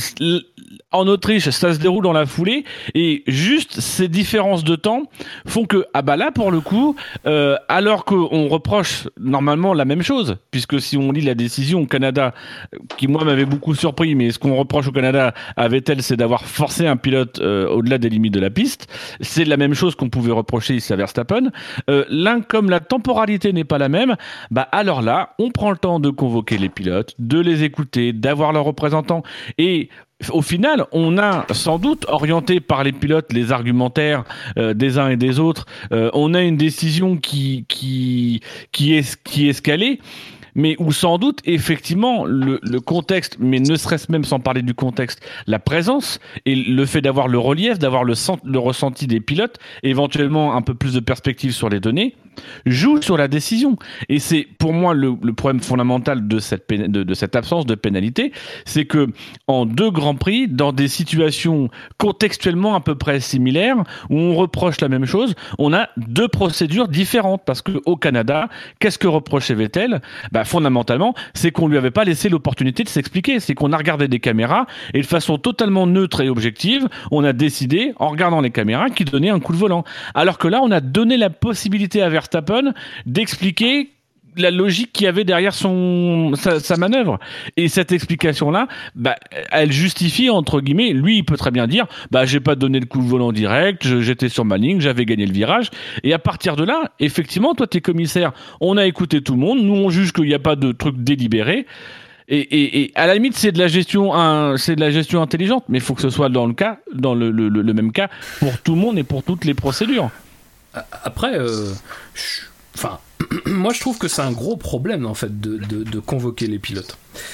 en Autriche ça se déroule dans la foulée, et juste ces différences de temps font que ah bah là pour le coup euh, alors qu'on reproche normalement la même chose, puisque si on lit la décision au Canada, qui moi m'avait beaucoup surpris, mais ce qu'on reproche au Canada à Vettel, c'est d'avoir forcé un pilote euh, au-delà des limites de la piste. C'est la même chose qu'on pouvait reprocher ici à Verstappen. Euh, l'un, comme la temporalité n'est pas la même, bah alors là on prend le temps de convoquer les pilotes, de les écouter, d'avoir leurs représentants, et au final, on a sans doute orienté par les pilotes les argumentaires euh, des uns et des autres. Euh, on a une décision qui qui qui est qui est escalée, mais où sans doute effectivement le, le contexte, mais ne serait-ce même sans parler du contexte, la présence et le fait d'avoir le relief, d'avoir le, le ressenti des pilotes, éventuellement un peu plus de perspective sur les données, joue sur la décision. Et c'est pour moi le, le problème fondamental de cette, péna- de, de cette absence de pénalité, c'est que en deux grands prix, dans des situations contextuellement à peu près similaires, où on reproche la même chose, on a deux procédures différentes. Parce que au Canada, qu'est-ce que reprochait Vettel ? Bah, fondamentalement, c'est qu'on lui avait pas laissé l'opportunité de s'expliquer. C'est qu'on a regardé des caméras et de façon totalement neutre et objective, on a décidé, en regardant les caméras, qu'il donnait un coup de volant. Alors que là, on a donné la possibilité à Verstappen d'expliquer la logique qu'il y avait derrière son sa, sa manœuvre, et cette explication là bah elle justifie entre guillemets, lui il peut très bien dire bah j'ai pas donné le coup de volant direct, je, j'étais sur ma ligne, j'avais gagné le virage, et à partir de là effectivement toi t'es commissaire, on a écouté tout le monde, nous on juge qu'il n'y a pas de truc délibéré. Et, et, et à la limite, c'est de la gestion, un, c'est de la gestion intelligente, mais il faut que ce soit dans le cas, dans le, le, le même cas pour tout le monde et pour toutes les procédures. Après, euh, enfin, moi je trouve que c'est un gros problème en fait de, de, de convoquer les pilotes.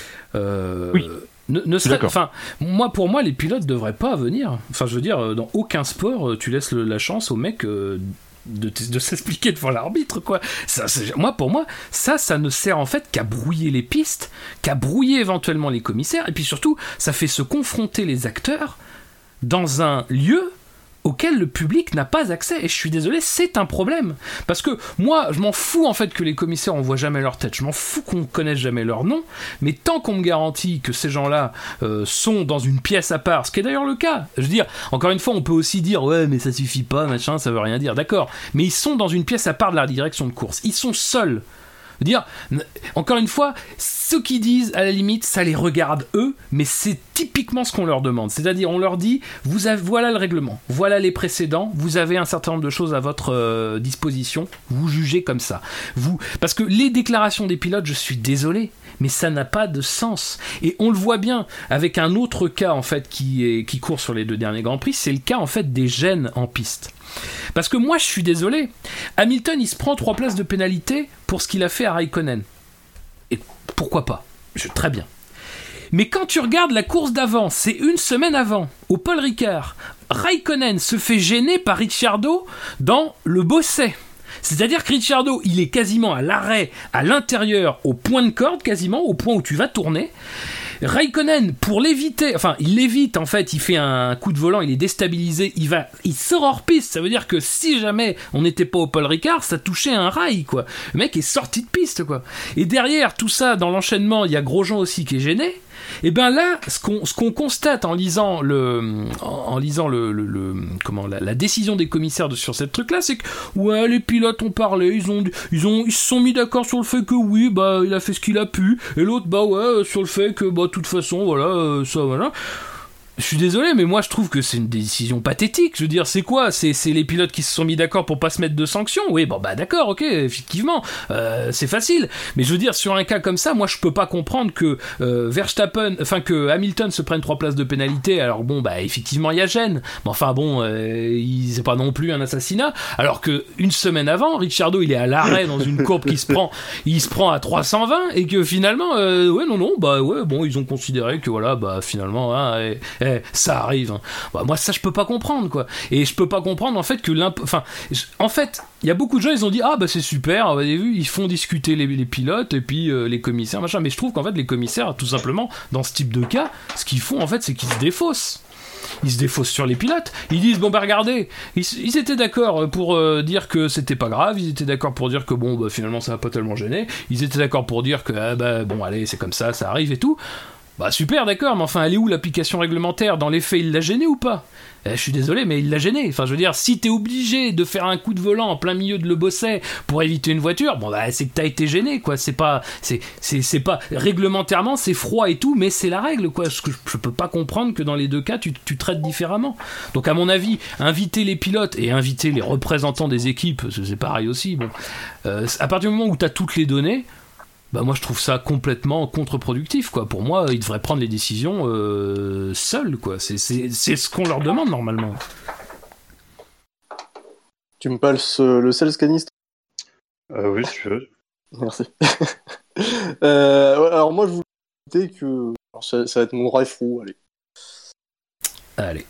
Euh, oui. Ne, ne serait, enfin, moi pour moi les pilotes devraient pas venir. Enfin, je veux dire, dans aucun sport tu laisses le, la chance au mec. Euh, De, de s'expliquer devant l'arbitre, quoi. Ça, c'est, moi, pour moi, ça, ça ne sert en fait qu'à brouiller les pistes, qu'à brouiller éventuellement les commissaires, et puis surtout, ça fait se confronter les acteurs dans un lieu auquel le public n'a pas accès. Et je suis désolé, c'est un problème. Parce que moi, je m'en fous en fait que les commissaires on voit jamais leur tête, je m'en fous qu'on connaisse jamais leur nom, mais tant qu'on me garantit que ces gens-là euh, sont dans une pièce à part, ce qui est d'ailleurs le cas, je veux dire, encore une fois, on peut aussi dire ouais mais ça suffit pas, machin, ça veut rien dire, d'accord, mais ils sont dans une pièce à part de la direction de course, ils sont seuls. Dire, encore une fois, ceux qui disent, à la limite, ça les regarde eux, mais c'est typiquement ce qu'on leur demande. C'est-à-dire, on leur dit, vous avez, voilà le règlement, voilà les précédents, vous avez un certain nombre de choses à votre euh, disposition, vous jugez comme ça. Vous, parce que les déclarations des pilotes, je suis désolé, mais ça n'a pas de sens. Et on le voit bien avec un autre cas, en fait, qui, est, qui court sur les deux derniers Grands Prix, c'est le cas, en fait, des gênes en piste. Parce que moi, je suis désolé, Hamilton, il se prend trois places de pénalité pour ce qu'il a fait à Raikkonen. Et pourquoi pas ? Je, très bien. Mais quand tu regardes la course d'avant, c'est une semaine avant, au Paul Ricard, Raikkonen se fait gêner par Ricciardo dans le bosset. C'est-à-dire que Ricciardo, il est quasiment à l'arrêt, à l'intérieur, au point de corde, quasiment, au point où tu vas tourner. Raikkonen, pour l'éviter, enfin, il l'évite, en fait, il fait un coup de volant, il est déstabilisé, il va, il sort hors piste, ça veut dire que si jamais on n'était pas au Paul Ricard, ça touchait un rail, quoi. Le mec est sorti de piste, quoi. Et derrière, tout ça, dans l'enchaînement, il y a Grosjean aussi qui est gêné. Et ben là, ce qu'on, ce qu'on constate en lisant le, en, en lisant le, le, le comment, la, la décision des commissaires de, sur cette truc-là, c'est que ouais, les pilotes ont parlé, ils ont, ils ont, ils se sont mis d'accord sur le fait que oui, bah, il a fait ce qu'il a pu, et l'autre, bah ouais, sur le fait que, bah, de toute façon, voilà, euh, ça, voilà. Je suis désolé, mais moi je trouve que c'est une décision pathétique. Je veux dire, c'est quoi ? C'est, c'est les pilotes qui se sont mis d'accord pour pas se mettre de sanctions ? Oui, bon bah d'accord, ok, effectivement, euh, c'est facile. Mais je veux dire, sur un cas comme ça, moi je peux pas comprendre que euh, Verstappen, enfin que Hamilton se prenne trois places de pénalité. Alors bon, bah effectivement il y a gêne, mais enfin bon, euh, il, c'est pas non plus un assassinat. Alors que une semaine avant, Ricciardo il est à l'arrêt dans une courbe qui se prend, il se prend à trois cent vingt et que finalement, euh, ouais non non, bah ouais bon, ils ont considéré que voilà, bah finalement, hein, et, et, Eh, ça arrive. Hein. Bah, moi, ça, je peux pas comprendre, quoi. Et je peux pas comprendre, en fait, que l'imp... Enfin, en fait, il y a beaucoup de gens, ils ont dit, ah, bah, c'est super, vous avez vu, ils font discuter les, les pilotes et puis euh, les commissaires, machin. Mais je trouve qu'en fait, les commissaires, tout simplement, dans ce type de cas, ce qu'ils font, en fait, c'est qu'ils se défaussent. Ils se défaussent sur les pilotes. Ils disent, bon, bah, regardez, ils, ils étaient d'accord pour euh, dire que c'était pas grave, ils étaient d'accord pour dire que, bon, bah, finalement, ça va pas tellement gêner. Ils étaient d'accord pour dire que, ah, bah, bon, allez, c'est comme ça, ça arrive et tout. Bah super, d'accord, mais enfin, elle est où l'application réglementaire ? Dans les faits, il l'a gêné ou pas ? eh, Je suis désolé, mais il l'a gêné. Enfin, je veux dire, si t'es obligé de faire un coup de volant en plein milieu de le bosset pour éviter une voiture, bon bah c'est que t'as été gêné, quoi. C'est pas, c'est, c'est, c'est pas réglementairement, c'est froid et tout, mais c'est la règle, quoi. Je, je peux pas comprendre que dans les deux cas, tu, tu traites différemment. Donc à mon avis, inviter les pilotes et inviter les représentants des équipes, c'est pareil aussi. Bon, euh, à partir du moment où t'as toutes les données. Bah moi je trouve ça complètement contre-productif, quoi. Pour moi ils devraient prendre les décisions euh, seuls, quoi. C'est, c'est, c'est ce qu'on leur demande normalement. Tu me passes euh, le sel scaniste euh, Oui, si tu veux. Merci. euh, alors moi je voulais dire que alors, ça, ça va être mon drive through, allez. Allez.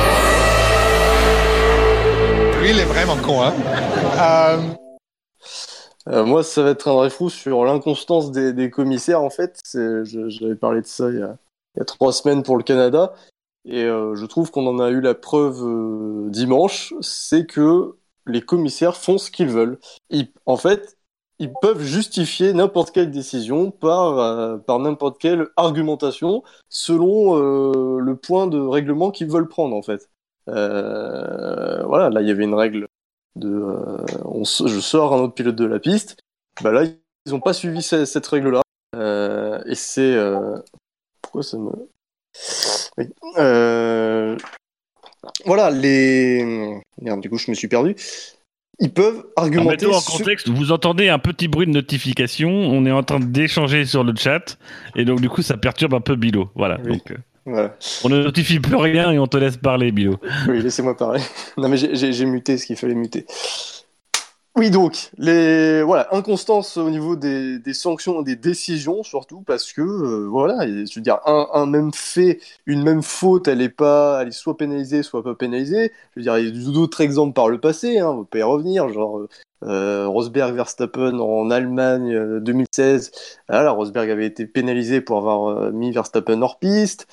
Lui il est vraiment con, hein. euh... Euh, moi, ça va être un vrai fou sur l'inconstance des, des commissaires, en fait. C'est, je, j'avais parlé de ça il y a, il y a trois semaines pour le Canada. Et euh, je trouve qu'on en a eu la preuve euh, dimanche. C'est que les commissaires font ce qu'ils veulent. Ils, en fait, ils peuvent justifier n'importe quelle décision par, euh, par n'importe quelle argumentation selon euh, le point de règlement qu'ils veulent prendre, en fait. Euh, voilà, là, il y avait une règle de euh, on, je sors un autre pilote de la piste, bah là ils ont pas suivi cette, cette règle là euh, et c'est euh, pourquoi ça me oui. euh... voilà les merde du coup je me suis perdu. Ils peuvent argumenter. En contexte, sur... vous entendez un petit bruit de notification, on est en train d'échanger sur le chat et donc du coup ça perturbe un peu Bilo, voilà. Oui. Donc, euh... Voilà. On ne notifie plus rien et on te laisse parler, Bilo. Oui, laissez-moi parler. Non, mais j'ai, j'ai, j'ai muté ce qu'il fallait muter. Oui, donc, les voilà, inconstance au niveau des, des sanctions et des décisions, surtout parce que, euh, voilà, je veux dire, un, un même fait, une même faute, elle est pas, elle est soit pénalisée, soit pas pénalisée. Je veux dire, il y a d'autres exemples par le passé, hein, on peut y revenir, genre euh, Rosberg Verstappen en Allemagne euh, deux mille seize. Voilà, Rosberg avait été pénalisé pour avoir euh, mis Verstappen hors piste.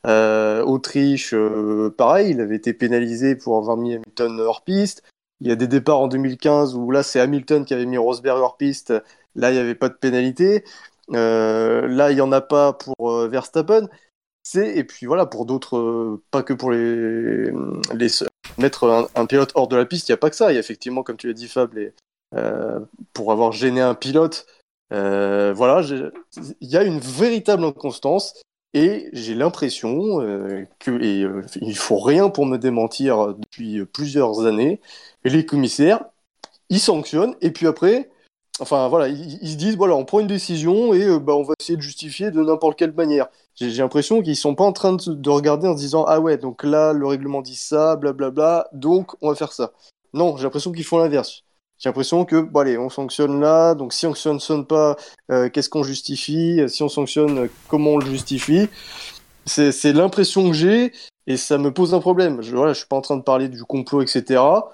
Euh, Autriche, euh, pareil, il avait été pénalisé pour avoir mis Hamilton hors piste. Il y a des départs en deux mille quinze où là c'est Hamilton qui avait mis Rosberg hors piste. Là il n'y avait pas de pénalité. Euh, là il n'y en a pas pour euh, Verstappen. C'est, et puis voilà, pour d'autres, euh, pas que pour les, les mettre un, un pilote hors de la piste, il n'y a pas que ça. Il y a effectivement, comme tu l'as dit Fab, les, euh, pour avoir gêné un pilote, euh, voilà, il y a une véritable inconstance et j'ai l'impression euh, que, et euh, il faut rien pour me démentir depuis plusieurs années, et les commissaires, ils sanctionnent et puis après, enfin voilà, ils, ils se disent voilà, on prend une décision et euh, bah, on va essayer de justifier de n'importe quelle manière. J'ai, j'ai l'impression qu'ils sont pas en train de, de regarder en se disant ah ouais, donc là le règlement dit ça, blablabla, donc on va faire ça. Non, j'ai l'impression qu'ils font l'inverse. J'ai l'impression que bon allez, on sanctionne là, donc si on sanctionne pas, euh, qu'est-ce qu'on justifie? Si on sanctionne, comment on le justifie? C'est, c'est l'impression que j'ai et ça me pose un problème. Je, voilà, je suis pas en train de parler du complot, et cetera.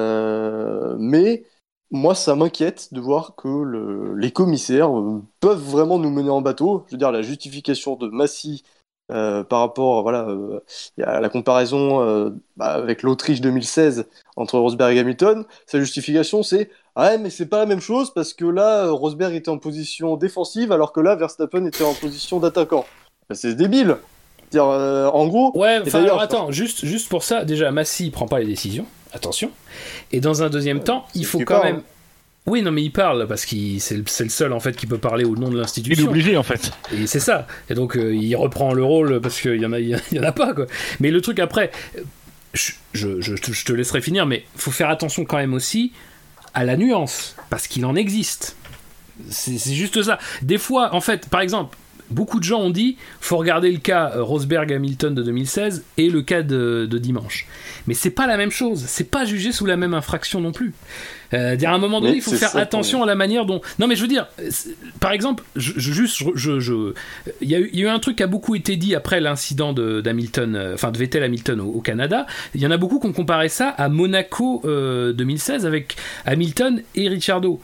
Euh, mais moi, ça m'inquiète de voir que le, les commissaires euh, peuvent vraiment nous mener en bateau. Je veux dire, la justification de Massy euh, par rapport voilà, euh, à la comparaison euh, bah, avec l'Autriche deux mille seize entre Rosberg et Hamilton, sa justification c'est « Ah ouais, mais c'est pas la même chose parce que là, Rosberg était en position défensive alors que là, Verstappen était en position d'attaquant. » C'est débile. C'est-à-dire, euh, en gros... Ouais, enfin, alors attends, juste, juste pour ça, déjà, Massy prend pas les décisions. Attention. Et dans un deuxième temps, il faut quand même... Oui, non, mais il parle parce que c'est, c'est le seul en fait qui peut parler au nom de l'institution. Il est obligé en fait. Et c'est ça. Et donc euh, il reprend le rôle parce qu'il y en a, il y en a pas quoi. Mais le truc après, je, je, je, je te laisserai finir, mais faut faire attention quand même aussi à la nuance parce qu'il en existe. C'est, c'est juste ça. Des fois, en fait, par exemple. Beaucoup de gens ont dit faut regarder le cas Rosberg-Hamilton de deux mille seize et le cas de, de dimanche. Mais c'est pas la même chose, c'est pas jugé sous la même infraction non plus. Euh, à un moment donné, il faut faire attention à la manière dont. Non, mais je veux dire, par exemple, je, je, juste, je, je, il y a eu, il y a eu un truc qui a beaucoup été dit après l'incident de, d'Hamilton, euh, enfin de Vettel-Hamilton au, au Canada. Il y en a beaucoup qui ont comparé ça à Monaco euh, deux mille seize avec Hamilton et Ricciardo.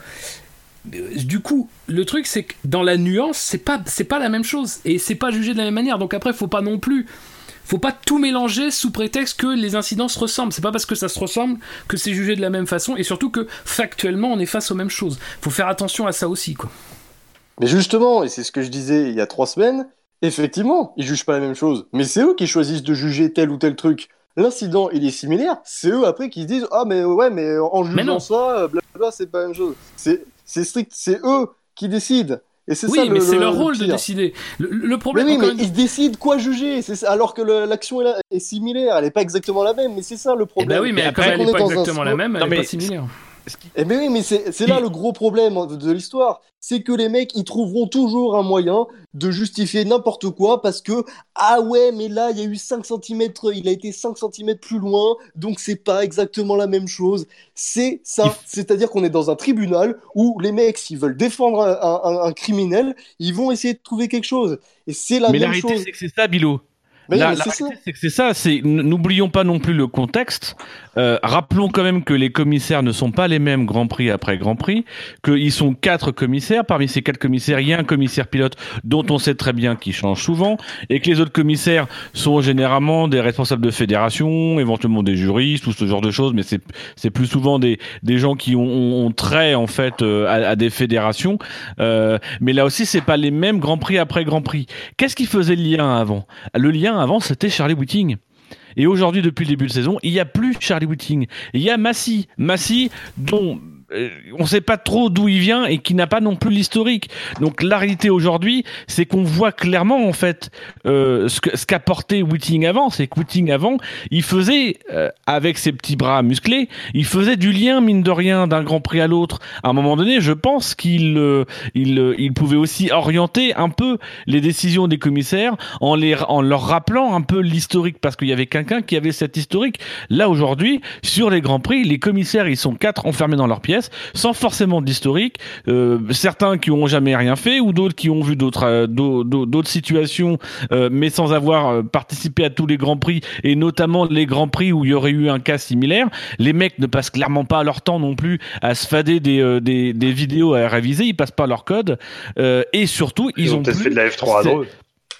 Du coup, le truc c'est que dans la nuance, c'est pas c'est pas la même chose et c'est pas jugé de la même manière. Donc après, faut pas non plus, faut pas tout mélanger sous prétexte que les incidents se ressemblent. C'est pas parce que ça se ressemble que c'est jugé de la même façon et surtout que factuellement on est face aux mêmes choses. Faut faire attention à ça aussi, quoi. Mais justement, et c'est ce que je disais il y a trois semaines, effectivement, ils jugent pas la même chose. Mais c'est eux qui choisissent de juger tel ou tel truc. L'incident, il est similaire. C'est eux après qui se disent ah mais ouais mais en jugeant ça, blablabla, c'est pas la même chose. C'est C'est strict, c'est eux qui décident. Et c'est oui, ça mais le, c'est le, leur le rôle pire. de décider. Le, le problème, mais oui, mais même... ils décident quoi juger. C'est ça, alors que le, l'action est, là, est similaire. Elle n'est pas exactement la même, mais c'est ça le problème. Eh ben oui, mais après, comme elle n'est pas exactement un... la même, non, elle n'est pas similaire. Eh ben oui, mais c'est, c'est là le gros problème de, de l'histoire. C'est que les mecs, ils trouveront toujours un moyen de justifier n'importe quoi parce que, ah ouais, mais là, il y a eu cinq centimètres, il a été cinq centimètres plus loin, donc c'est pas exactement la même chose. C'est ça. If... C'est-à-dire qu'on est dans un tribunal où les mecs, s'ils veulent défendre un, un, un criminel, ils vont essayer de trouver quelque chose. Et c'est la mais même la chose. Mais la réalité, c'est que c'est ça, Bilo. Mais la, oui, mais la c'est réalité, ça. c'est que c'est ça. C'est, n'oublions pas non plus le contexte. Euh, rappelons quand même que les commissaires ne sont pas les mêmes Grand Prix après Grand Prix, qu'ils sont quatre commissaires. Parmi ces quatre commissaires, il y a un commissaire pilote dont on sait très bien qu'il change souvent, et que les autres commissaires sont généralement des responsables de fédération, éventuellement des juristes ou ce genre de choses, mais c'est, c'est plus souvent des, des gens qui ont, ont, ont trait en fait euh, à, à des fédérations. Euh, mais là aussi, c'est pas les mêmes Grand Prix après Grand Prix. Qu'est-ce qui faisait le lien avant ? Le lien avant, c'était Charlie Whiting. Et aujourd'hui, depuis le début de saison, il n'y a plus Charlie Whiting. Il y a Massy. Massy, dont euh, on ne sait pas trop d'où il vient et qui n'a pas non plus l'historique. Donc la réalité aujourd'hui, c'est qu'on voit clairement en fait euh, ce, que, ce qu'apportait Whiting avant. C'est que Whiting avant, il faisait, euh, avec ses petits bras musclés, il faisait du lien, mine de rien, d'un Grand Prix à l'autre. À un moment donné, je pense qu'il euh, il, euh, il pouvait aussi orienter un peu les décisions des commissaires en, les, en leur rappelant un peu l'historique, parce qu'il y avait quelqu'un qui avait cet historique. Là, aujourd'hui, sur les Grands Prix, les commissaires, ils sont quatre enfermés dans leur pièce, sans forcément d'historique. Euh, certains qui ont jamais rien fait, ou d'autres qui ont vu d'autres, euh, d'autres, d'autres situations, euh, mais sans avoir participé à tous les Grands Prix, et notamment les Grands Prix où il y aurait eu un cas similaire. Les mecs ne passent clairement pas leur temps non plus à se fader des, euh, des, des vidéos à réviser, ils passent pas leur code, euh, et surtout, ils, ils ont, ont peut-être plus... fait de la F trois à drôle.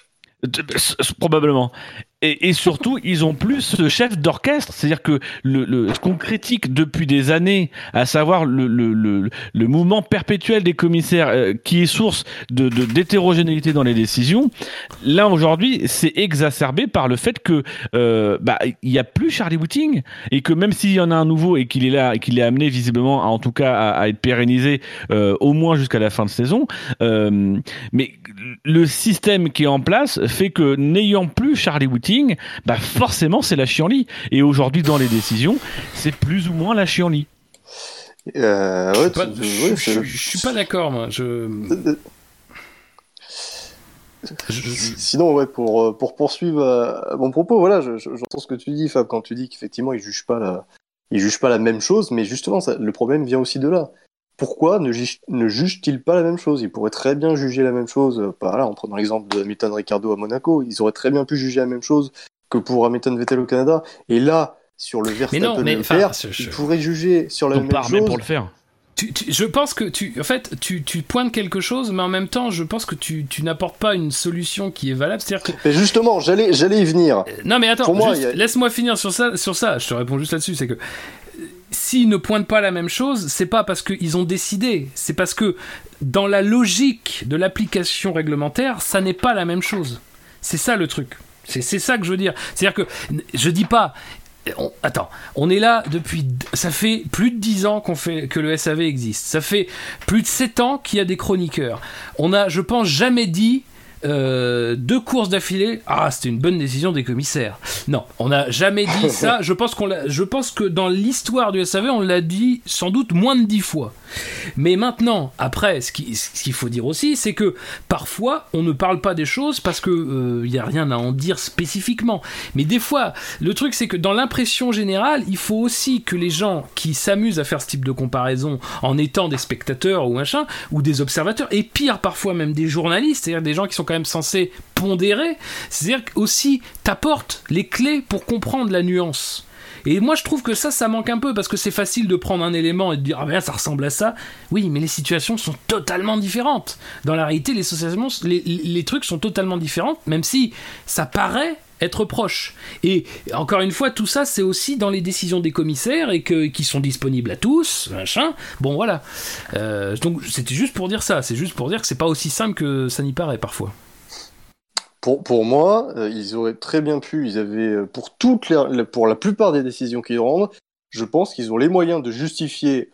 Probablement. Et, et surtout, ils ont plus ce chef d'orchestre, c'est-à-dire que le, le, ce qu'on critique depuis des années, à savoir le, le, le, le mouvement perpétuel des commissaires euh, qui est source de, de, d'hétérogénéité dans les décisions, là aujourd'hui, c'est exacerbé par le fait que euh, bah, il n'y a plus Charlie Whiting et que même s'il y en a un nouveau et qu'il est là, qu'il est amené visiblement, à, en tout cas, à, à être pérennisé euh, au moins jusqu'à la fin de saison, euh, mais le système qui est en place fait que n'ayant plus Charlie Whiting, bah forcément c'est la chienlit. Et aujourd'hui dans les décisions, c'est plus ou moins la chienlit. Euh, ouais, je, tu, je, ouais, je, je suis pas d'accord moi. Je... Sinon ouais pour pour poursuivre euh, mon propos, voilà, je, je, j'entends ce que tu dis, Fab, quand tu dis qu'effectivement ils jugent pas la ils jugent pas la même chose, mais justement ça, le problème vient aussi de là. Pourquoi ne, juge, ne jugent-ils pas la même chose? Ils pourraient très bien juger la même chose, euh, voilà, en prenant l'exemple de Hamilton Ricciardo à Monaco, ils auraient très bien pu juger la même chose que pour Hamilton Vettel au Canada. Et là, sur le Verstappen Leclerc, ils pourraient juger sur la même chose. Même pour le faire. Tu, tu, je pense que tu, en fait, tu, tu pointes quelque chose, mais en même temps, je pense que tu, tu n'apportes pas une solution qui est valable. C'est-à-dire que... Mais justement, j'allais, j'allais y venir. Euh, non, mais attends, pour moi, juste, a... laisse-moi finir sur ça, sur ça. Je te réponds juste là-dessus, c'est que s'ils ne pointent pas la même chose, c'est pas parce qu'ils ont décidé, c'est parce que dans la logique de l'application réglementaire, ça n'est pas la même chose. C'est ça le truc. C'est, c'est ça que je veux dire. C'est-à-dire que je dis pas. On, attends, on est là depuis. Ça fait plus de dix ans qu'on fait, que le S A V existe. Ça fait plus de sept ans qu'il y a des chroniqueurs. On a, je pense, jamais dit. Euh, deux courses d'affilée, ah c'était une bonne décision des commissaires. Non, on n'a jamais dit ça. Je pense qu'on l'a, je pense que dans l'histoire du S A V, on l'a dit sans doute moins de dix fois. Mais maintenant, après, ce, qui, ce qu'il faut dire aussi, c'est que parfois on ne parle pas des choses parce que il euh, y a rien à en dire spécifiquement. Mais des fois, le truc c'est que dans l'impression générale, il faut aussi que les gens qui s'amusent à faire ce type de comparaison en étant des spectateurs ou machin ou des observateurs, et pire parfois même des journalistes, c'est-à-dire des gens qui sont quand même censé pondérer, c'est-à-dire aussi t'apporte les clés pour comprendre la nuance. Et moi je trouve que ça, ça manque un peu, parce que c'est facile de prendre un élément et de dire ah ben ça ressemble à ça. Oui, mais les situations sont totalement différentes. Dans la réalité, les situations, les, les trucs sont totalement différents, même si ça paraît être proche. Et encore une fois, tout ça, c'est aussi dans les décisions des commissaires et que, qui sont disponibles à tous, machin. Bon, voilà. Euh, donc, c'était juste pour dire ça. C'est juste pour dire que c'est pas aussi simple que ça n'y paraît parfois. Pour, pour moi, euh, ils auraient très bien pu, ils avaient, pour, toutes les, pour la plupart des décisions qu'ils rendent, je pense qu'ils ont les moyens de justifier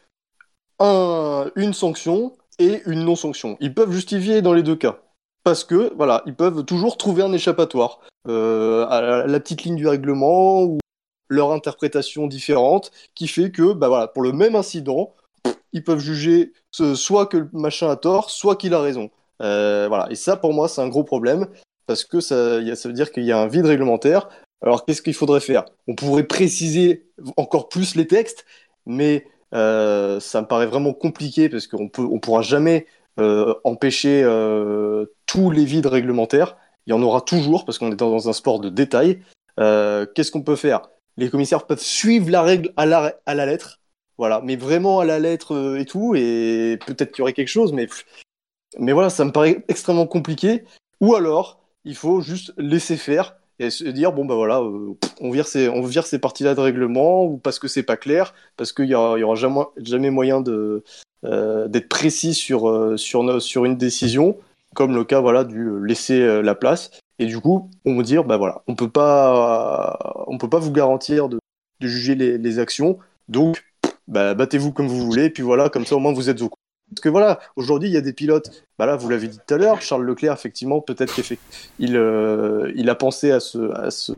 un, une sanction et une non-sanction. Ils peuvent justifier dans les deux cas. Parce que, voilà, ils peuvent toujours trouver un échappatoire euh, à la, à la petite ligne du règlement ou leur interprétation différente qui fait que, bah voilà, pour le même incident, ils peuvent juger ce, soit que le machin a tort, soit qu'il a raison. Euh, voilà. Et ça, pour moi, c'est un gros problème parce que ça, y a, ça veut dire qu'il y a un vide réglementaire. Alors, qu'est-ce qu'il faudrait faire? On pourrait préciser encore plus les textes, mais euh, ça me paraît vraiment compliqué parce qu'on peut, on pourra jamais Euh, empêcher euh, tous les vides réglementaires. Il y en aura toujours parce qu'on est dans un sport de détail. Euh, qu'est-ce qu'on peut faire? Les commissaires peuvent suivre la règle à la, à la lettre, voilà, mais vraiment à la lettre euh, et tout, et peut-être qu'il y aurait quelque chose, mais, mais voilà, ça me paraît extrêmement compliqué. Ou alors, il faut juste laisser faire et se dire, bon bah voilà, euh, on vire ces, on vire ces parties-là de règlement, ou parce que c'est pas clair, parce qu'il y aura, il y aura jamais, jamais moyen de Euh, d'être précis sur, euh, sur, sur une décision, comme le cas voilà, du laisser euh, la place. Et du coup, on va dire, bah voilà, on peut pas, on peut pas vous garantir de, de juger les, les actions, donc bah, battez-vous comme vous voulez, et puis voilà, comme ça au moins vous êtes au courant. Parce que voilà, aujourd'hui il y a des pilotes, bah là vous l'avez dit tout à l'heure, Charles Leclerc, effectivement, peut-être qu'il euh, il a pensé à ce, à, ce,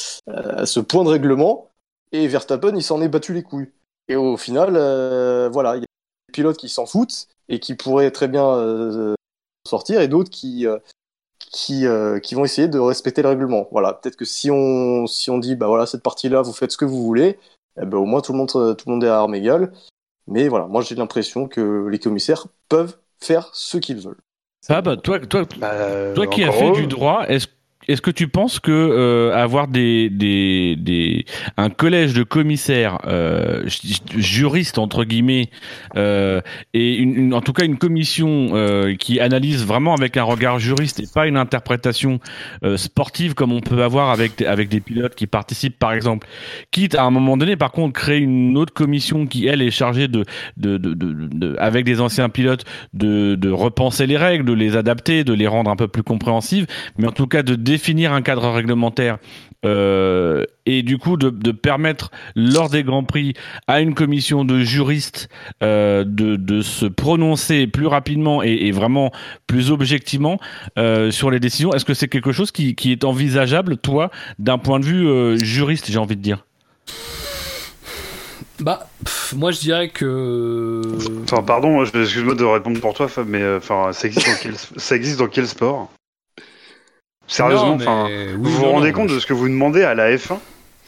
à ce point de règlement, et Verstappen il s'en est battu les couilles. Et au final, euh, voilà, il y a pilotes qui s'en foutent et qui pourraient très bien euh, sortir, et d'autres qui euh, qui euh, qui vont essayer de respecter le règlement. Voilà, peut-être que si on si on dit bah voilà, cette partie-là vous faites ce que vous voulez, eh ben au moins tout le monde tout le monde est à armes égales. Mais voilà, moi j'ai l'impression que les commissaires peuvent faire ce qu'ils veulent. Ah bah toi toi bah, toi qui as fait du droit, est-ce est-ce que tu penses que euh, avoir des, des, des, un collège de commissaires euh, juristes entre guillemets euh, et une, une, en tout cas une commission euh, qui analyse vraiment avec un regard juriste et pas une interprétation euh, sportive comme on peut avoir avec avec des pilotes qui participent par exemple, quitte à un moment donné par contre créer une autre commission qui elle est chargée de de, de, de, de, de avec des anciens pilotes de, de repenser les règles, de les adapter, de les rendre un peu plus compréhensives, mais en tout cas de définir un cadre réglementaire euh, et du coup de, de permettre lors des Grands Prix à une commission de juristes euh, de, de se prononcer plus rapidement et, et vraiment plus objectivement euh, sur les décisions. Est-ce que c'est quelque chose qui, qui est envisageable, toi, d'un point de vue euh, juriste, j'ai envie de dire? Bah, pff, moi je dirais que. Enfin, pardon, je- excuse-moi de répondre pour toi, Fab, mais euh, enfin, ça existe dans quel, ça existe dans quel sport? Sérieusement, Non, mais- enfin, oui, vous vous non, rendez non, compte mais de ce que vous demandez à la F un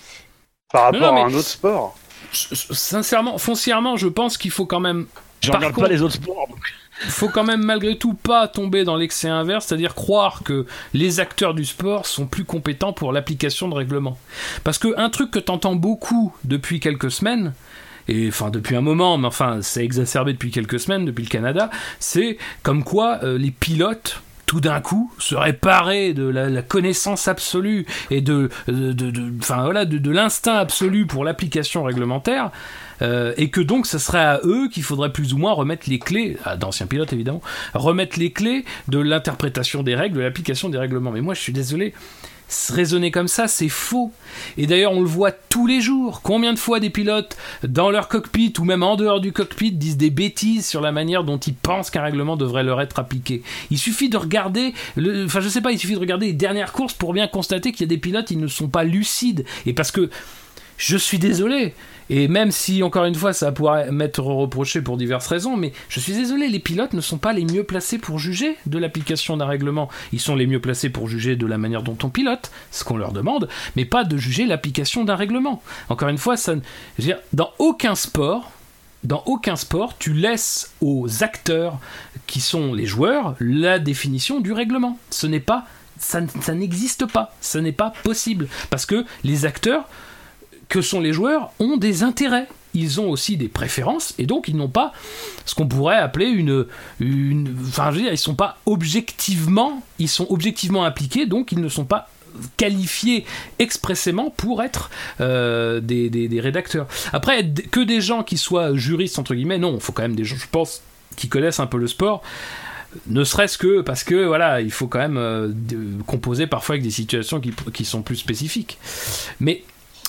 par rapport Non, non, à mais- un autre sport? je- je- Sincèrement, foncièrement, je pense qu'il faut quand même. Je Par regarde contre- pas les autres sports. donc. faut quand même malgré tout pas tomber dans l'excès inverse, c'est-à-dire croire que les acteurs du sport sont plus compétents pour l'application de règlements. Parce que un truc que t'entends beaucoup depuis quelques semaines, et enfin depuis un moment, mais enfin c'est exacerbé depuis quelques semaines, depuis le Canada, c'est comme quoi euh, les pilotes tout d'un coup seraient parés de la, la connaissance absolue et de, de, de, de- enfin, voilà, de, de l'instinct absolu pour l'application réglementaire. Euh, et que donc ce serait à eux qu'il faudrait plus ou moins remettre les clés, à d'anciens pilotes évidemment, remettre les clés de l'interprétation des règles, de l'application des règlements. Mais moi je suis désolé, raisonner comme ça c'est faux. Et d'ailleurs on le voit tous les jours. Combien de fois des pilotes dans leur cockpit ou même en dehors du cockpit disent des bêtises sur la manière dont ils pensent qu'un règlement devrait leur être appliqué. Il suffit de regarder, le, enfin je sais pas, il suffit de regarder les dernières courses pour bien constater qu'il y a des pilotes qui ne sont pas lucides. Et parce que je suis désolé, et même si, encore une fois, ça pourrait m'être reproché pour diverses raisons, mais je suis désolé, les pilotes ne sont pas les mieux placés pour juger de l'application d'un règlement. Ils sont les mieux placés pour juger de la manière dont on pilote, ce qu'on leur demande, mais pas de juger l'application d'un règlement. Encore une fois, ça, je veux dire, dans aucun sport, dans aucun sport, tu laisses aux acteurs, qui sont les joueurs, la définition du règlement. Ce n'est pas, ça, ça n'existe pas, ce n'est pas possible, parce que les acteurs, que sont les joueurs, ont des intérêts. Ils ont aussi des préférences, et donc ils n'ont pas ce qu'on pourrait appeler une... une enfin, je veux dire, ils sont pas objectivement... Ils sont objectivement impliqués, donc ils ne sont pas qualifiés expressément pour être euh, des, des, des rédacteurs. Après, d- que des gens qui soient juristes, entre guillemets, non, il faut quand même des gens, je pense, qui connaissent un peu le sport, ne serait-ce que parce que, voilà, il faut quand même euh, de, composer parfois avec des situations qui, qui sont plus spécifiques. Mais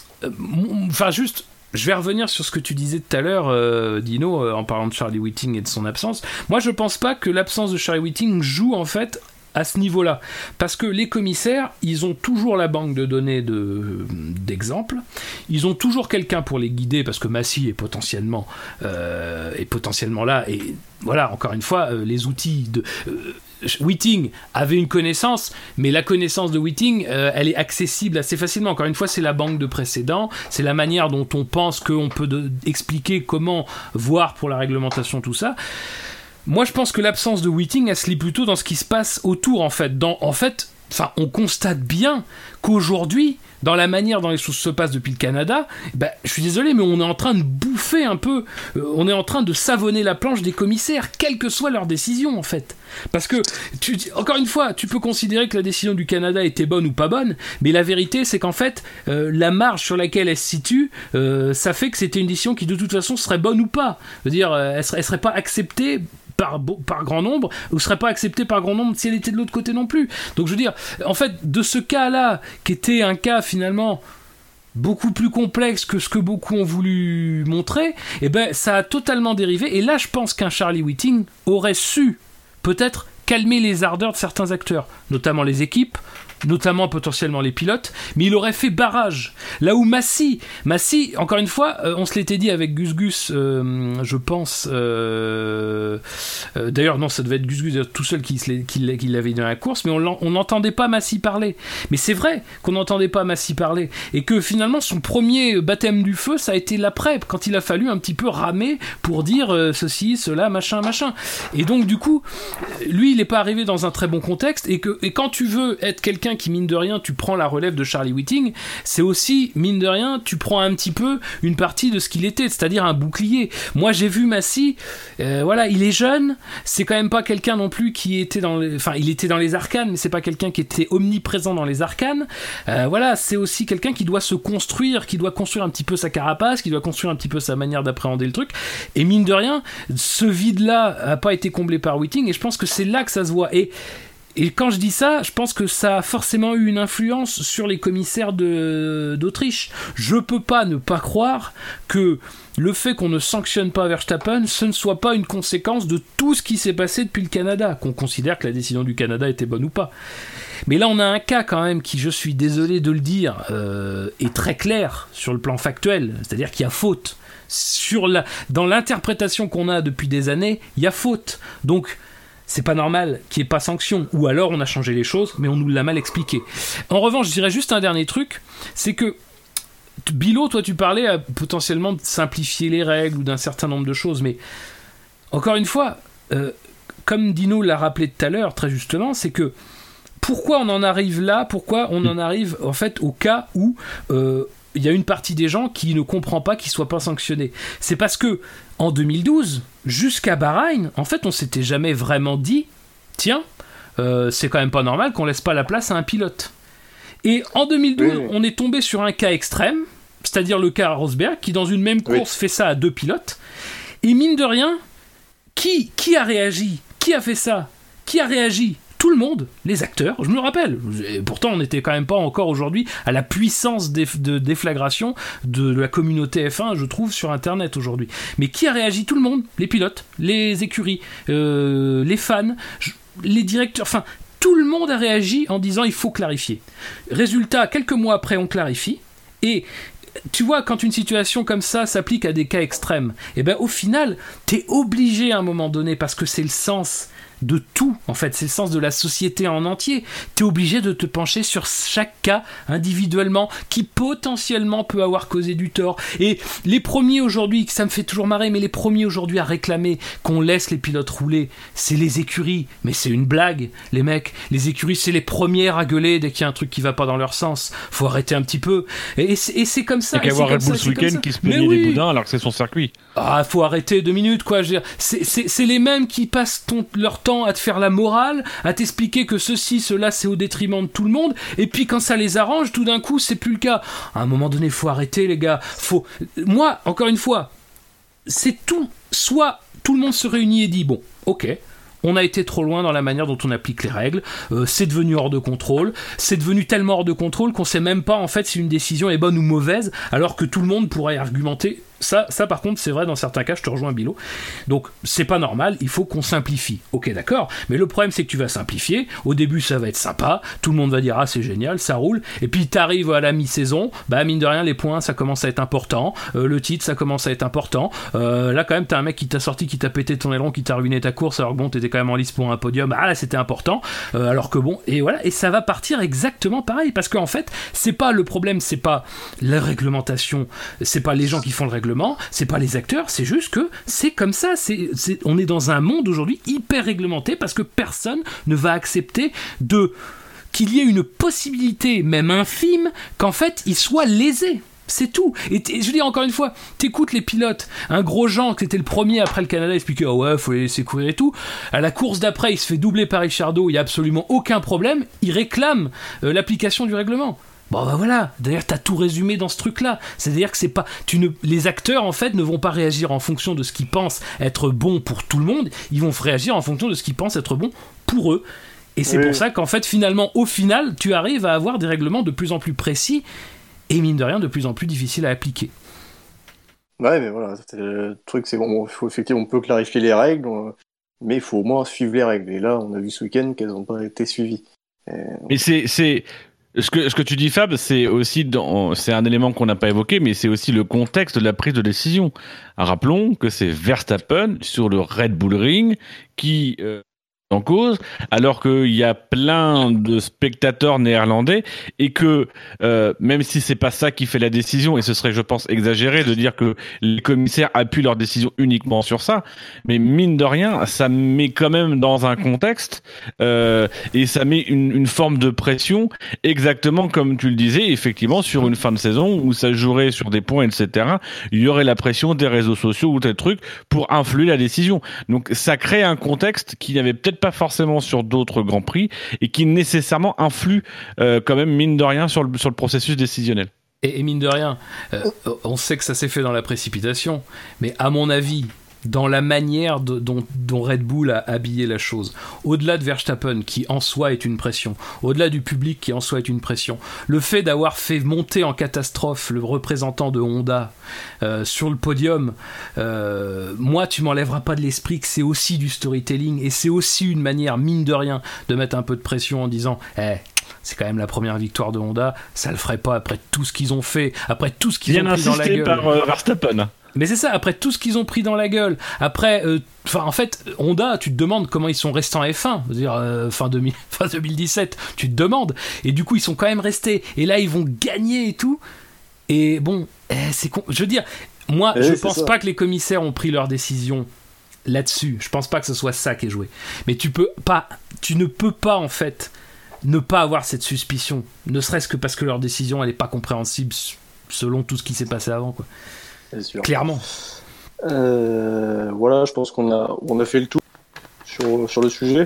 enfin juste, je vais revenir sur ce que tu disais tout à l'heure, euh, Dino, euh, en parlant de Charlie Whiting et de son absence. Moi, je pense pas que l'absence de Charlie Whiting joue en fait à ce niveau-là, parce que les commissaires, ils ont toujours la banque de données de, d'exemples, ils ont toujours quelqu'un pour les guider, parce que Massey est potentiellement, euh, est potentiellement là, et voilà, encore une fois, euh, les outils de... Euh, Whiting avait une connaissance, mais la connaissance de Whiting, euh, elle est accessible assez facilement. Encore une fois, c'est la banque de précédents, c'est la manière dont on pense qu'on peut de, expliquer comment voir pour la réglementation, tout ça. Moi, je pense que l'absence de Whiting, elle se lit plutôt dans ce qui se passe autour, en fait. Dans, en fait, enfin, on constate bien qu'aujourd'hui, dans la manière dont les choses se passent depuis le Canada, bah, je suis désolé, mais on est en train de bouffer un peu, euh, on est en train de savonner la planche des commissaires, quelle que soit leur décision, en fait. Parce que, tu, encore une fois, tu peux considérer que la décision du Canada était bonne ou pas bonne, mais la vérité, c'est qu'en fait, euh, la marge sur laquelle elle se situe, euh, ça fait que c'était une décision qui, de toute façon, serait bonne ou pas. Je veux dire, euh, elle serait, elle serait pas acceptée Par, par grand nombre, ou serait pas acceptée par grand nombre si elle était de l'autre côté non plus. Donc je veux dire, en fait, de ce cas-là, qui était un cas finalement beaucoup plus complexe que ce que beaucoup ont voulu montrer, eh ben ça a totalement dérivé, et là je pense qu'un Charlie Whiting aurait su peut-être calmer les ardeurs de certains acteurs, notamment les équipes, notamment potentiellement les pilotes, mais il aurait fait barrage. Là où Massey, Massey, encore une fois, euh, on se l'était dit avec Gus Gus, euh, je pense, euh, euh, d'ailleurs non, ça devait être Gus Gus tout seul qui, qui, qui l'avait dit dans la course, mais on n'entendait pas Massey parler. Mais c'est vrai qu'on n'entendait pas Massey parler, et que finalement son premier baptême du feu, ça a été l'après, quand il a fallu un petit peu ramer pour dire euh, ceci, cela, machin, machin. Et donc du coup, lui, il n'est pas arrivé dans un très bon contexte, et, que, et quand tu veux être quelqu'un quelqu'un qui, mine de rien, tu prends la relève de Charlie Whiting, c'est aussi, mine de rien, tu prends un petit peu une partie de ce qu'il était, c'est-à-dire un bouclier. Moi, j'ai vu Massy, euh, voilà, il est jeune, c'est quand même pas quelqu'un non plus qui était dans les... Enfin, il était dans les arcanes, mais c'est pas quelqu'un qui était omniprésent dans les arcanes. Euh, voilà, c'est aussi quelqu'un qui doit se construire, qui doit construire un petit peu sa carapace, qui doit construire un petit peu sa manière d'appréhender le truc. Et mine de rien, ce vide-là a pas été comblé par Whiting, et je pense que c'est là que ça se voit. Et Et quand je dis ça, je pense que ça a forcément eu une influence sur les commissaires de, d'Autriche. Je peux pas ne pas croire que le fait qu'on ne sanctionne pas Verstappen, ce ne soit pas une conséquence de tout ce qui s'est passé depuis le Canada, qu'on considère que la décision du Canada était bonne ou pas. Mais là, on a un cas quand même qui, je suis désolé de le dire, euh, est très clair sur le plan factuel, c'est-à-dire qu'il y a faute. Sur la, dans l'interprétation qu'on a depuis des années, il y a faute. Donc, c'est pas normal qu'il n'y ait pas sanction, ou alors on a changé les choses, mais on nous l'a mal expliqué. En revanche, je dirais juste un dernier truc, c'est que Bilo, toi tu parlais à, potentiellement de simplifier les règles ou d'un certain nombre de choses, mais encore une fois, euh, comme Dino l'a rappelé tout à l'heure très justement, c'est que pourquoi on en arrive là, pourquoi on en arrive en fait au cas où euh, il y a une partie des gens qui ne comprend pas qu'ils soient pas sanctionnés. C'est parce que en deux mille douze, jusqu'à Bahreïn, en fait, on s'était jamais vraiment dit, tiens, euh, c'est quand même pas normal qu'on laisse pas la place à un pilote. Et en deux mille douze, oui. on est tombé sur un cas extrême, c'est-à-dire le cas Rosberg, qui dans une même course oui. fait ça à deux pilotes. Et mine de rien, qui, qui a réagi ? Qui a fait ça ? Qui a réagi ? Tout le monde, les acteurs, je me le rappelle. Et pourtant, on n'était quand même pas encore aujourd'hui à la puissance de déflagration de la communauté F un, je trouve, sur Internet aujourd'hui. Mais qui a réagi ? Tout le monde. Les pilotes, les écuries, euh, les fans, les directeurs, enfin, tout le monde a réagi en disant il faut clarifier. Résultat, quelques mois après, on clarifie. Et tu vois, quand une situation comme ça s'applique à des cas extrêmes, et ben au final, t'es obligé à un moment donné, parce que c'est le sens de tout, en fait, c'est le sens de la société en entier. T'es obligé de te pencher sur chaque cas individuellement qui potentiellement peut avoir causé du tort. Et les premiers aujourd'hui, ça me fait toujours marrer, mais les premiers aujourd'hui à réclamer qu'on laisse les pilotes rouler, c'est les écuries. Mais c'est une blague, les mecs. Les écuries, c'est les premières à gueuler dès qu'il y a un truc qui va pas dans leur sens. Faut arrêter un petit peu. Et c'est, et c'est comme ça. Il y a qu'à voir Red Bull ce week-end qui se plaignait oui. des boudins alors que c'est son circuit. Ah, faut arrêter deux minutes, quoi. Je veux dire, c'est, c'est, c'est les mêmes qui passent ton, leur temps à te faire la morale, à t'expliquer que ceci, cela, c'est au détriment de tout le monde, et puis quand ça les arrange, tout d'un coup, c'est plus le cas. À un moment donné, faut arrêter, les gars. Faut... Moi, encore une fois, c'est tout. Soit tout le monde se réunit et dit, bon, ok, on a été trop loin dans la manière dont on applique les règles, euh, c'est devenu hors de contrôle, c'est devenu tellement hors de contrôle qu'on sait même pas, en fait, si une décision est bonne ou mauvaise, alors que tout le monde pourrait argumenter. Ça, ça, par contre, c'est vrai, dans certains cas, je te rejoins, Bilo. Donc, c'est pas normal, il faut qu'on simplifie. Ok, d'accord, mais le problème, c'est que tu vas simplifier. Au début, ça va être sympa, tout le monde va dire, ah, c'est génial, ça roule. Et puis, t'arrives à la mi-saison, bah, mine de rien, les points, ça commence à être important. Euh, le titre, ça commence à être important. Euh, là, quand même, t'as un mec qui t'a sorti, qui t'a pété ton aileron, qui t'a ruiné ta course, alors que bon, t'étais quand même en lice pour un podium. Ah, là, c'était important. Euh, alors que bon, et voilà, et ça va partir exactement pareil. Parce qu'en fait, c'est pas le problème, c'est pas la réglementation, c'est pas les gens qui font le règlement. C'est pas les acteurs, c'est juste que c'est comme ça. C'est, c'est, on est dans un monde aujourd'hui hyper réglementé parce que personne ne va accepter de qu'il y ait une possibilité, même infime, qu'en fait il soit lésé. C'est tout. Et je veux dire, encore une fois, t'écoutes les pilotes. Un gros Jean, qui était le premier après le Canada, expliquait oh ouais, faut les laisser courir et tout. À la course d'après, il se fait doubler par Ricciardo, il y a absolument aucun problème. Il réclame euh, l'application du règlement. Bon bah voilà, d'ailleurs t'as tout résumé dans ce truc-là. C'est-à-dire que c'est pas, tu ne, les acteurs en fait ne vont pas réagir en fonction de ce qu'ils pensent être bon pour tout le monde. Ils vont réagir en fonction de ce qu'ils pensent être bon pour eux. Et c'est oui. pour ça qu'en fait finalement, au final, tu arrives à avoir des règlements de plus en plus précis et mine de rien de plus en plus difficiles à appliquer. Ouais, mais voilà, le truc c'est bon, faut effectivement on peut clarifier les règles, mais il faut au moins suivre les règles. Et là, on a vu ce week-end qu'elles n'ont pas été suivies. Et... Mais c'est c'est Ce que, ce que tu dis, Fab, c'est aussi dans, c'est un élément qu'on n'a pas évoqué, mais c'est aussi le contexte de la prise de décision. Rappelons que c'est Verstappen sur le Red Bull Ring qui, euh, en cause, alors qu'il y a plein de spectateurs néerlandais et que euh, même si c'est pas ça qui fait la décision, et ce serait, je pense, exagéré de dire que les commissaires appuient leur décision uniquement sur ça, mais mine de rien, ça met quand même dans un contexte euh, et ça met une, une forme de pression, exactement comme tu le disais, effectivement, sur une fin de saison où ça jouerait sur des points, et cetera. Il y aurait la pression des réseaux sociaux ou tel truc pour influer la décision. Donc ça crée un contexte qui n'avait peut-être pas forcément sur d'autres grands prix et qui nécessairement influe euh, quand même mine de rien sur le, sur le processus décisionnel. Et, et mine de rien, euh, on sait que ça s'est fait dans la précipitation, mais à mon avis, dans la manière de, dont, dont Red Bull a habillé la chose, au-delà de Verstappen qui en soi est une pression, au-delà du public qui en soi est une pression, le fait d'avoir fait monter en catastrophe le représentant de Honda euh, sur le podium, euh, moi tu m'enlèveras pas de l'esprit que c'est aussi du storytelling et c'est aussi une manière mine de rien de mettre un peu de pression en disant eh, c'est quand même la première victoire de Honda, ça le ferait pas après tout ce qu'ils ont fait, après tout ce qu'ils Bien ont pris dans la gueule. par euh, Verstappen. Mais c'est ça, après tout ce qu'ils ont pris dans la gueule, après, euh, en fait, Honda, tu te demandes comment ils sont restés en F un, dire euh, fin, deux mille, fin deux mille dix-sept, tu te demandes, et du coup ils sont quand même restés, et là ils vont gagner et tout, et bon, eh, c'est con, je veux dire, moi et je oui, pense ça. pas que les commissaires ont pris leur décision là-dessus, je pense pas que ce soit ça qui est joué, mais tu peux pas, tu ne peux pas en fait ne pas avoir cette suspicion, ne serait-ce que parce que leur décision elle est pas compréhensible selon tout ce qui s'est passé avant, quoi. C'est sûr. Clairement. Euh, voilà, je pense qu'on a, on a fait le tour sur, sur le sujet.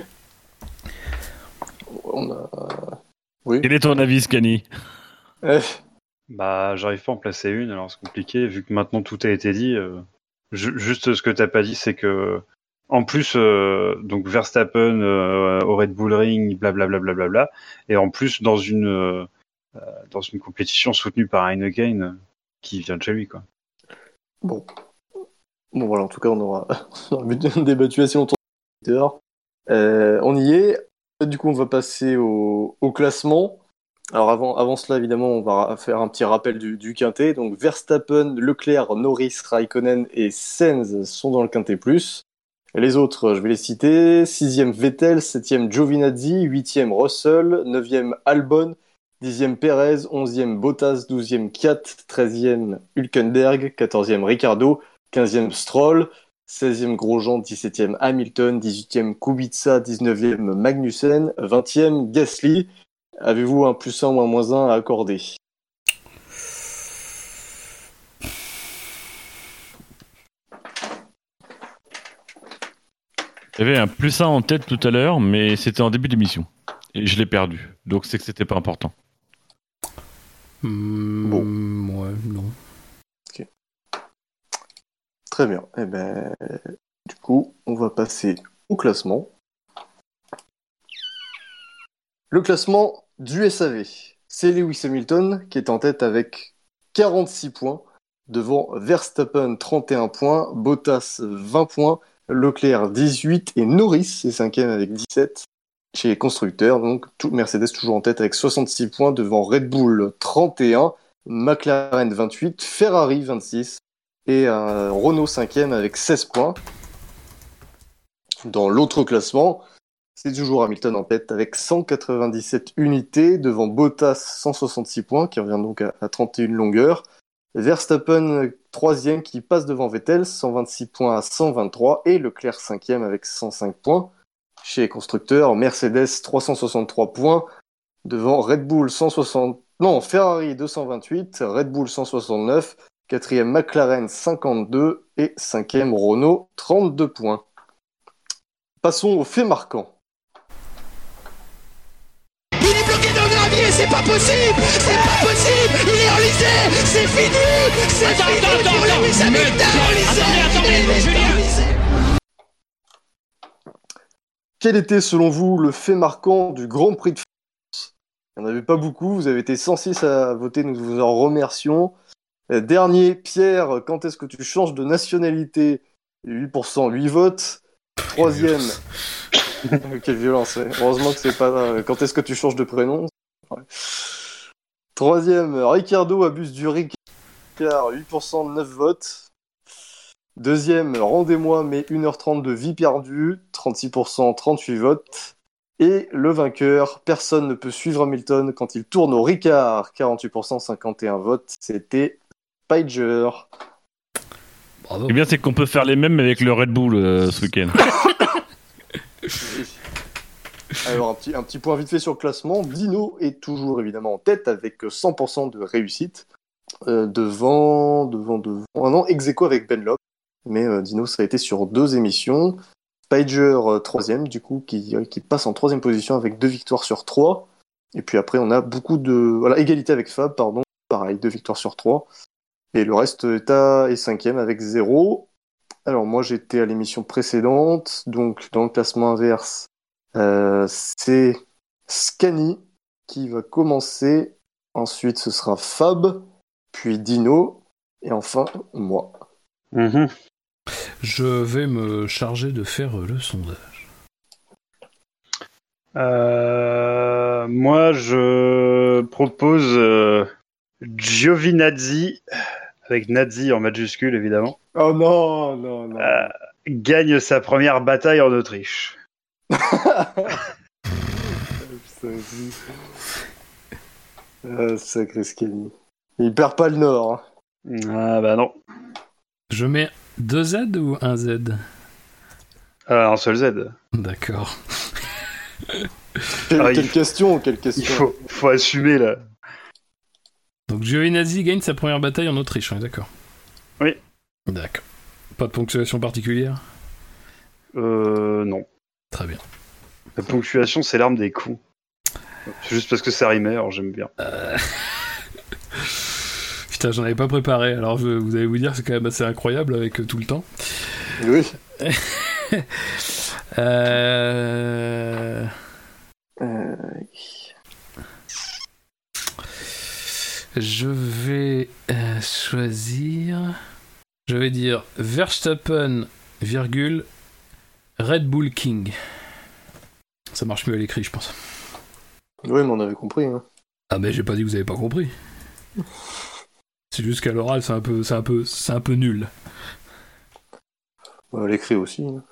On a... Oui. Quel est ton avis, Scani ? Eh, Bah, j'arrive pas à en placer une, alors c'est compliqué, vu que maintenant tout a été dit. Euh, ju- juste ce que t'as pas dit, c'est que, en plus, euh, donc Verstappen euh, au Red Bull Ring, blablabla, bla, bla, bla, et en plus dans une, euh, dans une compétition soutenue par Heineken euh, qui vient de chez lui, quoi. Bon. Bon, voilà, en tout cas, on aura, on aura débattu assez longtemps. Euh, on y est. Du coup, on va passer au, au classement. Alors, avant, avant cela, évidemment, on va faire un petit rappel du, du quintet. Donc, Verstappen, Leclerc, Norris, Raikkonen et Sainz sont dans le quintet plus. Les autres, je vais les citer. Sixième Vettel, septième Giovinazzi, huitième Russell, neuvième Albon, dixième Perez, onzième Bottas, douzième Kiat, treizième Hülkenberg, quatorzième Ricciardo, quinzième Stroll, seizième Grosjean, dix-septième Hamilton, dix-huitième Kubica, dix-neuvième Magnussen, vingtième Gasly. Avez-vous un plus un ou un moins un à accorder ? J'avais un plus un en tête tout à l'heure, mais c'était en début d'émission. Et je l'ai perdu. Donc c'est que c'était pas important. Mmh, Bon. Ouais, non. Ok. Très bien. Eh ben, du coup, on va passer au classement. Le classement du S A V. C'est Lewis Hamilton qui est en tête avec quarante-six points, devant Verstappen trente et un points, Bottas vingt points, Leclerc dix-huit et Norris est cinquième avec dix-sept. Chez les constructeurs, donc tout, Mercedes toujours en tête avec soixante-six points devant Red Bull trente et un, McLaren vingt-huit, Ferrari vingt-six et euh, Renault cinquième avec seize points. Dans l'autre classement, c'est toujours Hamilton en tête avec cent quatre-vingt-dix-sept unités devant Bottas cent soixante-six points qui revient donc à, à trente et une longueurs. Verstappen troisième qui passe devant Vettel, cent vingt-six points à cent vingt-trois et Leclerc cinquième avec cent cinq points. Chez les constructeurs, Mercedes trois cent soixante-trois points devant Red Bull cent soixante, non Ferrari deux cent vingt-huit, Red Bull cent soixante-neuf, quatrième McLaren cinquante-deux et cinquième Renault trente-deux points. Passons aux faits marquants. Il est bloqué dans le gravier, c'est pas possible, c'est pas possible, il est enlisé, c'est fini, c'est attends, fini attends, pour attends, Lewis Hamilton, enlisé, attendez, attendez, il est Julien. enlisé. Quel était selon vous le fait marquant du Grand Prix de France ? Il n'y en avait pas beaucoup, vous avez été cent six à voter, nous vous en remercions. Euh, Dernier, Pierre, quand est-ce que tu changes de nationalité ? huit pour cent, huit votes. Troisième, quelle violence, ouais. Heureusement que c'est pas... euh, Quand est-ce que tu changes de prénom ? Ouais. Troisième, Ricardo abuse du Ricard, huit pour cent, neuf votes. Deuxième, Rendez-moi mes une heure trente de vie perdue, trente-six pour cent, trente-huit votes. Et le vainqueur, personne ne peut suivre Hamilton quand il tourne au Ricard, quarante-huit pour cent, cinquante et un votes. C'était Spiger. Bravo. Eh bien, c'est qu'on peut faire les mêmes mais avec le Red Bull euh, ce week-end. Alors, un petit, un petit point vite fait sur le classement. Dino est toujours évidemment en tête avec cent pour cent de réussite. Euh, devant, devant, devant. Ah non, ex-aequo avec Benlop. Mais euh, Dino, ça a été sur deux émissions. Spiger, euh, troisième, du coup, qui, qui passe en troisième position avec deux victoires sur trois. Et puis après, on a beaucoup de. Voilà, égalité avec Fab, pardon. Pareil, deux victoires sur trois. Et le reste est à est cinquième avec zéro. Alors, moi, j'étais à l'émission précédente. Donc, dans le classement inverse, euh, c'est Scani qui va commencer. Ensuite, ce sera Fab, puis Dino, et enfin, moi. Mhm. Je vais me charger de faire le sondage. Euh, moi, je propose euh, Giovinazzi, avec Nazi en majuscule évidemment, Oh non, non, non. euh, gagne sa première bataille en Autriche. Ah, sacré Scani. Il perd pas le Nord. Hein. Ah bah non. Je mets deux Z ou un Z? Ah, un seul Z. D'accord. Quelle, Ah, il quelle faut- question, quelle question. Il faut, faut assumer là. Donc Giovinazzi gagne sa première bataille en Autriche, on est d'accord? Oui. D'accord. Pas de ponctuation particulière? Euh, non. Très bien. La ponctuation, c'est l'arme des coups. C'est juste parce que ça rimait, alors j'aime bien. Euh... Putain, j'en avais pas préparé, alors je, vous allez vous dire, c'est quand même assez incroyable avec euh, tout le temps. Oui. euh... Euh, Je vais euh, choisir... Je vais dire Verstappen, virgule, Red Bull King. Ça marche mieux à l'écrit, je pense. Oui, mais on avait compris. Hein. Ah mais j'ai pas dit que vous avez pas compris. C'est juste qu'à l'oral, c'est un peu, c'est un peu, c'est un peu nul. On l'écrit aussi. Hein.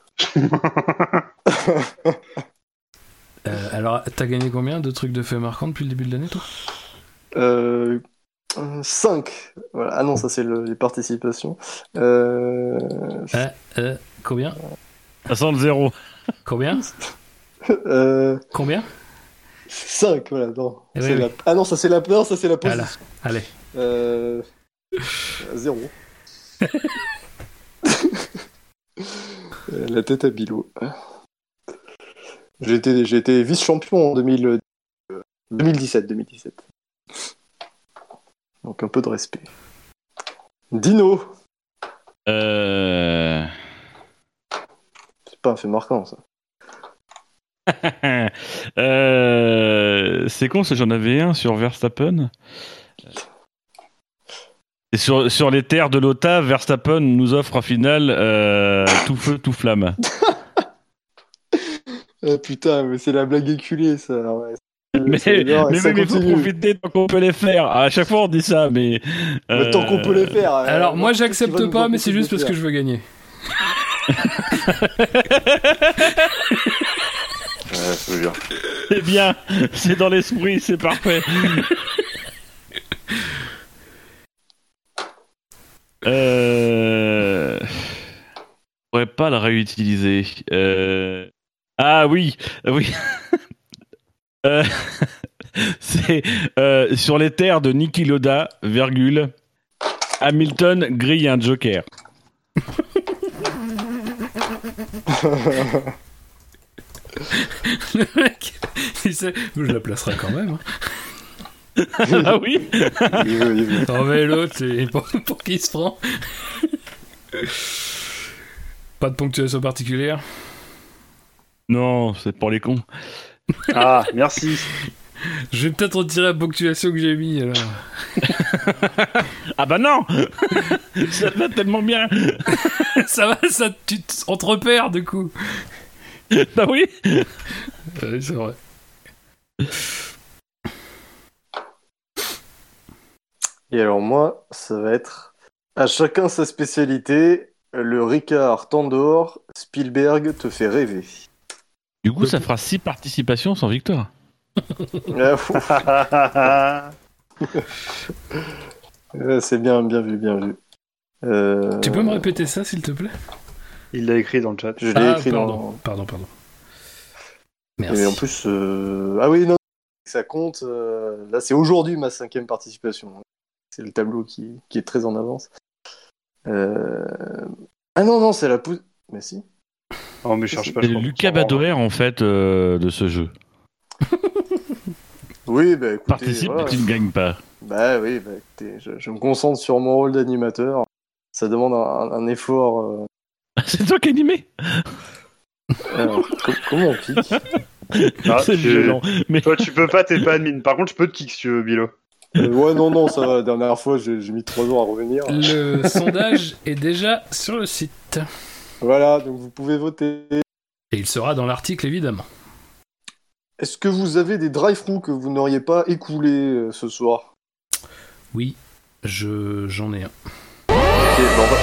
Euh, alors, t'as gagné combien de trucs de faits marquants depuis le début de l'année, toi? Euh, cinq. Voilà. Ah non, ça c'est le, les participations. Euh... Euh, euh, combien? Ça sent le zéro. Combien? euh... Combien? cinq, voilà. Non. Eh C'est oui, la... oui. Ah non, ça c'est la, non, ça, c'est la position. Voilà. Allez. Euh... Zéro. La tête à Bilo. J'ai été, j'ai été vice-champion en deux mille... deux mille dix-sept. deux mille dix-sept. Donc un peu de respect. Dino. Euh... C'est pas un fait marquant, ça. euh... C'est con, ça, j'en avais un sur Verstappen. Et sur, sur les terres de l'O T A, Verstappen nous offre en finale euh, tout feu, tout flamme. Ah, putain, mais c'est la blague éculée, ça. Ouais. Mais, Ça adore, mais, ça mais il faut continue. profiter tant qu'on peut les faire. À chaque fois, on dit ça, mais. Mais tant qu'on peut les faire. euh, Alors, moi, qu'est-ce qu'il va j'accepte nous pas, mais c'est empêcher juste de parce faire que je veux gagner. Ouais, c'est bien. C'est bien, c'est dans l'esprit, c'est parfait. euh... Je pourrais pas le réutiliser. Euh... Ah oui, oui. euh... C'est euh, sur les terres de Niki Lauda, virgule, Hamilton grille un joker. Le mec, il sait... Je la placerai quand même. Hein. Ah oui. Il veut, il veut. Oh, mais l'autre, c'est pour, pour qui il se prend? Pas de ponctuation particulière? Non, c'est pour les cons. Ah, merci. Je vais peut-être retirer la ponctuation que j'ai mis alors. Ah bah non. Ça va tellement bien. Ça va, ça, tu t- on te repère du coup. Bah oui. Oui, c'est vrai. Et alors moi, ça va être à chacun sa spécialité. le Ricard Tandor, Spielberg te fait rêver. Du coup, ça fera six participations sans victoire. C'est bien, bien vu, bien vu. Euh... Tu peux me répéter ça, s'il te plaît ? Il l'a écrit dans le chat. Je l'ai ah, écrit pardon, dans... pardon, pardon. Merci. Et en plus, euh... ah oui, non, ça compte. Euh... Là, c'est aujourd'hui ma cinquième participation. C'est le tableau qui, qui est très en avance. Euh... Ah non, non, c'est la pousse. Mais si. Oh, mais cherche pas. C'est Lucas Badoer, en fait, euh, de ce jeu. Oui, bah écoutez. Participe, voilà. mais tu ne gagnes pas. Bah oui, bah écoutez, je, je me concentre sur mon rôle d'animateur. Ça demande un, un effort. Euh... C'est toi qui animé. Alors, co- comment on pique? Ah, C'est tu... violent. Mais... Toi, tu peux pas, t'es pas admin. Par contre, je peux te kick si tu veux, Bilo. euh, Ouais, non, non, ça va. La dernière fois, j'ai, j'ai mis trois jours à revenir. Le sondage est déjà sur le site. Voilà, donc vous pouvez voter. Et il sera dans l'article, évidemment. Est-ce que vous avez des drive-thru que vous n'auriez pas écoulés euh, ce soir? Oui, je, j'en ai un. Ok, bon, on va...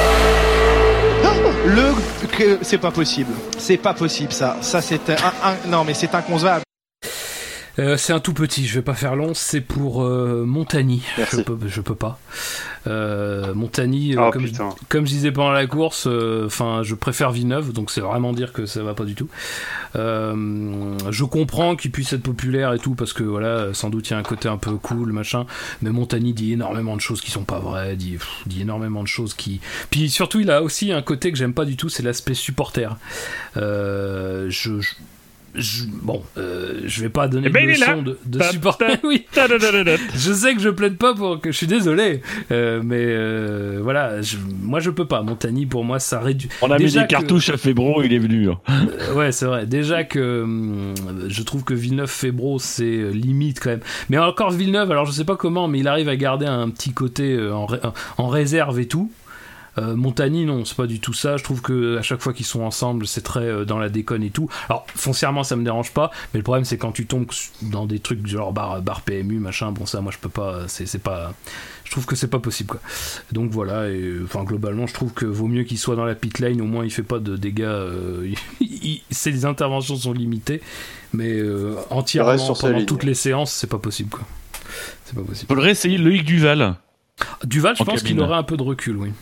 Le que c'est pas possible. C'est pas possible ça. Ça c'est un, un... non mais c'est inconcevable. Euh, c'est un tout petit, je vais pas faire long, c'est pour euh, Montagny. Merci. Je peux, je peux pas. Euh, Montagny, Oh, euh, comme, je, putain. comme je disais pendant la course, enfin, euh, je préfère Villeneuve, donc c'est vraiment dire que ça va pas du tout. Euh, je comprends qu'il puisse être populaire et tout, parce que voilà, sans doute il y a un côté un peu cool, machin. Mais Montagny dit énormément de choses qui sont pas vraies, dit, pff, dit énormément de choses qui. Puis surtout, il a aussi un côté que j'aime pas du tout, c'est l'aspect supporter. Euh, je. je Je, bon, euh, je vais pas donner Eh ben, de il est là. leçon de, de supporter. Oui. Je sais que je plaide pas pour que je suis désolé, euh, mais euh, voilà, je, moi je peux pas. Montagny pour moi ça réduit. On a Déjà mis des que- cartouches à Fébro, il est venu. hein. Euh, ouais, c'est vrai. Déjà que hum, je trouve que Villeneuve-Fébro c'est euh, limite quand même. Mais encore Villeneuve, alors je sais pas comment, mais il arrive à garder un petit côté euh, en, ré- en réserve et tout. Euh, Montagny, non, c'est pas du tout ça. Je trouve que à chaque fois qu'ils sont ensemble, c'est très euh, dans la déconne et tout. Alors foncièrement, ça me dérange pas, mais le problème c'est quand tu tombes dans des trucs genre bar, bar P M U, machin. Bon, ça, moi, je peux pas. C'est, c'est pas. Je trouve que c'est pas possible, quoi. Donc voilà. Et enfin, globalement, je trouve que vaut mieux qu'il soit dans la pit lane. Au moins, il fait pas de dégâts. Euh, il, il, ses interventions sont limitées, mais euh, entièrement reste sur sa pendant ligne. toutes les séances, c'est pas possible, quoi. C'est pas possible. Faudrait essayer Loïc Duval. Duval, je En pense cabine. qu'il aurait un peu de recul, oui.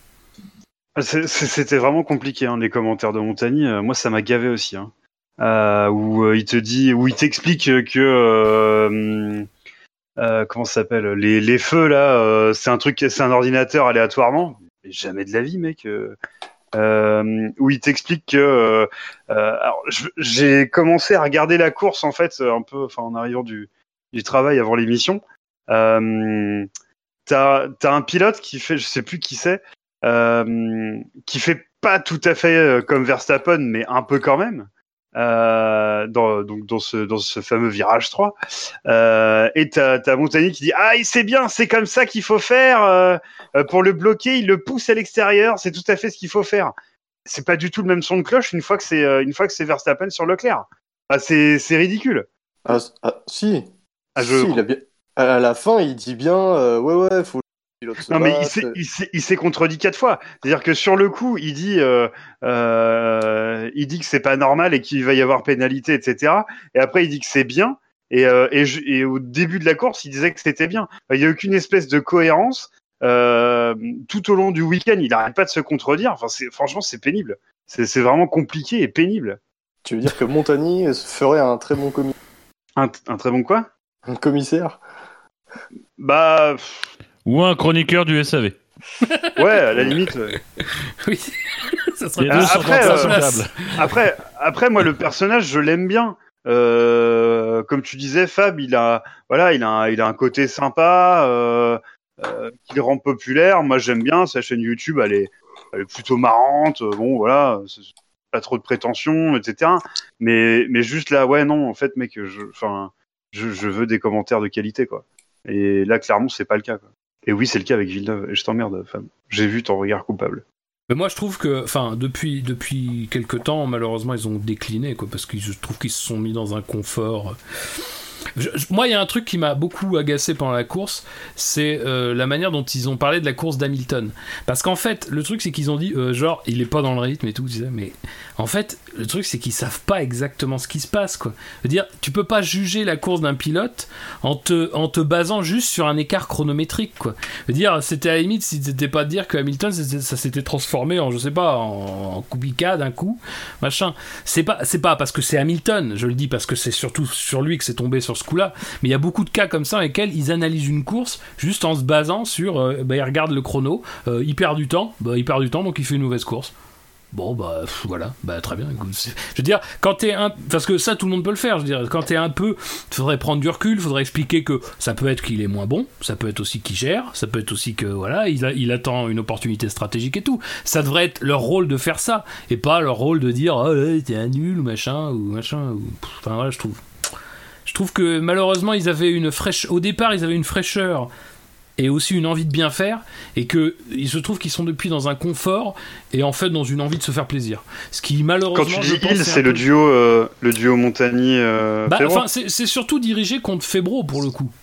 C'est- c'est- C'était vraiment compliqué, hein, les commentaires de Montagny. Euh, moi, ça m'a gavé aussi. Hein. Euh, où euh, il te dit, où il t'explique que euh, euh, comment ça s'appelle, les, les feux là, euh, c'est un truc, c'est un ordinateur aléatoirement. Mais jamais de la vie, mec. Euh, euh, où il t'explique que, euh, euh, alors, je- j'ai commencé à regarder la course en fait, un peu, enfin en arrivant du, du travail avant l'émission. Euh, t'as, t'as un pilote qui fait, je sais plus qui c'est. Euh, qui fait pas tout à fait euh, comme Verstappen, mais un peu quand même, euh, dans, donc dans ce, dans ce fameux virage trois. Euh, et t'as, t'as Montagny qui dit « Ah, c'est bien, c'est comme ça qu'il faut faire. Euh, pour le bloquer, il le pousse à l'extérieur, c'est tout à fait ce qu'il faut faire. » C'est pas du tout le même son de cloche une fois que c'est, euh, une fois que c'est Verstappen sur Leclerc. Ah, c'est, c'est ridicule. Ah, ah, si. Ah, je- Si, il a bien... À la fin, il dit bien euh, ouais, ouais, faut. Pilote se Non mais il batte. s'est, il, s'est, il s'est contredit quatre fois. C'est-à-dire que sur le coup, il dit, euh, euh, il dit que c'est pas normal et qu'il va y avoir pénalité, et cetera. Et après, il dit que c'est bien. Et, euh, et, je, et au début de la course, il disait que c'était bien. Il y a aucune espèce de cohérence. Euh, tout au long du week-end, il n'arrête pas de se contredire. Enfin, c'est, franchement, c'est pénible. C'est, c'est vraiment compliqué et pénible. Tu veux dire que Montagny ferait un très bon commi- Un, un très bon quoi? un commissaire? Bah, pff, Ou un chroniqueur du S A V. ouais, à la limite. ouais. Oui, ça serait Il y a Ah, deux après, cent euh, sur table. Après, après, moi, le personnage, je l'aime bien. Euh, comme tu disais, Fab, il a, voilà, il a, un, il a un côté sympa, euh, euh, qui le rend populaire. Moi, j'aime bien sa chaîne YouTube. Elle est, elle est plutôt marrante. Bon, voilà, c'est pas trop de prétention, et cetera. Mais, mais juste là, ouais, non, en fait, mec, je, enfin, je, je veux des commentaires de qualité, quoi. Et là, clairement, c'est pas le cas, quoi. Et oui, c'est le cas avec Villeneuve. Et je t'emmerde, Fab. J'ai vu ton regard coupable. Mais moi je trouve que, enfin, depuis, depuis quelques temps, malheureusement, ils ont décliné, quoi, parce que je trouve qu'ils se sont mis dans un confort Je, je, moi, il y a un truc qui m'a beaucoup agacé pendant la course, c'est euh, la manière dont ils ont parlé de la course d'Hamilton. Parce qu'en fait, le truc, c'est qu'ils ont dit, euh, genre, il est pas dans le rythme et tout, tu sais, mais en fait, le truc, c'est qu'ils savent pas exactement ce qui se passe, quoi. Je veux dire, tu peux pas juger la course d'un pilote en te, en te basant juste sur un écart chronométrique, quoi. Je veux dire, c'était à la limite si c'était pas de dire que Hamilton, ça s'était transformé en, je sais pas, en, en Kubica d'un coup, machin. C'est pas, c'est pas parce que c'est Hamilton, je le dis parce que c'est surtout sur lui que c'est tombé sur ce coup-là, mais il y a beaucoup de cas comme ça dans lesquels ils analysent une course juste en se basant sur euh, bah, ils regardent le chrono, euh, il perd du temps, bah, il perd du temps donc il fait une mauvaise course. Bon bah pff, voilà, bah très bien. Je veux dire, quand t'es un, parce que ça tout le monde peut le faire. Je veux dire, quand t'es un peu, faudrait prendre du recul, faudrait expliquer que ça peut être qu'il est moins bon, ça peut être aussi qu'il gère, ça peut être aussi que voilà, il, a, il attend une opportunité stratégique et tout. Ça devrait être leur rôle de faire ça et pas leur rôle de dire oh là, t'es un nul ou machin ou machin. Ou... Enfin voilà, je trouve. Je trouve que malheureusement ils avaient une fraîche, au départ ils avaient une fraîcheur et aussi une envie de bien faire, et que il se trouve qu'ils sont depuis dans un confort et en fait dans une envie de se faire plaisir. Ce qui malheureusement, quand tu dis je pense, il, c'est, c'est le peu... duo, euh, le duo Montagny. Euh, bah, enfin, c'est, c'est surtout dirigé contre Febro pour le coup.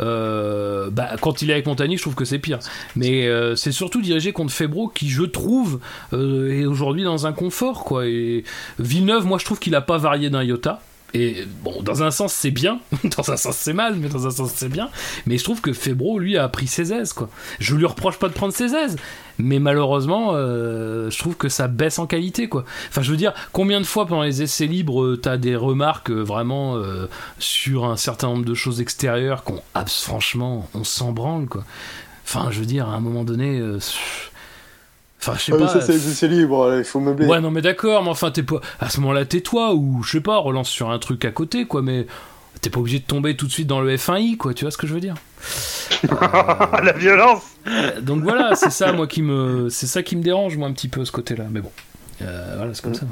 Euh, bah, quand il est avec Montagny, je trouve que c'est pire. Mais euh, c'est surtout dirigé contre Febro qui, je trouve, euh, est aujourd'hui dans un confort, quoi. Et Villeneuve, moi, je trouve qu'il a pas varié d'un iota. Et bon, dans un sens c'est bien, dans un sens c'est mal, mais dans un sens c'est bien. Mais je trouve que Febro, lui, a pris ses aises, quoi. Je lui reproche pas de prendre ses aises, mais malheureusement, euh, je trouve que ça baisse en qualité, quoi. Enfin, je veux dire, combien de fois pendant les essais libres, t'as des remarques euh, vraiment euh, sur un certain nombre de choses extérieures qu'on, ah, franchement, on s'en branle, quoi. Enfin, je veux dire, à un moment donné. Euh, Enfin, je sais ah, pas. Ça, c'est, c'est libre, il faut meubler. Ouais, non, mais d'accord, mais enfin, t'es pas. À ce moment-là, tais-toi, ou je sais pas, relance sur un truc à côté, quoi, mais t'es pas obligé de tomber tout de suite dans le F un I, quoi, tu vois ce que je veux dire. euh... La violence. Donc voilà, c'est ça, moi, qui me. C'est ça qui me dérange, moi, un petit peu, ce côté-là, mais bon. Euh, voilà, c'est comme ça.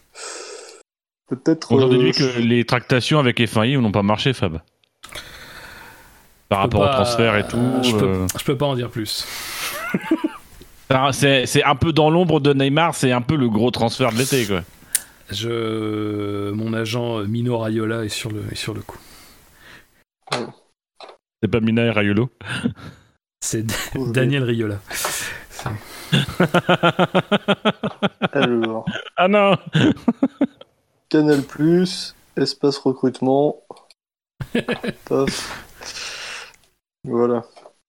Peut-être. On en euh, déduit que les tractations avec F un I n'ont pas marché, Fab. Par rapport pas... au transfert et tout. Euh, je, peux... Euh... je peux pas en dire plus. C'est, c'est un peu dans l'ombre de Neymar, c'est un peu le gros transfert de l'été, quoi. Je... Mon agent Mino Raiola est sur le, est sur le coup. C'est pas Mina et Raiolo. C'est D- Daniel Riola. Alors. Ah non. Canal plus, espace recrutement. Paf. Voilà.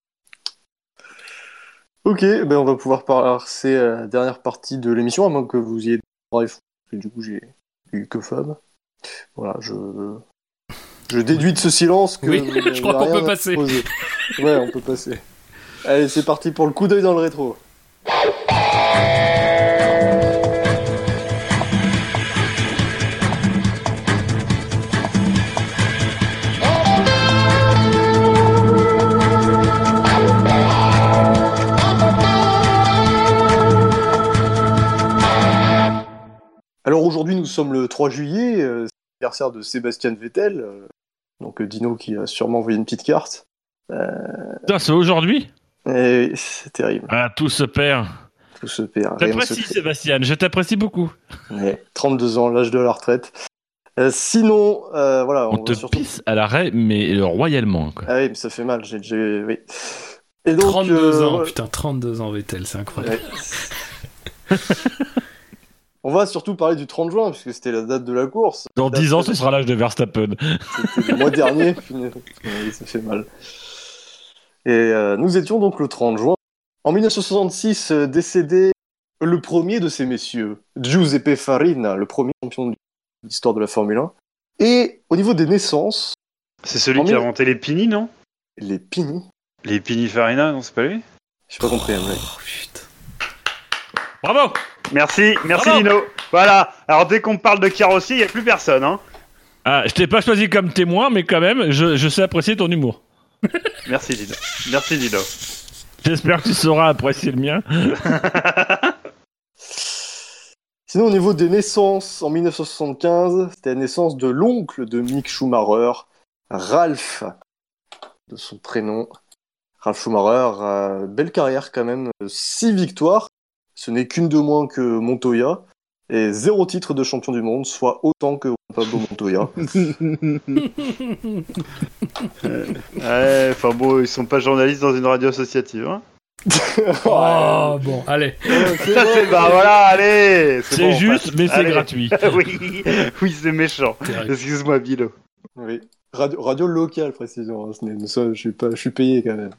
Ok, ben on va pouvoir passer à la dernière partie de l'émission, à moins que vous y ayez bref, parce que du coup j'ai eu que Fab. Voilà, je je déduis de ce silence que oui, je crois qu'on peut passer. Poser. Ouais, on peut passer. Allez, c'est parti pour le coup d'œil dans le rétro. Alors aujourd'hui, nous sommes le trois juillet, euh, c'est l'anniversaire de Sébastien Vettel, euh, donc euh, Dino qui a sûrement envoyé une petite carte. Euh... Putain, c'est aujourd'hui ? Et c'est terrible. Ah, tout se perd. Tout se perd. J'apprécie Sébastien, je t'apprécie beaucoup. Ouais, trente-deux ans, l'âge de la retraite. Euh, sinon, euh, voilà. On, on te surtout... pisse à l'arrêt, mais royalement, quoi. Ah oui, mais ça fait mal, j'ai, j'ai... oui. Et donc, trente-deux euh, ans, ouais. Putain, trente-deux ans Vettel, c'est incroyable. Ouais. On va surtout parler du trente juin, puisque c'était la date de la course. Dans dix ans, ce sera l'âge de Verstappen. C'était le mois dernier, oui, ça fait mal. Et euh, nous étions donc le trente juin. En dix-neuf cent soixante-six, euh, décédé le premier de ces messieurs, Giuseppe Farina, le premier champion de l'histoire de la Formule un. Et au niveau des naissances... C'est celui qui a inventé les Pini, non ? Les Pini ? Les Pini Farina, non, c'est pas lui ? J'ai pas compris, mec. Oh, putain. Bravo ! Merci, merci Bravo. Lino. Voilà, alors dès qu'on parle de carrosserie, il n'y a plus personne. Hein. Ah, je t'ai pas choisi comme témoin, mais quand même, je, je sais apprécier ton humour. Merci Lino. Merci Lino. J'espère que tu sauras apprécier le mien. Sinon, au niveau des naissances, en dix-neuf cent soixante-quinze, c'était la naissance de l'oncle de Mick Schumacher, Ralph, de son prénom. Ralph Schumacher, euh, belle carrière quand même, six victoires. Ce n'est qu'une de moins que Montoya. et zéro titre de champion du monde, soit autant que Pablo Montoya. Ouais, enfin bon, ils sont pas journalistes dans une radio associative. Hein. Oh, bon, allez. C'est bon, bah voilà, allez. C'est bon, juste, passe. mais c'est Allez. gratuit. oui, oui, c'est méchant. Excuse-moi, Bilo. Oui. Radio, radio locale, précisément. Hein, ce n'est- ça, je suis pas, je suis payé quand même.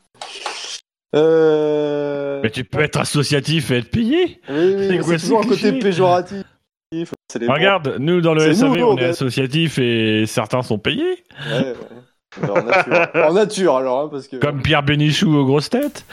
Euh... Mais tu peux être associatif et être payé. Oui, oui, C'est mais quoi c'est ce toujours un côté cliché péjoratif. Ça dépend. Regarde, nous dans le C'est S A V, nous, on on est est- associatif et certains sont payés. Ouais, ouais. Alors, en nature, en nature alors, hein, parce que. Comme Pierre Bénichou aux grosses têtes.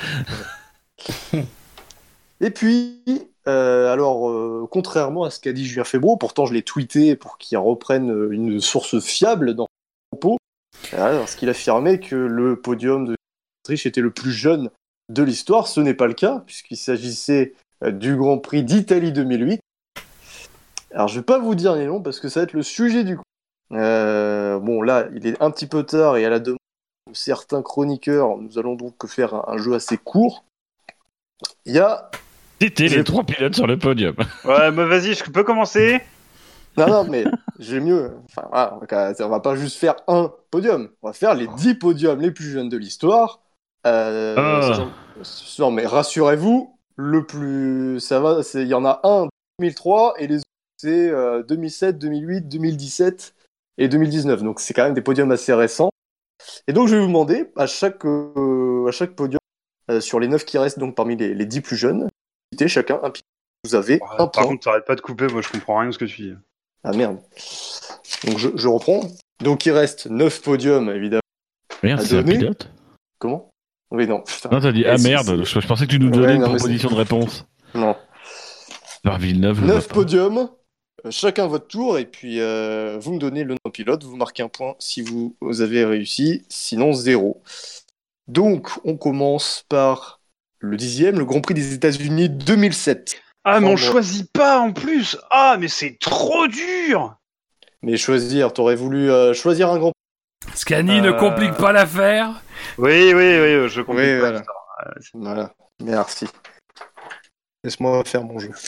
Et puis, euh, alors, euh, contrairement à ce qu'a dit Julien Febvre, pourtant je l'ai tweeté pour qu'il reprenne euh, une source fiable dans son propos, euh, lorsqu'il affirmait que le podium de Autriche était le plus jeune de l'histoire, ce n'est pas le cas, puisqu'il s'agissait euh, du Grand Prix d'Italie deux mille huit. Alors, je vais pas vous dire les noms parce que ça va être le sujet du coup. Euh, bon, là, il est un petit peu tard et à la demande de certains chroniqueurs, nous allons donc faire un, un jeu assez court. Il y a C'était J'ai- les trois pilotes sur le podium. Ouais, bah vas-y, je peux commencer. Non, non, mais j'ai mieux. Enfin, voilà, on va- on va pas juste faire un podium. On va faire les dix podiums les plus jeunes de l'histoire. Euh, Ah. sachant- Non, mais rassurez-vous, le plus. Ça va, c'est- il y en a un en deux mille trois et les autres, c'est euh, deux mille sept, deux mille huit, deux mille dix-sept et deux mille dix-neuf. Donc, c'est quand même des podiums assez récents. Et donc, je vais vous demander, à chaque, euh, à chaque podium, euh, sur les neuf qui restent, donc parmi les, les dix plus jeunes, citez chacun un pilote. Vous avez Ouais, un par point. contre, t'arrêtes pas de couper, moi je comprends rien de ce que tu dis. Ah merde. Donc je, je reprends. Donc il reste neuf podiums, évidemment. Merde, À c'est un donner. pilote. Comment? Oui, non. Putain. Non, t'as dit Eh, ah si, merde. si. Je, je pensais que tu nous Ouais, donnais une non, mais proposition de réponse. Non. Par Villeneuve. je neuf vois pas. podiums, euh, chacun votre tour, et puis euh, vous me donnez le nom de pilote, vous marquez un point si vous, vous avez réussi, sinon zéro. Donc on commence par le dixième, le Grand Prix des États-Unis deux mille sept. Ah, mais on bon. choisit pas en plus. Ah, mais c'est trop dur. Mais choisir, t'aurais voulu euh, choisir un Grand Prix. Scani ne Euh. complique pas l'affaire. Oui, oui, oui, je comprends. Oui, voilà. Voilà, merci. Laisse-moi faire mon jeu.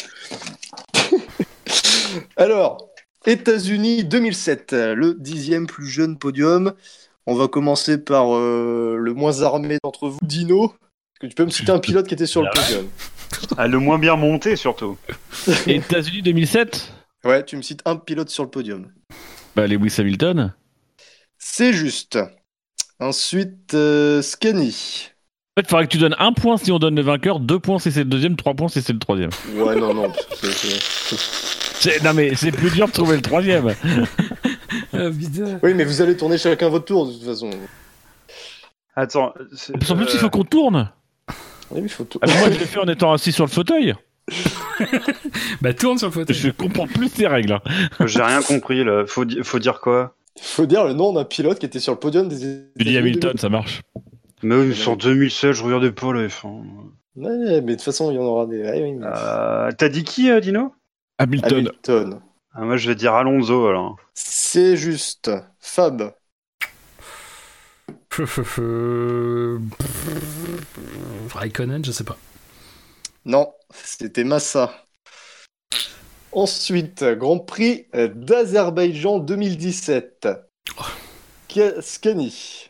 Alors, États-Unis deux mille sept, le dixième plus jeune podium. On va commencer par euh, le moins armé d'entre vous, Dino. Est-ce que tu peux me citer un pilote qui était sur le podium? Ah, le moins bien monté surtout. États-Unis deux mille sept. Ouais, tu me cites un pilote sur le podium. Bah Lewis Hamilton. C'est juste. Ensuite, euh, Scani. En fait, il faudrait que tu donnes un point si on donne le vainqueur, deux points si c'est le deuxième, trois points si c'est le troisième. Ouais, non, non. c'est- c'est- C'est- Non mais c'est plus dur de trouver le troisième. Ah, putain. Oui, mais vous allez tourner chacun votre tour, de toute façon. Attends. c'est- En plus, il euh, faut qu'on tourne. Oui, il faut tout. Ah, mais moi, je l'ai fait en étant assis sur le fauteuil. Bah, tourne sur le fauteuil. Je comprends plus ces règles. hein. J'ai rien compris là. Faut, di- faut dire quoi? Faut dire le nom d'un pilote qui était sur le podium des États-Unis. Tu dis Hamilton, ça marche. Mais oui, sur deux mille sept, je regardais pas la F un. Ouais, mais de toute façon, il y en aura des. Ouais, oui, mais- Euh, T'as dit qui, euh, Dino? Hamilton. Hamilton. Ah, moi, je vais dire Alonso alors. C'est juste. Fab. Raikkonen, je sais pas. Non, c'était Massa. Ensuite, Grand Prix d'Azerbaïdjan deux mille dix-sept. Ke- Scani.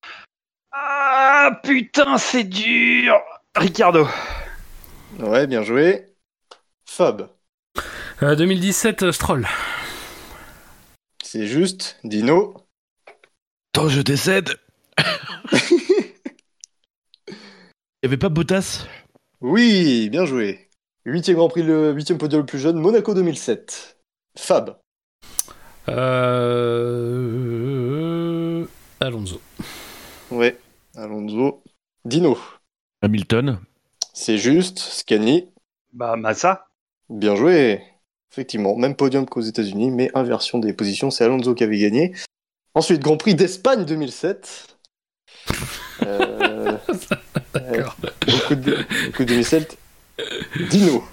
Ah putain, c'est dur. Ricardo. Ouais, bien joué. Fab. Euh, deux mille dix-sept, euh, Stroll. C'est juste. Dino. Attends, je décède. Il y avait pas Bottas? Oui, bien joué. Huitième Grand Prix, le huitième podium le plus jeune, Monaco deux mille sept. Fab. Euh... Alonso. Ouais, Alonso. Dino. Hamilton. C'est juste. Scani. Bah, Massa. Bien joué. Effectivement, même podium qu'aux États-Unis, mais inversion des positions, c'est Alonso qui avait gagné. Ensuite, Grand Prix d'Espagne deux mille sept. Euh... D'accord. euh, beaucoup, de... beaucoup de deux mille sept. Dino.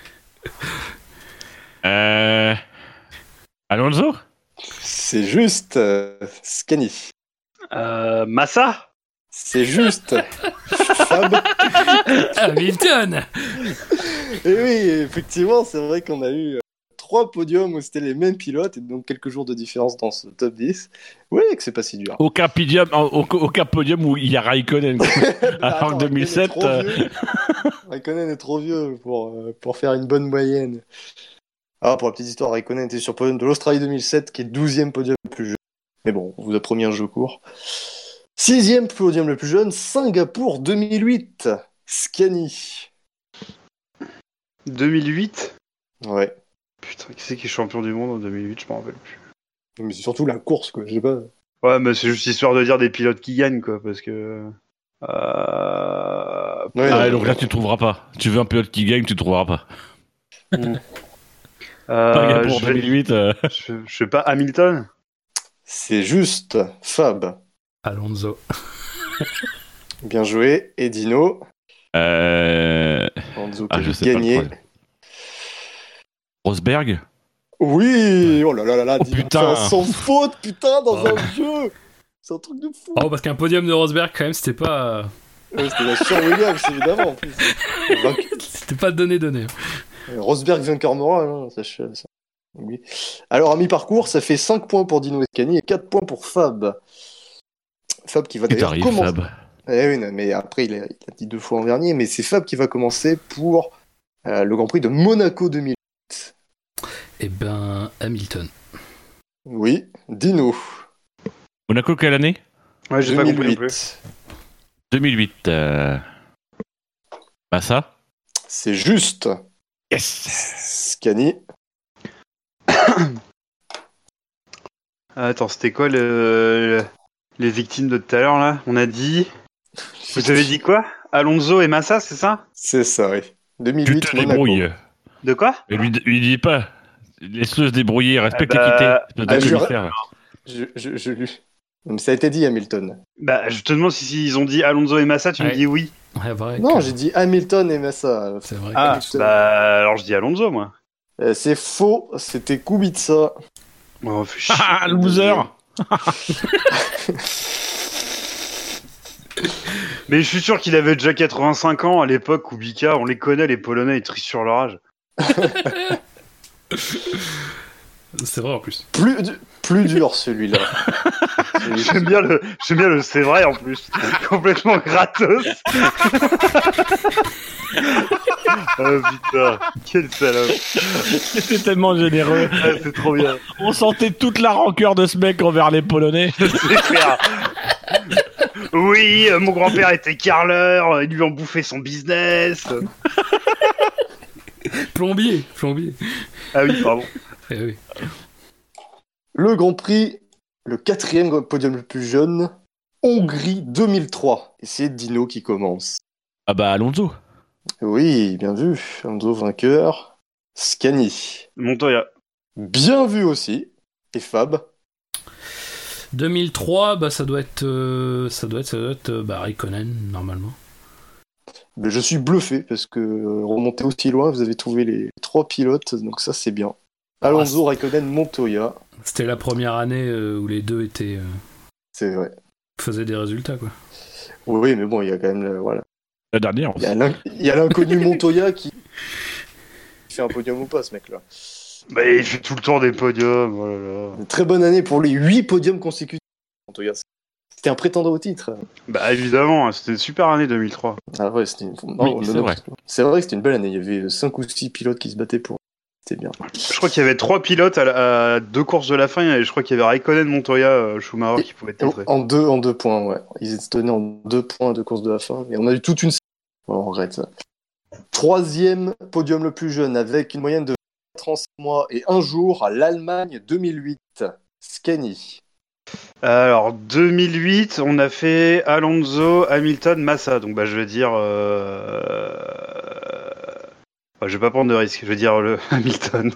Euh... Alonso. C'est juste. euh, Scani. Euh, Massa. C'est juste. Fab. Hamilton. Et oui, effectivement, c'est vrai qu'on a eu euh, trois podiums où c'était les mêmes pilotes et donc quelques jours de différence dans ce top dix. Oui, que c'est pas si dur. Aucun podium, aucun, aucun podium où il y a Raikkonen. Alors que deux mille sept. Euh... Raikkonen est trop vieux pour, euh, pour faire une bonne moyenne. Ah, pour la petite histoire, Raikkonen était sur le podium de l'Australie deux mille sept, qui est douzième podium le plus jeune. Mais bon, on vous a promis un jeu court. Sixième podium le plus jeune, Singapour deux mille huit. Scani. deux mille huit Ouais. Putain, qui c'est qui est champion du monde en deux mille huit? Je m'en rappelle plus. Mais c'est surtout la course, quoi. Je sais pas. Ouais, mais c'est juste histoire de dire des pilotes qui gagnent, quoi, parce que. Euh... Ouais, Ah, ouais, donc ouais. là, tu trouveras pas. Tu veux un pilote qui gagne, tu trouveras pas. Euh, Singapour je, vais... deux mille huit. Euh... je... je sais pas, Hamilton. C'est juste. Fab. Alonso. Bien joué. Et Dino. Euh... Alonso qui Ah, a je sais pas le gagné. problème. Rosberg. Oui. Oh là là là là. Oh, Dino putain. fait un sans faute, putain, dans Oh. un jeu. C'est un truc de fou. Oh, parce qu'un podium de Rosberg, quand même, c'était pas. Ouais, c'était la sur Williams, évidemment, en plus. C'était pas donné-donné. Rosberg vainqueur moral, hein, ça, ça. Oui. Alors, à mi-parcours, ça fait cinq points pour Dino et Scani et quatre points pour Fab. Fab qui va Et d'ailleurs t'arrives, commencer. Fab. Eh oui, non, mais après, il a, il a dit deux fois en dernier, mais c'est Fab qui va commencer pour euh, le Grand Prix de Monaco deux mille huit. Eh ben, Hamilton. Oui, Dino. Monaco, quelle année? Ouais, j'ai pas compris non plus. deux mille huit. Euh... Massa. C'est juste. Yes. Scani. Ah, attends, c'était quoi le... le- les victimes de tout à l'heure, là? On a dit... Vous avez dit quoi? Alonso et Massa, c'est ça? C'est ça, oui. deux mille Tu huit, te Monaco. débrouilles. De quoi? Et lui, lui dis pas. Laisse-le se débrouiller, respecte Ah bah, l'équité. ah, Je je- vais faire. Je, je, je lui... Mais ça a été dit, Hamilton. Bah, je te demande si, si ils ont dit Alonso et Massa, tu Ouais. me dis oui. Ouais, vrai. Non, que- j'ai dit Hamilton et Massa. C'est vrai. Ah, Hamilton. bah, alors je dis Alonso, moi. Euh, c'est faux, c'était Kubica. Oh, fais chier. Ah, loser. Mais je suis sûr qu'il avait déjà quatre-vingt-cinq ans à l'époque, Kubica, on les connaît, les Polonais, ils trient sur leur âge. C'est vrai en plus. Plus, du- plus dur celui-là. Celui- J'aime bien le, j'aime bien le c'est vrai en plus. Complètement gratos. Oh putain, quel salope. C'était tellement généreux. Ah, c'est trop bien. On sentait toute la rancœur de ce mec envers les Polonais. C'est clair. Oui, euh, mon grand-père était carleur, ils lui ont bouffé son business. Plombier. Plombier. Ah oui, pardon. Eh oui. Le Grand Prix, le quatrième podium le plus jeune, Hongrie deux mille trois. Et c'est Dino qui commence. Ah bah Alonso. Oui, bien vu. Alonso vainqueur. Scani. Montoya. Bien vu aussi. Et Fab. deux mille trois, bah ça doit être, euh, ça doit être, ça doit être, euh, bah Raikkonen normalement. Mais je suis bluffé parce que euh, remonter aussi loin, vous avez trouvé les trois pilotes, donc ça c'est bien. Alonso, Raikkonen, Montoya. C'était la première année euh, où les deux étaient, euh, C'est vrai. faisaient des résultats quoi. Oui, mais bon, il y a quand même le- voilà. La dernière. Il y a l'in- il y a l'inconnu Montoya qui fait un podium ou pas, ce mec-là. Bah, il fait tout le tour des podiums. Oh là là. Une très bonne année pour les huit podiums consécutifs. Montoya, c'était un prétendant au titre. Bah évidemment, c'était une super année deux mille trois. Ah ouais, c'était une... Oui, non, c'est non, vrai. C'est vrai que c'était une belle année. Il y avait cinq ou six pilotes qui se battaient pour. C'était bien. Je crois qu'il y avait trois pilotes à, la- à deux courses de la fin, et je crois qu'il y avait Raikkonen, Montoya, euh, Schumacher qui pouvaient être titrés. En deux, en deux points, ouais. Ils étaient tenus en deux points de course de la fin. Et on a eu toute une. Bon, on regrette ça. Troisième podium le plus jeune avec une moyenne de trente-six mois et un jour à l'Allemagne deux mille huit. Scani. Alors deux mille huit, on a fait Alonso, Hamilton, Massa. Donc bah je vais dire, euh... bah, je vais pas prendre de risque. Je vais dire le Hamilton.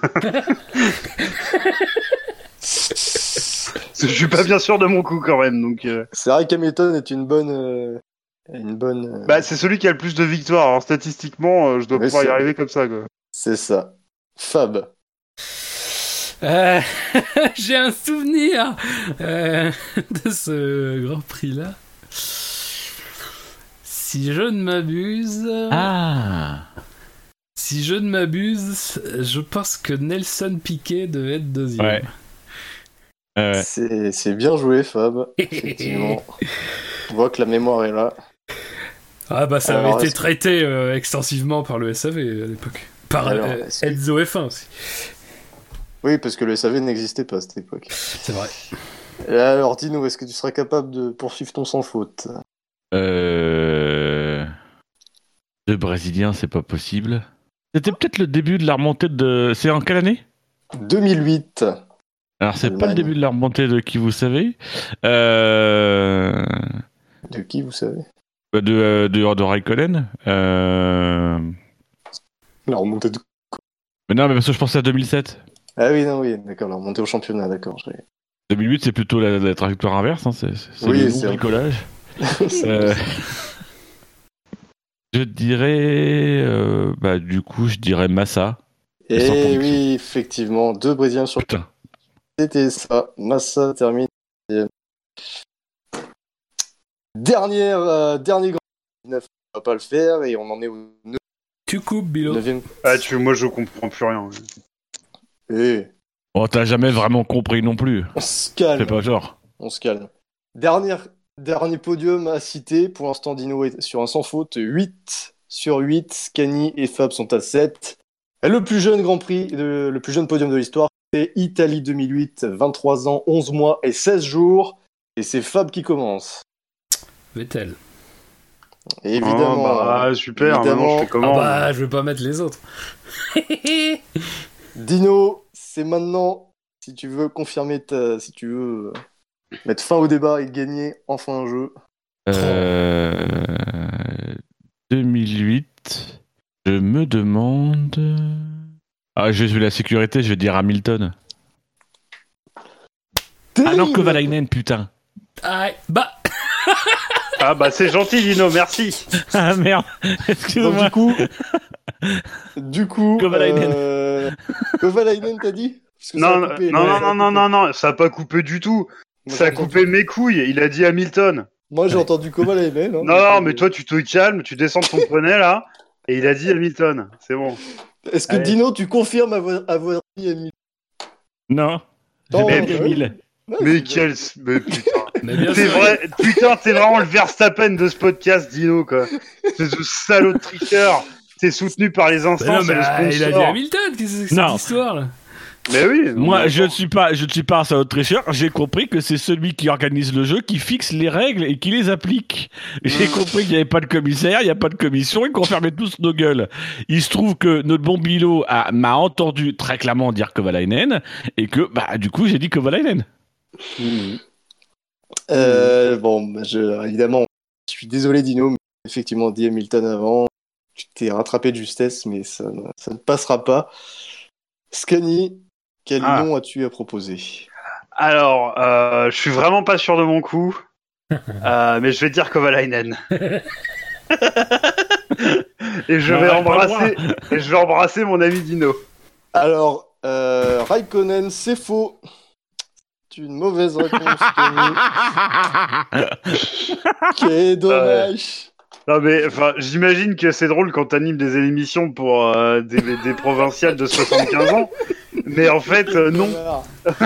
Parce que je suis pas bien sûr de mon coup quand même. Donc euh... C'est vrai qu'Hamilton est une bonne. euh, Une bonne. euh, bah c'est celui qui a le plus de victoires. Alors statistiquement, euh, je dois Mais pouvoir y c'est- arriver comme ça quoi. C'est ça. Fab. Euh, j'ai un souvenir euh, de ce Grand Prix là. Si je ne m'abuse, Ah. si si je ne m'abuse, je pense que Nelson Piquet devait être deuxième. Ouais. Euh... C'est, c'est bien joué, Fab. Effectivement. On voit que la mémoire est là. Ah bah ça Alors, avait été est-ce... traité euh, extensivement par le S A V à l'époque. Par Alors, euh, est-ce... Enzo F un aussi. Oui, parce que le S A V n'existait pas à cette époque. C'est vrai. Et alors, Dino, est-ce que tu seras capable de poursuivre ton sans faute? Euh... De Brésilien, c'est pas possible. C'était peut-être le début de la remontée de... C'est en quelle année? deux mille huit. Alors, c'est Allemagne. pas le début de la remontée de qui vous savez. Euh... De qui, vous savez? De, de, de, de Raikkonen. Euh... La remontée de... Mais non, mais parce que je pensais à deux mille sept. Ah oui, non, oui, d'accord, la remontée au championnat, d'accord. J'ai... deux mille huit, c'est plutôt la, la trajectoire inverse, hein, c'est, c'est oui, le c'est bricolage. euh... Je dirais... Euh, bah, du coup, je dirais Massa. Et oui, effectivement, deux Brésiliens sur... Putain. C'était ça, Massa termine. Dernière, euh, dernier grand neuf, on va pas le faire, et on en est au Tu coupes, Bilo. neuvième. Ah, tu, moi je comprends plus rien. Et Oh, t'as jamais vraiment compris non plus. on se calme. C'est pas genre. On se calme. Dernière, dernier podium à citer. Pour l'instant, Dino est sur un sans faute. huit sur huit. Scani et Fab sont à sept. Et le plus jeune Grand Prix, le, le plus jeune podium de l'histoire, c'est Italie deux mille huit. vingt-trois ans, onze mois et seize jours. Et c'est Fab qui commence. Vettel. Et évidemment. Oh, bah, super, évidemment. maintenant je fais comment? Ah bah, je vais pas mettre les autres. Dino, c'est maintenant. Si tu veux confirmer ta... Si tu veux mettre fin au débat et gagner enfin un jeu. Euh... deux mille huit, je me demande... Ah, j'ai vu la sécurité, je vais dire Hamilton. Ah non, Kovalainen, putain. Ah, bah... Ah bah c'est gentil Dino, merci. Ah merde, excuse-moi. Donc, du coup, du coup, Kovalainen. euh... Kovalainen, t'as dit? Parce que ça Non, a coupé, non, là, non, ça a non, non, coupé. non, non, ça a pas coupé du tout. Moi, Ça a j'ai entendu- coupé mes couilles, il a dit Hamilton. Moi, j'ai entendu Kovalainen. Hein, Non, non, mais toi tu te calmes, tu descends de ton poney là, et il a dit Hamilton, c'est bon. Est-ce que Allez. Dino, tu confirmes avoir, avoir dit Hamilton? Non, j'ai Non, pas ouais. dit Emile. Ouais, Mais c'est quel... Mais putain. Mais bien T'es sûr. vrai... Putain, t'es vraiment le Verstappen de ce podcast, Dino, quoi. C'est ce salaud de tricheur. T'es soutenu par les Bah non, instances mais et les ah, il a dit sponsors. Hamilton, qu'est-ce que c'est que Non. cette histoire là? Mais oui. Moi, mais je ne attends. suis pas, je ne suis pas un salaud de tricheur. J'ai compris que c'est celui qui organise le jeu, qui fixe les règles et qui les applique. J'ai compris qu'il n'y avait pas de commissaire, il n'y a pas de commission, ils qu'on fermait tous nos gueules. Il se trouve que notre bon Bilo a, m'a entendu très clairement dire Kovalainen et que, bah, du coup, j'ai dit Kovalainen. Mhm. Euh, bon, bah, je, évidemment, je suis désolé, Dino, mais effectivement, dit Hamilton avant. Tu t'es rattrapé de justesse, mais ça, ne- ça ne passera pas. Scani, quel Ah. nom as-tu à proposer? Alors, euh, je suis vraiment pas sûr de mon coup, euh, mais je vais dire Kovalainen. Et je Non, vais on a pas le embrasser, et je vais embrasser mon ami Dino. Alors, euh, Raikkonen, c'est faux. C'est une mauvaise réponse, Scani. Quel dommage. Non mais, enfin, j'imagine que c'est drôle quand t'animes des émissions pour euh, des, des provinciales de soixante-quinze ans, mais en fait, euh, non. Connard.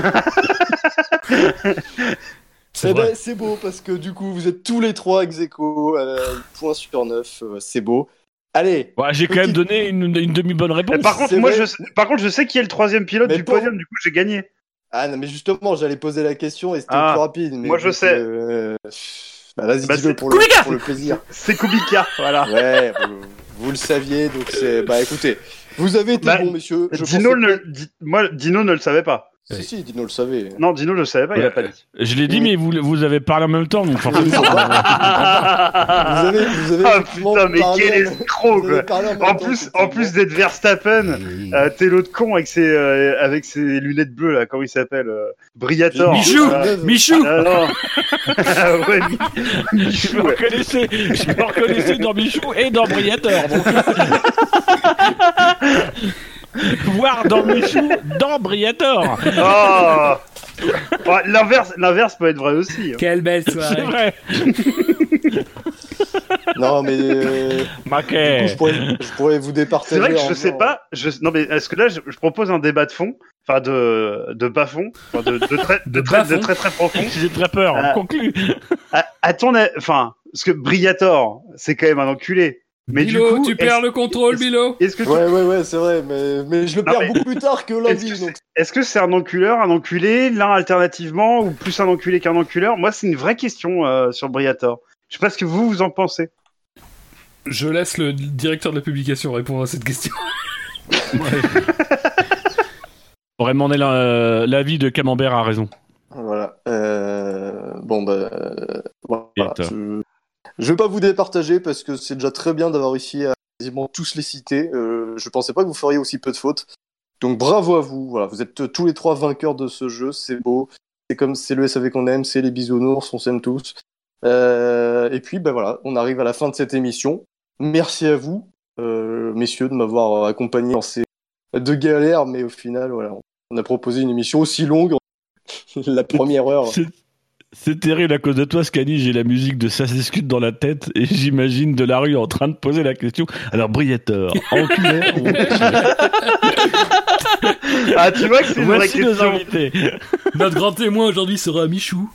C'est Eh vrai. ben, c'est beau parce que du coup, vous êtes tous les trois ex aequo, euh, point sur neuf, euh, c'est beau. Allez, Ouais, j'ai quand même donné une, une demi-bonne réponse. Et par contre, c'est moi, vrai. je, sais- par contre, je sais qui est le troisième pilote Mais du pour- podium, du coup, j'ai gagné. ah non, mais justement, j'allais poser la question et c'était Ah, plus rapide. Mais moi, je vu sais. que, euh, bah, vas-y, Bah, dis-le c'est pour le, Kubica. pour le plaisir. C'est Kubica, voilà. Ouais, vous, vous le saviez, donc c'est. Bah écoutez, vous avez été Bah, bons, messieurs. Je Dino pensais ne, pas- Di- moi, Dino ne le savait pas. Si, si, Dino le savait. Non, Dino ne le savait pas, il a pas dit. Je l'ai dit, mais vous, vous avez parlé en même temps, donc forcément. Vous avez, vous avez Ah effectivement putain, mais parlé quel en- escroc, vous avez quoi. parlé en même En temps, plus, en effectivement. plus d'être Verstappen, euh, t'es l'autre con avec ses, euh, avec ses lunettes bleues, là, comment il s'appelle euh, Briator. Michou Euh, Michou ah, non. Ah ouais, Mi- Je Michou, me ouais. reconnaissais, je me reconnaissais dans Michou et dans Briator. Donc... Voir dans Michou, dans Briator. Oh. Ouais, l'inverse, l'inverse peut être vrai aussi. hein. Quelle belle C'est soirée. vrai. Non, mais euh, du coup, je pourrais, je pourrais vous départager. C'est vrai que je en sais disant- pas. Je... Non, mais est-ce que là, je, je propose un débat de fond, enfin de de bas fond, enfin de, de très De de très, bas-fond. de très très profond. J'ai très peur. Ah. Conclu. À, à ton, a- enfin, parce que Briator, c'est quand même un enculé. Mais Bilo, du coup, tu perds est-ce- le contrôle, est-ce- Bilo. Est-ce que tu- Ouais, ouais, ouais, c'est vrai, mais, mais je le Non, perds mais- beaucoup plus tard que est-ce lundi. que donc... c'est- est-ce que c'est un enculeur, un enculé, l'un alternativement, ou plus un enculé qu'un enculeur? Moi, c'est une vraie question euh, sur Briator. Je sais pas ce que vous vous en pensez. Je laisse le directeur de la publication répondre à cette question. On aurait demandé la- l'avis de Camembert a raison. Voilà. Euh, Bon, bah. euh, Voilà. Et toi Je... je vais pas vous départager parce que c'est déjà très bien d'avoir réussi à quasiment tous les citer. Euh, je pensais pas que vous feriez aussi peu de fautes. Donc bravo à vous. Voilà, vous êtes tous les trois vainqueurs de ce jeu. C'est beau. C'est comme c'est le S A V qu'on aime, c'est les bisounours, on s'aime tous. Euh, Et puis, ben voilà, on arrive à la fin de cette émission. Merci à vous, euh, messieurs, de m'avoir accompagné dans ces deux galères, mais au final, voilà, on a proposé une émission aussi longue. La première heure. C'est- C'est terrible à cause de toi, Scani. J'ai la musique de Ça se discute dans la tête et j'imagine de la rue en train de poser la question. Alors, Briator, enculé ou Ah, tu vois que c'est une vraie Voici nos question. invités. Notre grand témoin aujourd'hui sera Michou.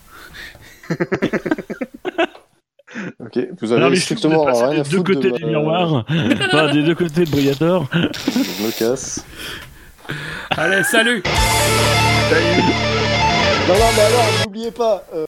Ok, vous avez Alors, les strictement choses, rien à des deux foutre côtés de du ma- miroir, enfin, des deux côtés de Briator. Je me casse. Allez, salut. Non, non, mais alors, n'oubliez pas. euh,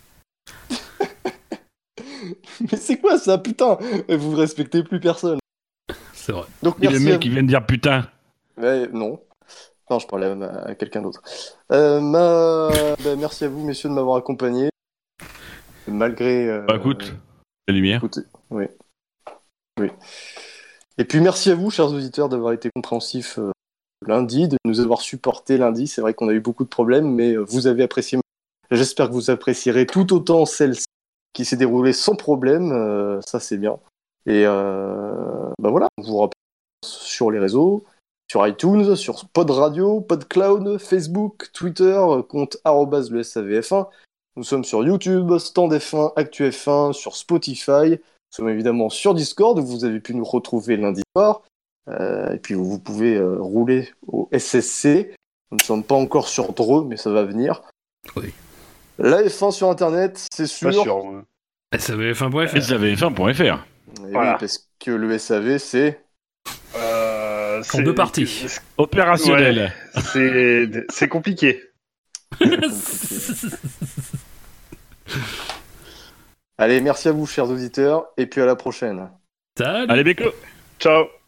mais c'est quoi ça, putain? Vous respectez plus personne. C'est vrai. Donc Et le merci. mec à qui vient de dire putain. vous. Ouais, non. Non, je parlais à, à quelqu'un d'autre. Euh, ma... bah, merci à vous, messieurs, de m'avoir accompagné. Malgré. euh, Bah écoute, la lumière. Écoutez, oui. Oui. Et puis merci à vous, chers auditeurs, d'avoir été compréhensifs euh, lundi, de nous avoir supportés lundi. C'est vrai qu'on a eu beaucoup de problèmes, mais euh, vous avez apprécié. J'espère que vous apprécierez tout autant celle-ci qui s'est déroulée sans problème. Euh, ça, c'est bien. Et euh, bah voilà, on vous rappelle sur les réseaux, sur iTunes, sur Pod Radio, PodCloud, Facebook, Twitter, compte arobase le S A V F un. Nous sommes sur YouTube, Stand F un, Actu F un, sur Spotify. Nous sommes évidemment sur Discord, où vous avez pu nous retrouver lundi soir. Euh, et puis vous pouvez euh, rouler au S S C. Nous ne sommes pas encore sur Dreux, mais ça va venir. Oui. La F un sur Internet, c'est sûr. Pas sûr. ouais. S A V F un point F R. S A V F un point F R. Et Voilà. oui, parce que le S A V, c'est... Euh, En c'est- deux parties. Opérationnel. C'est c'est compliqué. Allez, merci à vous, chers auditeurs, et puis à la prochaine. Salut. Allez, Beko. Ciao.